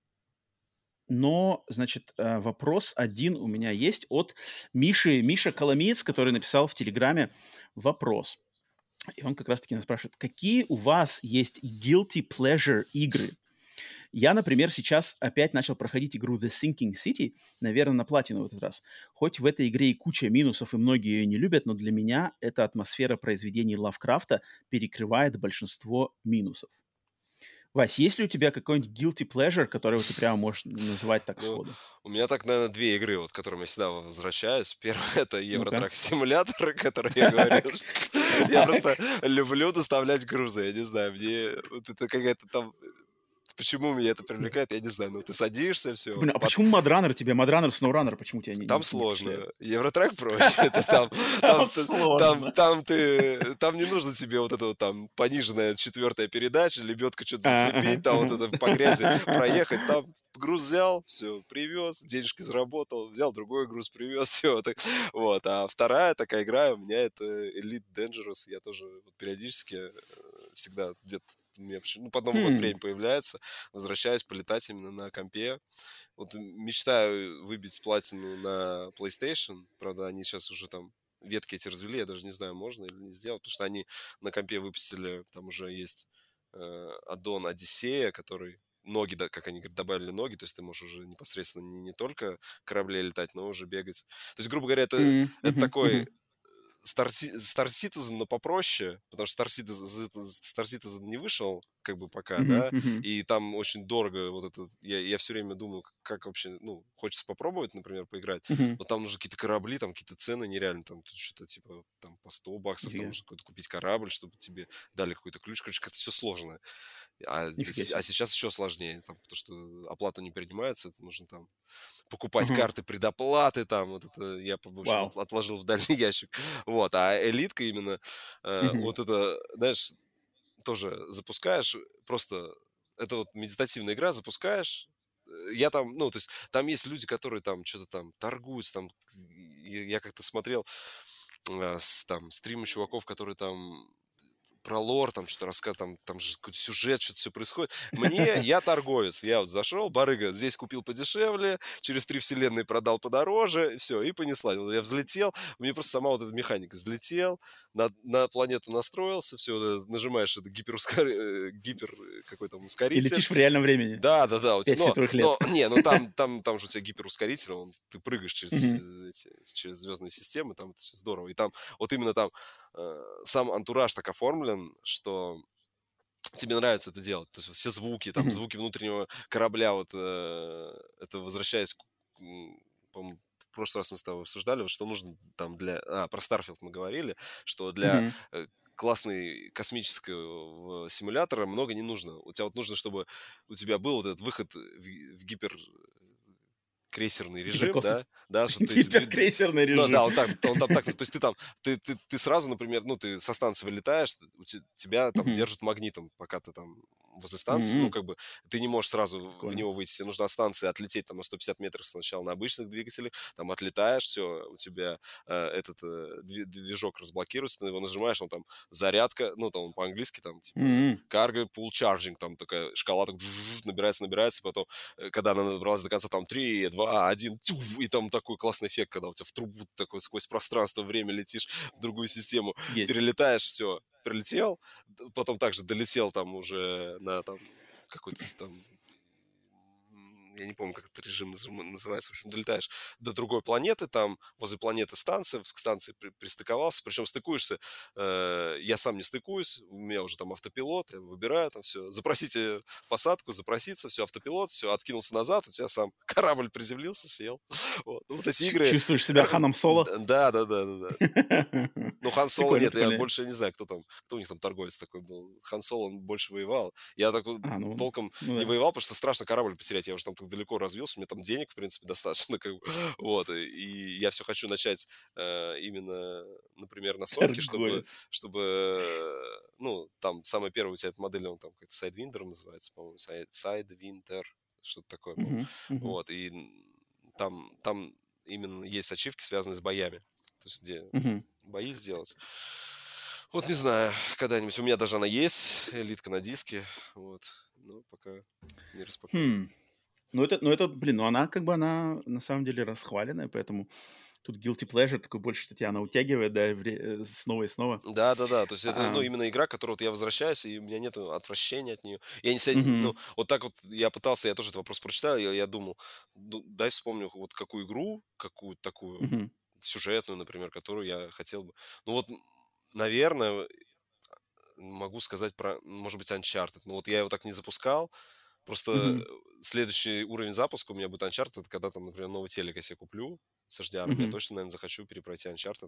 но, значит, вопрос один у меня есть от Миши. Миша Коломиец, который написал в Телеграме вопрос. И он как раз-таки нас спрашивает, какие у вас есть guilty pleasure игры? Я, например, сейчас опять начал проходить игру The Sinking City, наверное, на платину в этот раз. Хоть в этой игре и куча минусов, и многие ее не любят, но для меня эта атмосфера произведений Лавкрафта перекрывает большинство минусов. Вась, есть ли у тебя какой-нибудь guilty pleasure, который вот ты прямо можешь называть так
Ну,
сходу?
у меня так, наверное, две игры, вот, к которым я всегда возвращаюсь. Первое — это
Ну-ка.
Евротрак Симулятор, который я говорил, что я
Так.
просто люблю доставлять грузы, я не знаю, мне вот это какая-то там. Почему меня это привлекает, я не знаю. Ну, ты садишься, все,
Блин, а почему Мадранер тебе? Мадранер, Сноураннер, почему тебя
там
не впечатляют?
сложно. Евротрек проще. Это там,
Там сложно.
там не нужно тебе вот это вот там пониженная четвертая передача, лебедка что-то зацепить,
Ага,
там вот
ага.
это по грязи проехать, там груз взял, все, привез, денежки заработал, взял другой груз, привез, все. Вот. А вторая такая игра у меня — это Elite Dangerous. Я тоже вот периодически всегда где-то у меня под Новый год
Хм.
время появляется, возвращаюсь полетать именно на компе. Вот мечтаю выбить платину на PlayStation. Правда, они сейчас уже там ветки эти развели, я даже не знаю, можно или не сделать, потому что они на компе выпустили, там уже есть аддон Одиссея, который ноги, да, как они говорят, добавили ноги, то есть ты можешь уже непосредственно не только корабле летать, но уже бегать. То есть, грубо говоря, это
Мгм,
такой
мгм.
Star Citizen, но попроще, потому что Star Citizen не вышел, как бы пока,
Мгм,
да,
мгм,
и там очень дорого вот это. Я все время думаю, как вообще, ну, хочется попробовать, например, поиграть,
мгм.
но там нужны какие-то корабли, там какие-то цены нереальные, там тут что-то типа там по $100, там
Нифига.
нужно какой-то купить корабль, чтобы тебе дали какой-то ключ, короче, как-то все сложно. А,
Нифига
здесь, а
себе.
сейчас еще сложнее, там, потому что оплата не принимается, это нужно там покупать
Ага.
карты предоплаты, там, вот это я, в общем,
Вау.
отложил в дальний ящик. Вот, а элитка именно,
Мгм.
вот это, знаешь, тоже запускаешь, просто, это вот медитативная игра, запускаешь, я там, ну, то есть, там есть люди, которые там что-то там торгуются, там, я как-то смотрел, там стримы чуваков, которые там про лор, там что-то рассказывают, там же какой-то сюжет, что-то все происходит. Я торговец, я вот зашел, барыга, здесь купил подешевле, через 3 вселенные продал подороже, все, и понесла. Вот я взлетел, мне просто сама вот эта механика, взлетел, на планету настроился, все, нажимаешь это гипер какой там
И
ускоритель.
летишь в реальном времени.
Да, у
5
тебя,
световых лет.
там же у тебя гиперускоритель, ты прыгаешь
Мгм.
через звездные системы, там это все здорово. И там, вот именно там сам антураж так оформлен, что тебе нравится это делать. То есть вот все звуки, там,
Мгм.
звуки внутреннего корабля, вот это возвращаясь по-моему, в прошлый раз мы с тобой обсуждали, вот что нужно там про Starfield мы говорили, что для
Мгм.
классной космического симулятора много не нужно. У тебя вот нужно, чтобы у тебя был вот этот выход в крейсерный режим,
Гиперкосмос.
да, что то есть,
Гиперкрейсерный
ну
режим.
да, он там так, то есть ты сразу, например, ну ты со станции вылетаешь, тебя там
Мгм.
держат магнитом, пока ты там возле станции, ну
Мгм.
как бы ты не можешь сразу в
Прикольно.
него выйти, тебе нужно от станции отлететь там на 150 метров сначала на обычных двигателях, там отлетаешь, все, у тебя движок разблокируется, ты его нажимаешь, он там зарядка, ну там он по-английски там типа
Мгм.
cargo pool charging, там такая шкала так набирается, потом когда она набралась до конца, там 3, 2, 1, и там такой классный эффект, когда у тебя в трубу такой сквозь пространство, время летишь в другую систему,
Офигеть.
перелетаешь, все, прилетел, потом также долетел там уже на там какой-то там я не помню, как этот режим называется, в общем, долетаешь до другой планеты, там возле планеты станция, к станции пристыковался, причем стыкуешься, я сам не стыкуюсь, у меня уже там автопилот, я выбираю там все, запросите посадку, запроситься, все, автопилот, все, откинулся назад, у тебя сам корабль приземлился, сел. Вот, ну, вот эти игры,
Чувствуешь себя Ханом Соло?
да. Ну, Хан Соло
Прикольно,
нет, я
прикольно.
больше не знаю, кто у них там торговец такой был. Хан Соло, он больше воевал. Я так вот
Ну,
толком
ну
не
да.
воевал, потому что страшно корабль потерять. Я уже там так далеко развился, у меня там денег, в принципе, достаточно. Как бы. Вот, и я все хочу начать именно, например, на Соньке,
Торговец.
ну, там самый первый у тебя эта модель, он там как-то Sidewinder называется, по-моему, Sidewinder, что-то такое, по-моему.
Мгм. Мгм.
Вот, и там именно есть ачивки, связанные с боями. То есть, где
Мгм.
бои сделать. Вот не знаю, когда-нибудь. У меня даже она есть, элитка на диске. Вот. Но пока не распаковывал.
Хм. Блин, она как бы, она на самом деле расхваленная, поэтому тут guilty pleasure такой больше, что тебя она утягивает, да, снова и снова.
Да. То есть это, ну,
А,
именно игра, к которой вот я возвращаюсь, и у меня нет отвращения от нее. Я не себя, ну,
мгм.
вот так вот я пытался, я тоже этот вопрос прочитал, я думал, дай вспомню вот какую игру, какую-то такую
Мгм.
сюжетную, например, которую я хотел бы. Ну вот, наверное, могу сказать про, может быть, Uncharted. Но вот я его так не запускал. Просто
Мгм.
следующий уровень запуска у меня будет Uncharted, когда там, например, новый телек я себе куплю с HDR, я
Мгм.
точно, наверное, захочу перепройти Uncharted,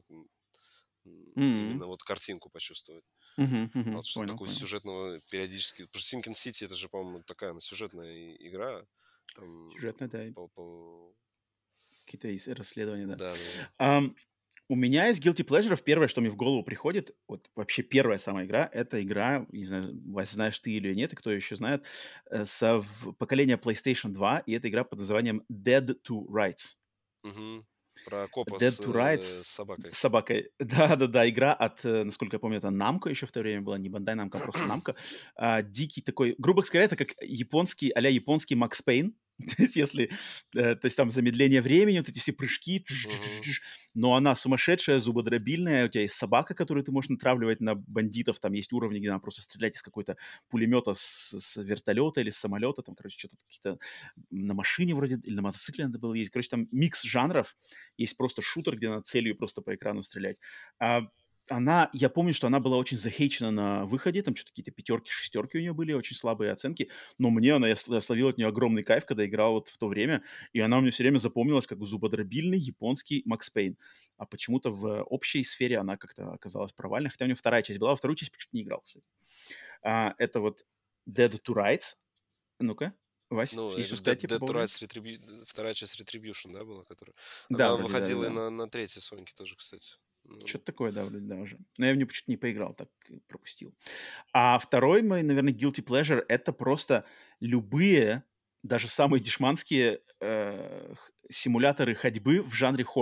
М.
именно вот картинку почувствовать.
Мгм.
А
Мгм.
вот что
Понял,
такое
понял.
сюжетного периодически... Потому что Sinking City это же, по-моему, такая она сюжетная игра. Там
Сюжетная, да, и
по...
какие-то расследования, да.
Да.
Ам, у меня из guilty pleasure первое, что мне в голову приходит, вот вообще первая самая игра, это игра, не знаю, Вась, знаешь ты или нет, и кто еще знает, поколения PlayStation 2, и это игра под названием Dead to Rights.
Мгм. Про копа
Dead to
с
Rights
собакой.
с собакой. Да-да-да, игра от, насколько я помню, это Namco еще в то время была, не Bandai Namco, а просто Namco. Дикий такой, грубо говоря, это как японский, а-ля японский Макс Пейн. То есть если, то есть там замедление времени, вот эти все прыжки,
Мгм.
но она сумасшедшая, зубодробильная, у тебя есть собака, которую ты можешь натравливать на бандитов, там есть уровни, где она просто стрелять из какой-то пулемета с вертолета или с самолета, там, короче, что-то какие-то на машине вроде или на мотоцикле надо было ездить. Короче, там микс жанров, есть просто шутер, где надо целью просто по экрану стрелять. А я помню, что она была очень захейчена на выходе, там что-то какие-то пятерки, шестерки у нее были, очень слабые оценки, но я словил от нее огромный кайф, когда играл вот в то время, и она у меня все время запомнилась как зубодробильный японский Макс Пейн. А почему-то в общей сфере она как-то оказалась провальной, хотя у нее вторая часть была, во вторую часть почему-то не играл, кстати. Это вот Dead to Rights. Ну-ка, Вась,
Ну, я
есть что
говорю,
сказать тебе по
Dead to
поводу?
Rights вторая часть Retribution, да, была, которая...
Да,
Она
вроде,
выходила и
да-да-да.
на третьей Соньке тоже, кстати. Ну,
Что-то такое, да, вроде, да, уже. Но я в нее почему-то не поиграл, так пропустил. А второй мой, наверное, guilty pleasure — это просто любые, даже самые дешманские симуляторы ходьбы в жанре хоррор.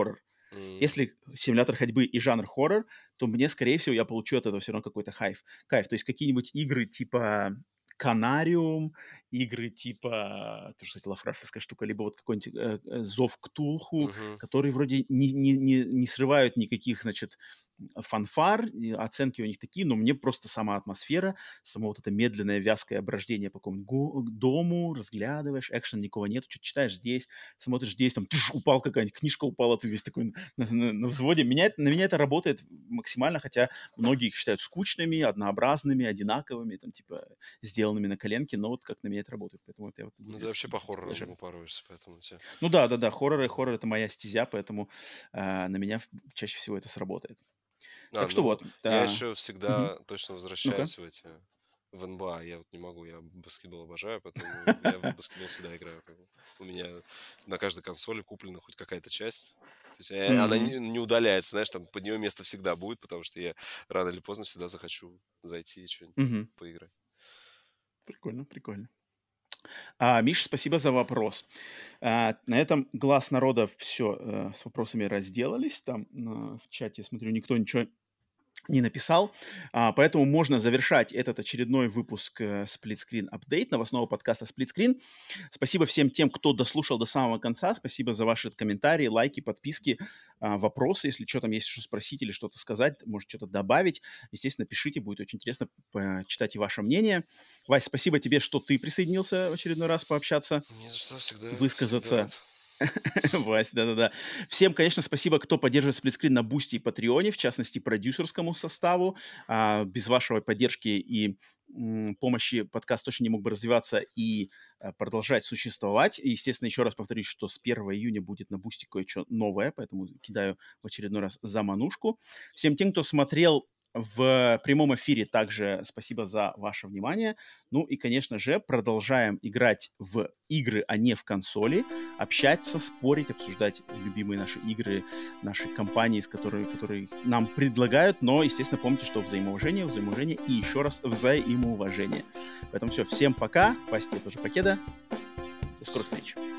Если симулятор ходьбы и жанр хоррор, то мне, скорее всего, я получу от этого все равно какой-то кайф. То есть какие-нибудь игры типа Канариум, игры типа, тоже, кстати, лавкрафтовская штука, либо вот какой-нибудь Зов Ктулху, которые вроде не срывают никаких, значит, фанфар, оценки у них такие, но мне просто сама атмосфера, само вот это медленное, вязкое брождение по какому-нибудь дому, разглядываешь, экшен никого нет, что-то читаешь здесь, смотришь здесь, там, упал какая-нибудь книжка упала, ты весь такой на взводе. На меня это работает максимально, хотя многие их считают скучными, однообразными, одинаковыми, там, типа, сделанными на коленке, но вот как на меня это работает, поэтому это вот
Ну, ты вообще по хоррору упарываешься, поэтому тебе...
Ну да, хоррор это моя стезя, поэтому на меня чаще всего это сработает. Так что вот.
Я еще всегда точно
Ну-ка.
возвращаюсь в НБА. Я вот не могу, я баскетбол обожаю, поэтому я в баскетбол всегда играю. У меня на каждой консоли куплена хоть какая-то часть. То есть она не удаляется, знаешь, там под нее место всегда будет, потому что я рано или поздно всегда захочу зайти и что-нибудь поиграть.
Прикольно. Миша, спасибо за вопрос. На этом глаз народа все с вопросами разделались. Там в чате, смотрю, никто ничего не написал, поэтому можно завершать этот очередной выпуск Split Screen Update, новостного подкаста Split Screen. Спасибо всем тем, кто дослушал до самого конца. Спасибо за ваши комментарии, лайки, подписки, вопросы. Если что там есть, что спросить или что-то сказать, может что-то добавить, естественно, пишите, будет очень интересно почитать и ваше мнение. Вась, спасибо тебе, что ты присоединился в очередной раз пообщаться.
Не за что, всегда.
Высказаться. Вась, да. Всем, конечно, спасибо, кто поддерживает сплитскрин на Бусти и Патреоне, в частности, продюсерскому составу. Без вашей поддержки и помощи подкаст точно не мог бы развиваться и продолжать существовать. И, естественно, еще раз повторюсь, что с 1 июня будет на Бусти кое-что новое, поэтому кидаю в очередной раз заманушку. Всем тем, кто смотрел в прямом эфире, также спасибо за ваше внимание. Ну и, конечно же, продолжаем играть в игры, а не в консоли, общаться, спорить, обсуждать любимые наши игры, наши компании, которые нам предлагают. Но, естественно, помните, что взаимоуважение и еще раз взаимоуважение. Поэтому все, всем пока. Васте тоже покеда. До скорых встреч.